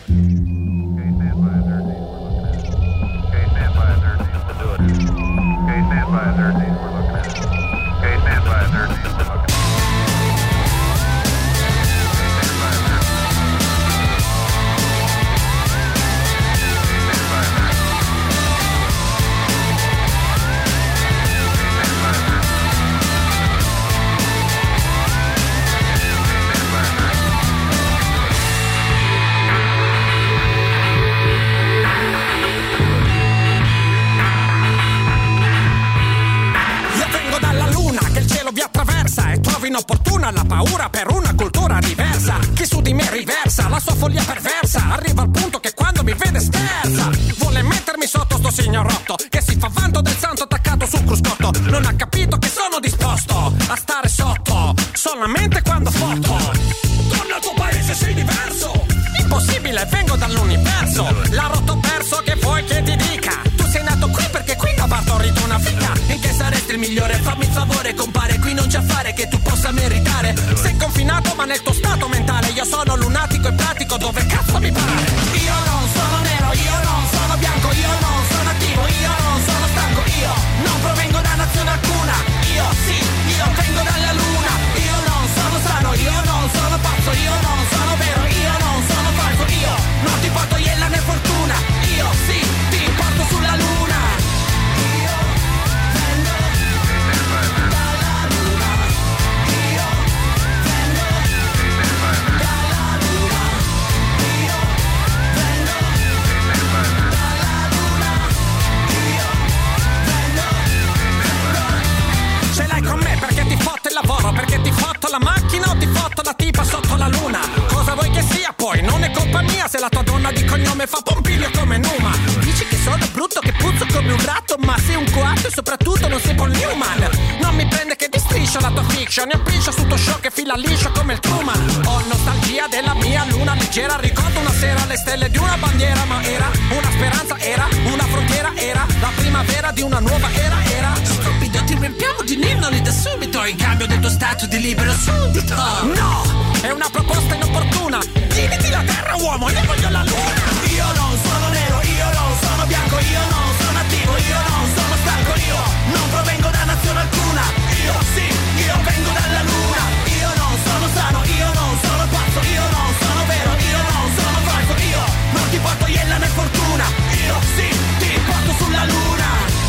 Inopportuna la paura per una cultura diversa. Chi su di me riversa la sua follia perversa, arriva al punto che quando mi vede scherza. Vuole mettermi sotto sto signor rotto che si fa vanto del santo attaccato sul cruscotto. Non ha capito che sono disposto a stare sotto solamente quando foto. Torna al tuo paese, sei diverso. Impossibile, vengo dall'universo. L'ha rotto perso, che vuoi che ti dica? Tu sei nato qui perché qui t'ha partorito una figa. In che saresti il migliore? Fammi il favore, compare, qui non c'è affare che tu possa meritare. Sei confinato ma nel tuo stato mentale. Io sono lunatico e pratico dove cazzo mi pare. Io non sono nero, io non sono bianco, io non sono attivo, io non sono stanco, io non provengo da nazione alcuna. Io sì, io vengo dalla luna. Io non sono strano, io non sono pazzo, io non sono vero, io non sono falso, io non ti porto iella né fortuna. Io sì, ti porto sulla luna. Io vengo dalla luna. Io vengo dalla luna. Io vengo dalla luna. Io vengo. Ce l'hai con me perché ti fotto il lavoro, perché ti fotto la macchina o ti fotto la tipa sotto la luna. Cosa compagnia se la tua donna di cognome fa Pompilio come Numa. Dici che sono brutto, che puzzo come un ratto, ma sei un coatto e soprattutto non sei Paul Newman. Non mi prende che di striscia la tua fiction, ne appiccia su tuo show che fila liscio come il Truman. Ho nostalgia della mia luna leggera, ricordo una sera le stelle di una bandiera, ma era una speranza, era una frontiera, era la primavera di una nuova era, era. Stupido, ti riempiamo di ninnoli da subito in cambio del tuo stato di libero suddito. No, è una proposta inopportuna. Diviti la terra, uomo, io voglio la luna. Io non sono nero, io non sono bianco, io non sono attivo, io non sono stanco, io non provengo da nazione alcuna. Io sì, io vengo dalla luna. Io non sono sano, io non sono pazzo, io non sono vero, io non sono falso, io non ti porto iella né fortuna. Io sì, ti porto sulla luna.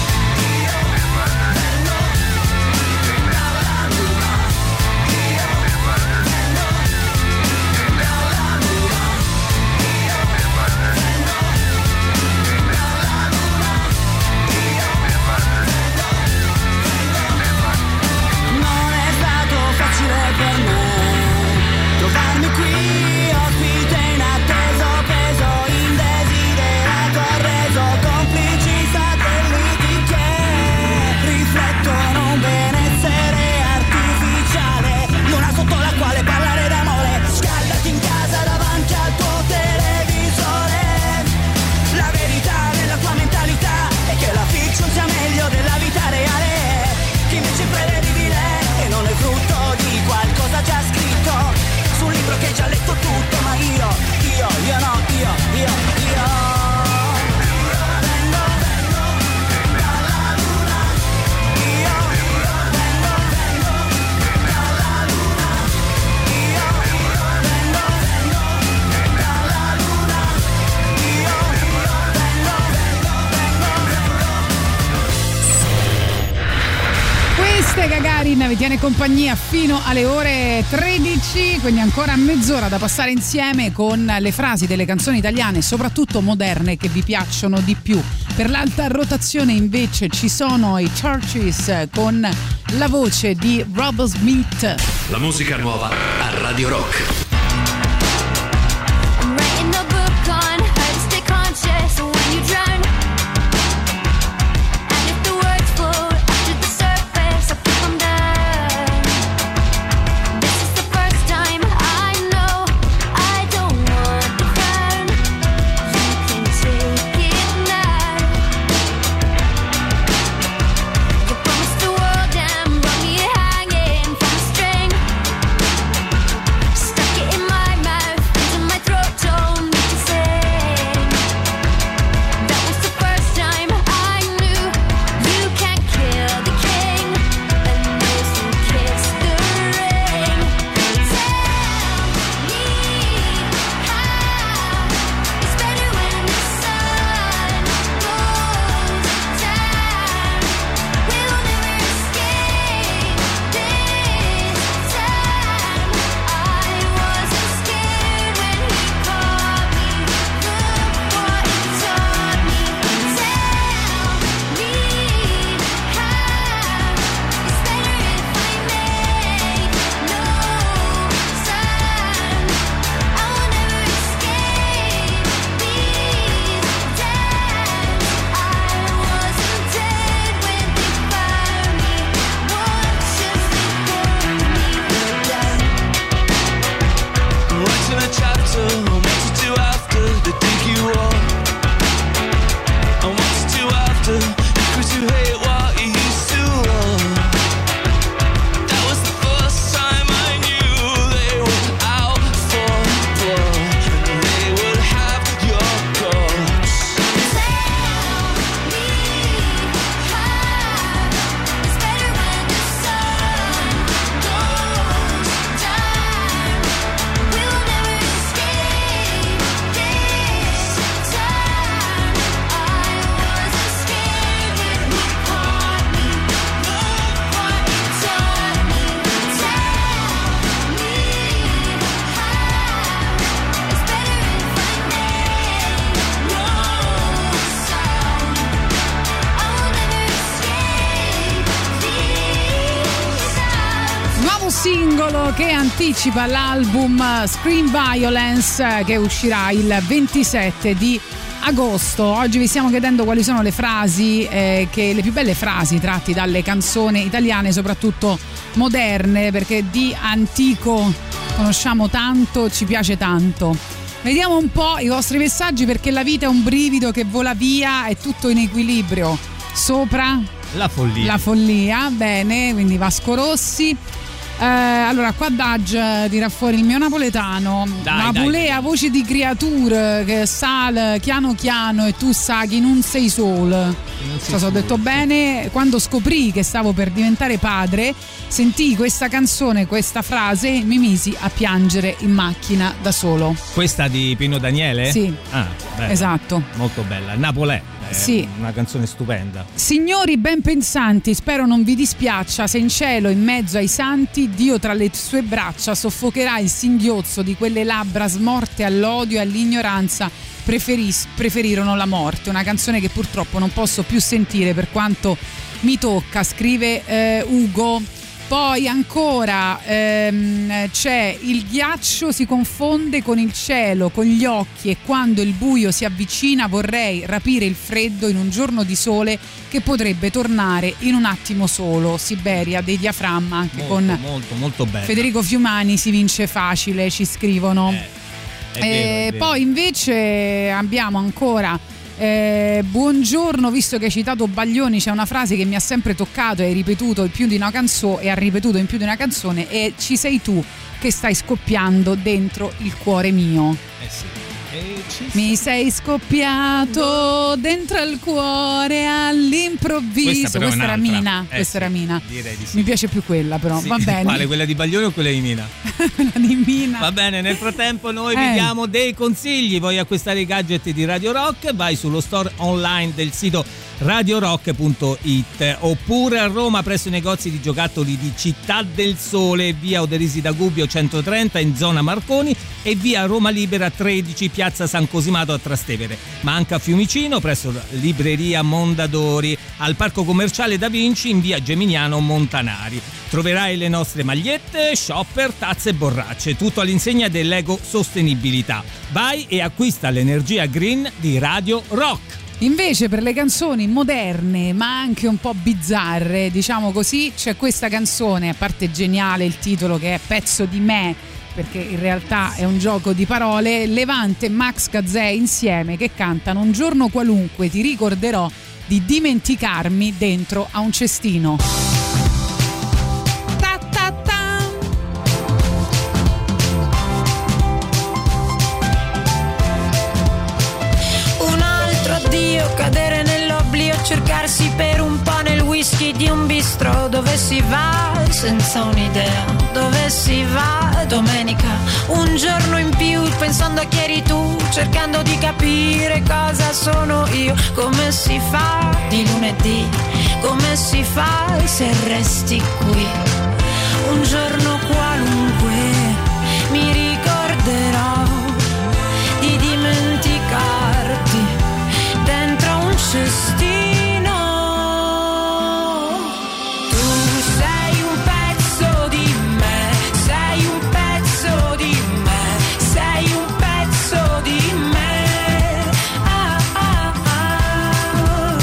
Trovarmi qui, ospite inatteso, peso indesiderato, arreso, complici satelliti che riflettono un benessere artificiale, luna sotto la quale parlare d'amore, scaldati in casa davanti al tuo televisore. La verità nella tua mentalità è che la fiction sia meglio della vita reale, che invece è prevedibile e non è frutto di qualcosa già scritto su un libro che hai già letto tutto, ma io no, io vengo dalla luna, io vengo dalla luna, io vengo dalla luna, io Queste Gagarin vi tiene compagnia fino alle ore 13, quindi ancora mezz'ora da passare insieme con le frasi delle canzoni italiane, soprattutto moderne, che vi piacciono di più. Per l'alta rotazione invece ci sono i Churches con la voce di Robert Smith. La musica nuova a Radio Rock. I'm writing a book on how to stay conscious when you drown. And if the words flow up to the surface, I'll keep them down. This is the first time I know I don't want the crown. You can take it now. You promised the world and brought me hanging from a string. Stuck it singolo che anticipa l'album Scream Violence che uscirà il 27 di agosto. Oggi vi stiamo chiedendo quali sono le frasi, le più belle frasi tratti dalle canzoni italiane, soprattutto moderne, perché di antico conosciamo tanto, ci piace tanto. Vediamo un po' i vostri messaggi, perché la vita è un brivido che vola via, è tutto in equilibrio. Sopra la follia, bene, quindi Vasco Rossi. Allora qua Dagge tira fuori il mio napoletano. Napolea, voce di creature che sale chiano chiano e tu sai che non sei solo. So se ho detto bene. Quando scoprì che stavo per diventare padre, sentii questa canzone, questa frase, mi misi a piangere in macchina da solo. Questa di Pino Daniele? Sì. Bella. Esatto. Molto bella. Napolè. Sì. Una canzone stupenda. Signori ben pensanti, spero non vi dispiaccia se in cielo in mezzo ai santi Dio tra le sue braccia soffocherà il singhiozzo di quelle labbra smorte all'odio e all'ignoranza preferirono la morte. Una canzone che purtroppo non posso più sentire per quanto mi tocca, scrive Ugo. Poi ancora c'è il ghiaccio si confonde con il cielo, con gli occhi, e quando il buio si avvicina vorrei rapire il freddo in un giorno di sole che potrebbe tornare in un attimo solo. Siberia dei Diaframma, anche molto bello. Federico Fiumani si vince facile, ci scrivono. È vero. Poi invece abbiamo ancora buongiorno, visto che hai citato Baglioni, c'è una frase che mi ha sempre toccato e ha ripetuto in più di una canzone, e ci sei tu che stai scoppiando dentro il cuore mio. Mi sei scoppiato dentro il cuore all'improvviso. Questa era Mina. Direi di sì. Mi piace più quella, però va bene. Quale? Quella di Baglioni o quella di Mina? Quella di Mina. Va bene, nel frattempo noi vi diamo dei consigli. Vuoi acquistare i gadget di Radio Rock? Vai sullo store online del sito radiorock.it, oppure a Roma presso i negozi di giocattoli di Città del Sole, via Oderisi da Gubbio 130 in zona Marconi e via Roma Libera 13 piazza San Cosimato a Trastevere, ma anche a Fiumicino presso libreria Mondadori, al parco commerciale Da Vinci in via Geminiano Montanari. Troverai le nostre magliette, shopper, tazze e borracce, tutto all'insegna dell'Ego Sostenibilità. Vai e acquista l'energia green di Radio Rock. Invece per le canzoni moderne ma anche un po' bizzarre, diciamo così, c'è questa canzone, a parte geniale il titolo che è Pezzo di me, perché in realtà è un gioco di parole, Levante e Max Gazzè insieme che cantano Un giorno qualunque ti ricorderò di dimenticarmi dentro a un cestino. Cadere nell'oblio, cercarsi per un po' nel whisky di un bistro. Dove si va senza un'idea, dove si va domenica, un giorno in più pensando a chi eri tu, cercando di capire cosa sono io. Come si fa di lunedì, come si fa se resti qui. Un giorno qualunque mi ricorderò di dimenticarti dentro un cestino. Tu sei un pezzo di me, sei un pezzo di me, sei un pezzo di me. Ah, ah, ah.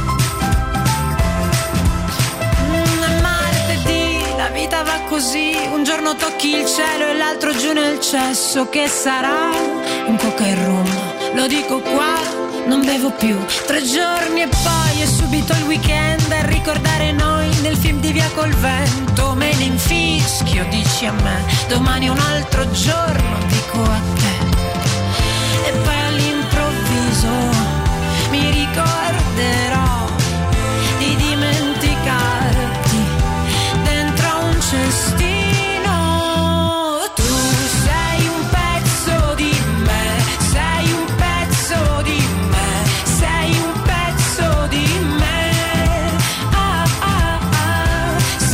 È martedì, la vita va così, un giorno tocchi il cielo e l'altro giù nel cesso. Che sarà? Un coca e rum, lo dico qua, non bevo più. 3 giorni e poi è subito il weekend, a ricordare noi nel film di Via col Vento. Me ne infischio, dici a me, domani è un altro giorno, dico a te. E poi all'improvviso mi ricorderò di dimenticarti dentro un cestino.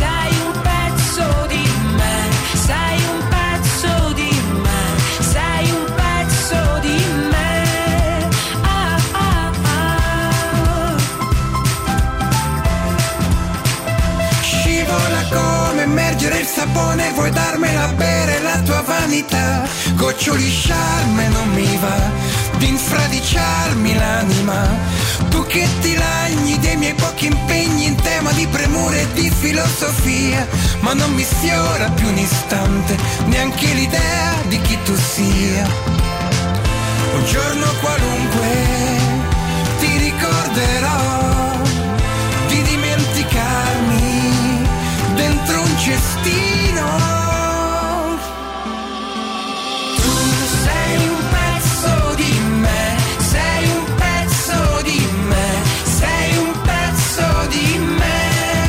Sei come immergere il sapone, vuoi darmela a bere la tua vanità. Goccioli sciarme non mi va di infradiciarmi l'anima. Tu che ti lagni dei miei pochi impegni in tema di premure e di filosofia, ma non mi sfiora più un istante neanche l'idea di chi tu sia. Un giorno qualunque ti ricorderò di dimenticarmi dentro un cestino. Tu sei un pezzo di me, sei un pezzo di me, sei un pezzo di me.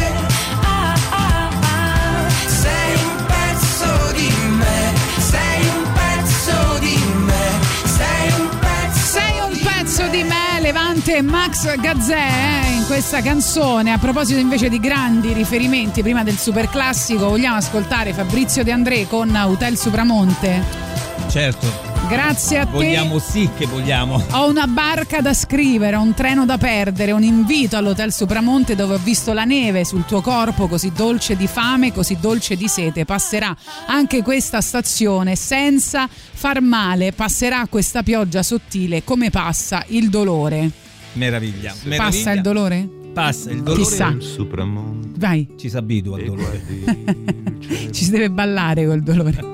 Sei un pezzo di me, sei un pezzo di me, sei un pezzo di me, Levante e Max Gazzè in questa canzone. A proposito invece di grandi riferimenti, prima del super classico vogliamo ascoltare Fabrizio De André con Hotel Supramonte? Certo. Grazie a te. Vogliamo, sì che vogliamo. Ho una barca da scrivere, un treno da perdere, un invito all'Hotel Supramonte dove ho visto la neve sul tuo corpo, così dolce di fame, così dolce di sete. Passerà anche questa stazione senza far male, passerà questa pioggia sottile come passa il dolore. Meraviglia. Passa il dolore? Passa il dolore. Chissà. Vai. Ci si abitua al dolore. Ci si deve ballare col dolore.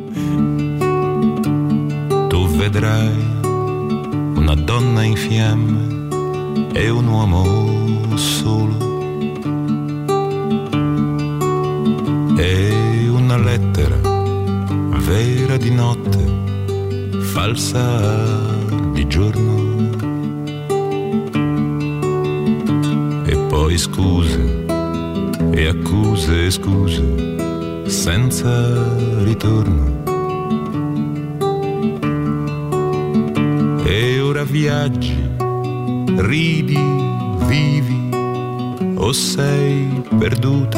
Tu vedrai una donna in fiamme e un uomo solo, e una lettera vera di notte, falsa di giorno, e poi scuse e accuse e scuse senza ritorno. E ora viaggi, ridi, vivi, o sei perduta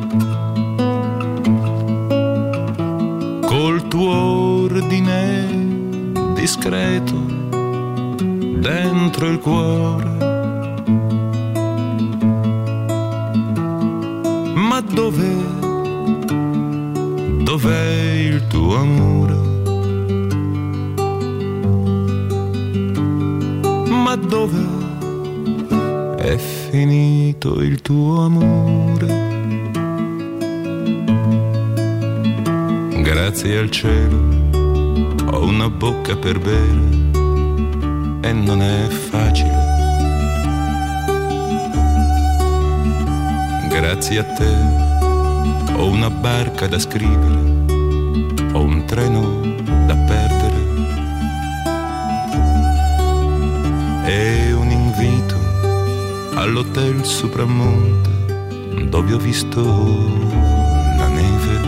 col tuo ordine discreto dentro il cuore. Ma dov'è il tuo amore? Ma dove è finito il tuo amore? Grazie al cielo ho una bocca per bere e non è facile. Grazie a te ho una barca da scrivere, ho un treno da perdere e un invito all'Hotel Supramonte dove ho visto la neve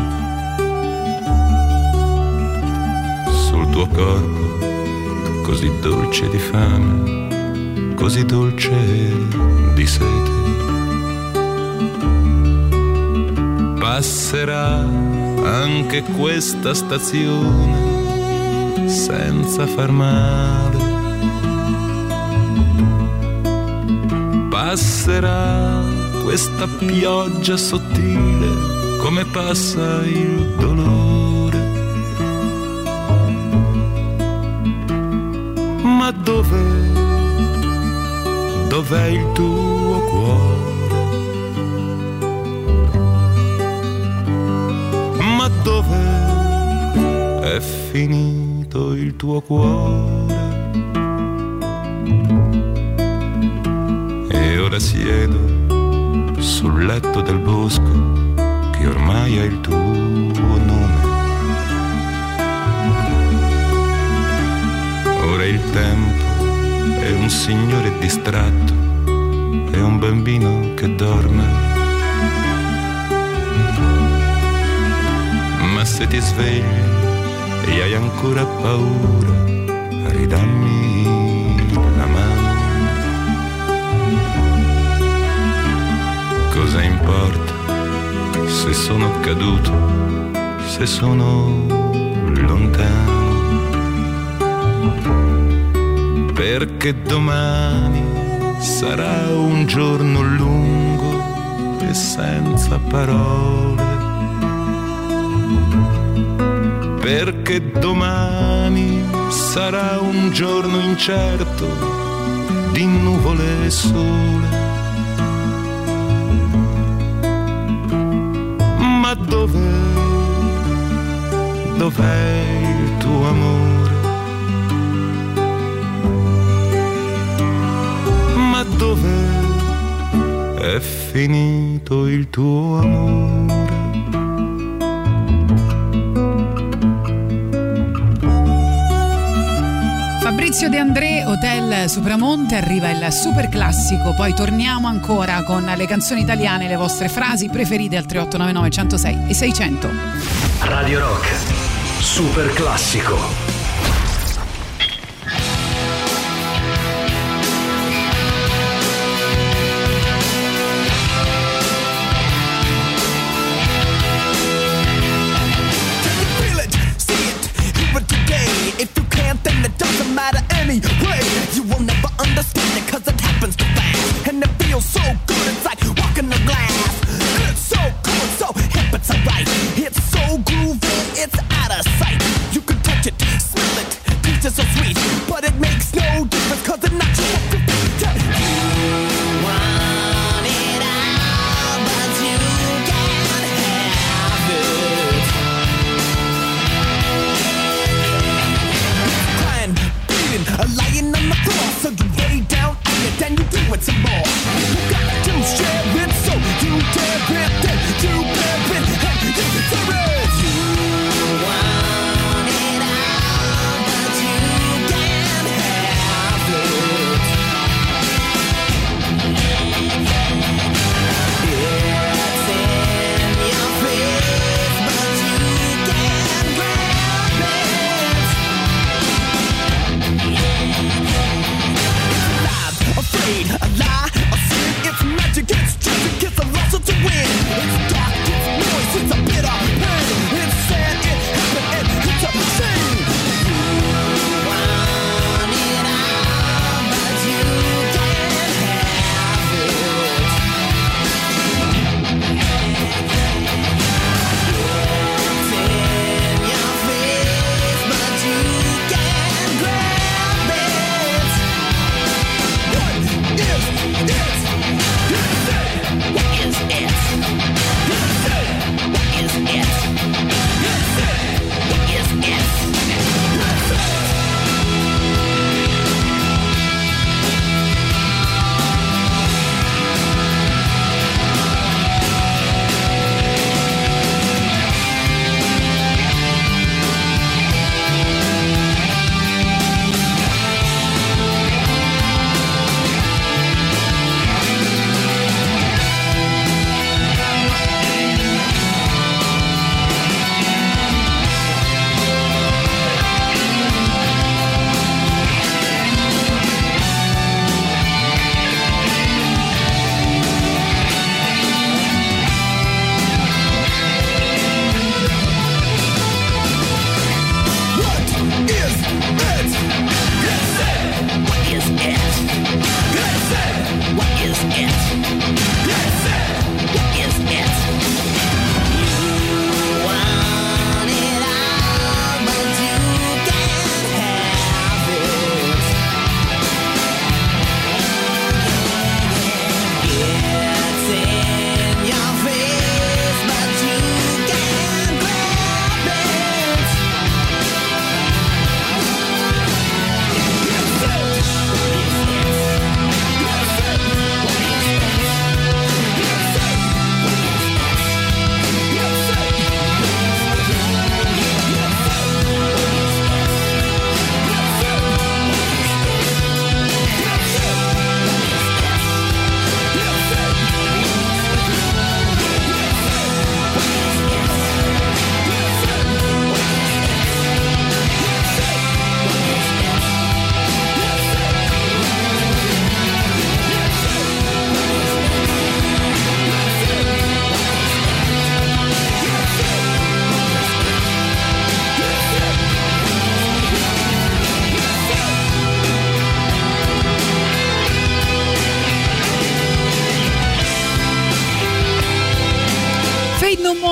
sul tuo corpo, così dolce di fame, così dolce di sete. Passerà anche questa stazione senza far male. Passerà questa pioggia sottile come passa il dolore. Ma dov'è il tuo cuore? Ma dove è finito il tuo cuore? E ora siedo sul letto del bosco che ormai ha il tuo nome. Ora il tempo è un signore distratto e un bambino che dorme. Ma se ti svegli e hai ancora paura, ridammi la mano. Cosa importa se sono caduto, se sono lontano? Perché domani sarà un giorno lungo e senza parole, perché domani sarà un giorno incerto di nuvole e sole. Ma dov'è il tuo amore? Ma dov'è? È finito il tuo amore? Fabrizio De André, Hotel Supramonte, arriva il super classico, poi torniamo ancora con le canzoni italiane, le vostre frasi preferite al 3899 106 e 600. Radio Rock, super classico. If you can't, then it doesn't matter anyway. You will never understand it, cause it happens too fast. And it feels so good, it's like walking the glass. It's so cool, it's so hip, it's alright. It's so groovy, it's out of sight. You can touch it,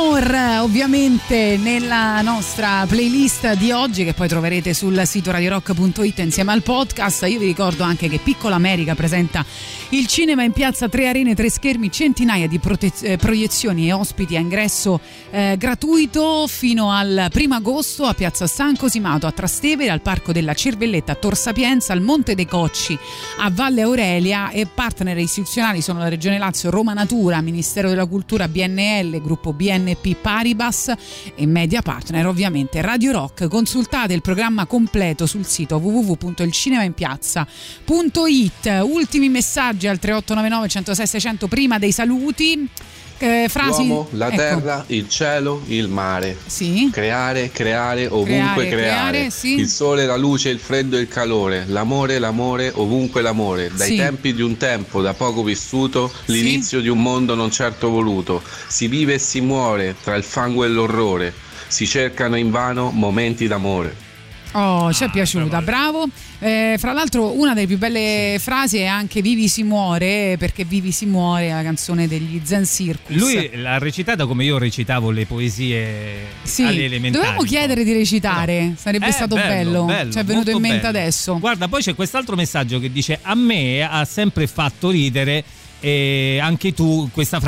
More ovviamente nella nostra playlist di oggi, che poi troverete sul sito radiorock.it insieme al podcast. Io vi ricordo anche che Piccola America presenta il cinema in piazza, 3 arene, 3 schermi, centinaia di proiezioni e ospiti a ingresso gratuito fino al 1 agosto a piazza San Cosimato, a Trastevere, al Parco della Cervelletta, a Tor Sapienza, al Monte dei Cocci, a Valle Aurelia, e partner istituzionali sono la Regione Lazio, Roma Natura, Ministero della Cultura, BNL, Gruppo BNP Paribas e media partner ovviamente Radio Rock. Consultate il programma completo sul sito www.ilcinemainpiazza.it. Ultimi messaggi al 3899 106 600 prima dei saluti. Frasi. L'uomo, la terra, il cielo, il mare. Sì. Creare, ovunque creare. Sì. Il sole, la luce, il freddo e il calore. L'amore, ovunque l'amore. Dai tempi di un tempo da poco vissuto, l'inizio di un mondo non certo voluto. Si vive e si muore tra il fango e l'orrore. Si cercano invano momenti d'amore. Oh, ci è piaciuta, bravo. Fra l'altro una delle più belle frasi è anche Vivi si muore, perché Vivi si muore è la canzone degli Zen Circus. Lui l'ha recitata come io recitavo le poesie alle elementari. Dovevamo chiedere di recitare, sarebbe stato bello. Ci è venuto in mente adesso. Guarda, poi c'è quest'altro messaggio che dice: a me ha sempre fatto ridere anche tu, questa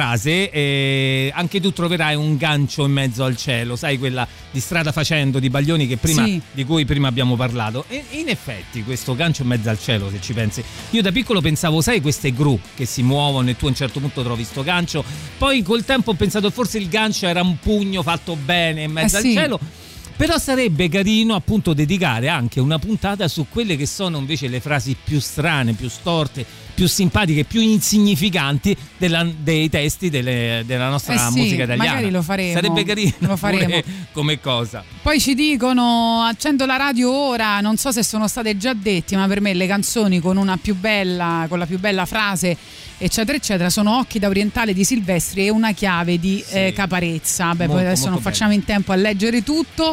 frase, anche tu troverai un gancio in mezzo al cielo, sai, quella di Strada Facendo di Baglioni di cui prima abbiamo parlato. E in effetti questo gancio in mezzo al cielo, se ci pensi, io da piccolo pensavo, sai, queste gru che si muovono e tu a un certo punto trovi sto gancio, poi col tempo ho pensato forse il gancio era un pugno fatto bene in mezzo al cielo. Però sarebbe carino appunto dedicare anche una puntata su quelle che sono invece le frasi più strane, più storte, più simpatiche, più insignificanti dei testi della nostra musica italiana. Magari lo faremo. Sarebbe carino, lo faremo come cosa. Poi ci dicono: accendo la radio ora, non so se sono state già detti, ma per me le canzoni con la più bella frase eccetera eccetera sono Occhi da Orientale di Silvestri e Una chiave di Caparezza. Beh, poi adesso non facciamo in tempo a leggere tutto.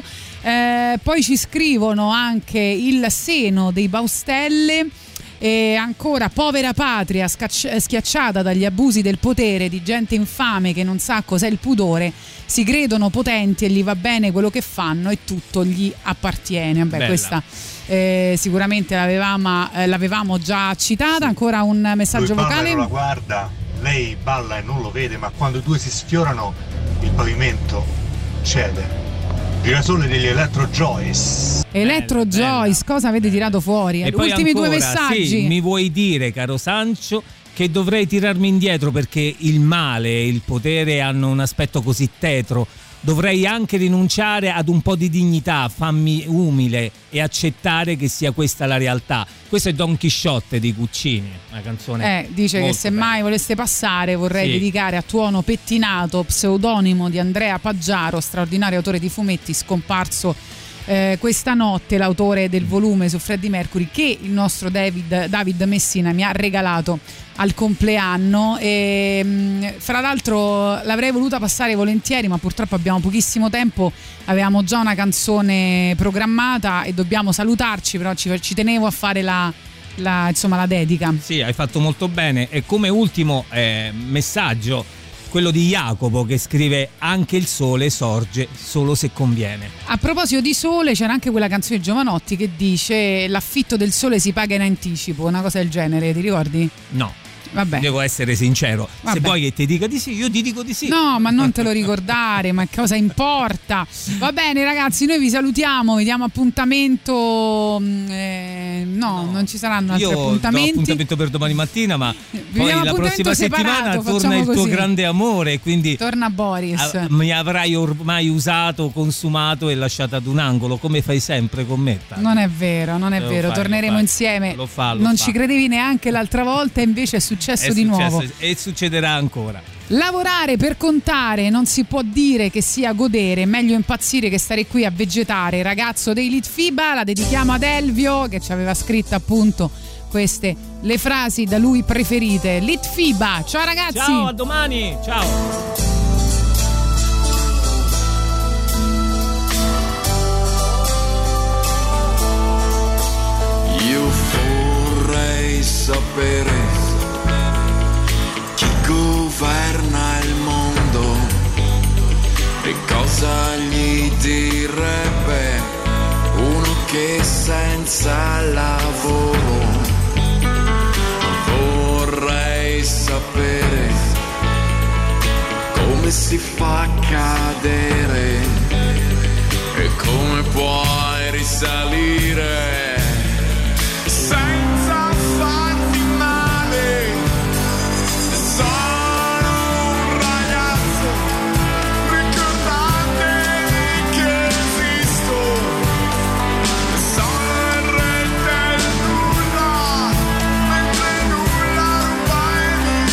Poi ci scrivono anche Il seno dei Baustelle. E ancora Povera patria schiacciata dagli abusi del potere di gente infame che non sa cos'è il pudore, si credono potenti e gli va bene quello che fanno e tutto gli appartiene. Vabbè, bella. Questa sicuramente l'avevamo già citata. Ancora un messaggio vocale. Non la guarda, lei balla e non lo vede, ma quando i due si sfiorano il pavimento cede. Girasolli degli Electro Joyce. Electro Joyce, cosa avete tirato fuori? E ultimi ancora, 2 messaggi. Sì, mi vuoi dire, caro Sancio, che dovrei tirarmi indietro perché il male e il potere hanno un aspetto così tetro? Dovrei anche rinunciare ad un po' di dignità, fammi umile e accettare che sia questa la realtà. Questo è Don Chisciotte di Guccini, una canzone dice che se mai voleste passare vorrei dedicare a Tuono Pettinato, pseudonimo di Andrea Paggiaro, straordinario autore di fumetti scomparso questa notte, l'autore del volume su Freddie Mercury che il nostro David Messina mi ha regalato al compleanno. E fra l'altro l'avrei voluta passare volentieri, ma purtroppo abbiamo pochissimo tempo, avevamo già una canzone programmata e dobbiamo salutarci, però ci tenevo a fare la dedica. Sì, hai fatto molto bene. E come ultimo messaggio quello di Jacopo che scrive: anche il sole sorge solo se conviene. A proposito di sole, c'era anche quella canzone di Giovanotti che dice: l'affitto del sole si paga in anticipo, una cosa del genere, ti ricordi? No. Vabbè. Devo essere sincero. Vabbè. Se vuoi che ti dica di sì, io ti dico di sì. No, ma non te lo ricordare, ma cosa importa? Va bene ragazzi, noi vi salutiamo, vi diamo appuntamento. Non ci saranno altri appuntamenti. Io do appuntamento per domani mattina, ma poi la prossima settimana torna il così. Tuo grande amore, quindi torna Boris. Mi avrai ormai usato, consumato e lasciato ad un angolo, come fai sempre con me. Non è vero, torneremo insieme. Non ci credevi neanche l'altra volta, invece è successo di nuovo e succederà ancora. Lavorare per contare non si può dire che sia godere, meglio impazzire che stare qui a vegetare. Ragazzo dei Litfiba, la dedichiamo ad Elvio che ci aveva scritto appunto queste le frasi da lui preferite. Litfiba, ciao ragazzi, ciao, a domani, ciao. Io vorrei sapere chi governa il mondo, E cosa gli direbbe uno che senza lavoro? Vorrei sapere come si fa a cadere e come puoi risalire senza farti male. Sono un ragazzo, ricordatevi che esisto. Sono il re del nulla, mentre nulla ruba i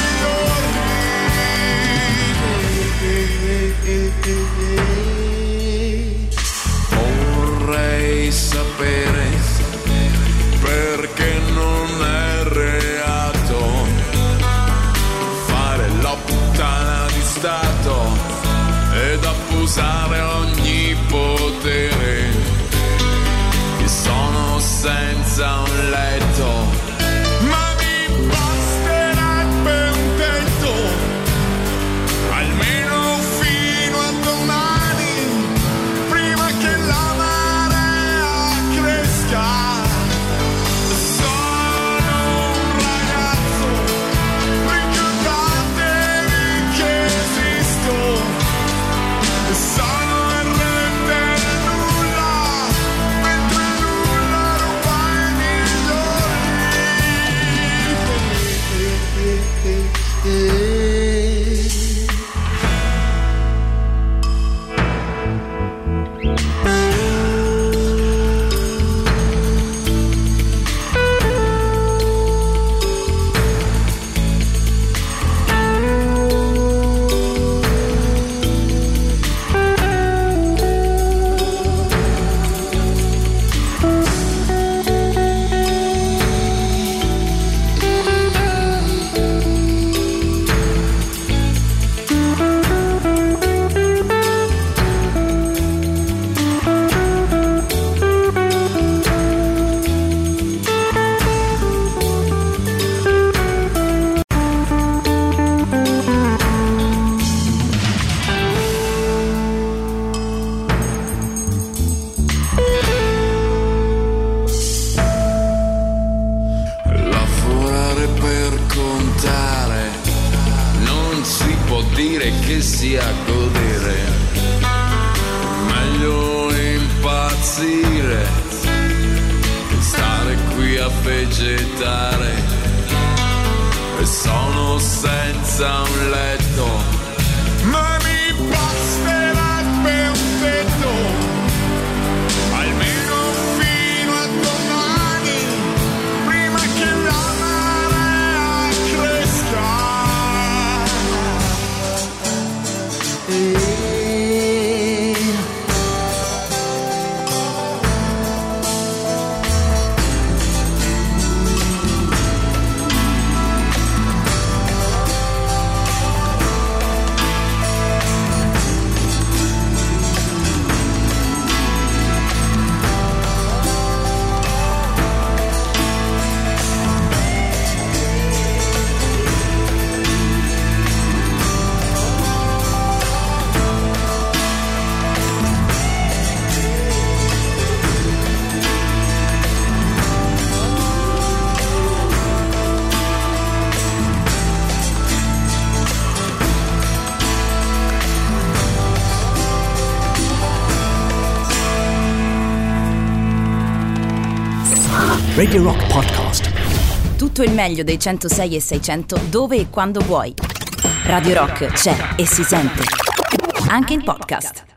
migliori. Vorrei sapere perché non è reato fare la puttana di Stato ed abusare ogni potere. Io sono senza un letto, ma mi basterebbe un tetto, almeno fino a domani, prima che la marea cresca. Sono un ragazzo, ricordatevi che esisto. Sono il re del nulla, mentre nulla ruba i lavorare per contare, non si può dire che sia godere, meglio impazzire che stare qui a vegetare. E sono senza un letto, ma mi basterebbe un tetto, almeno fino a domani, prima che la marea cresca. Radio Rock Podcast. Tutto il meglio dei 106 e 600 dove e quando vuoi. Radio Rock c'è e si sente. Anche in podcast.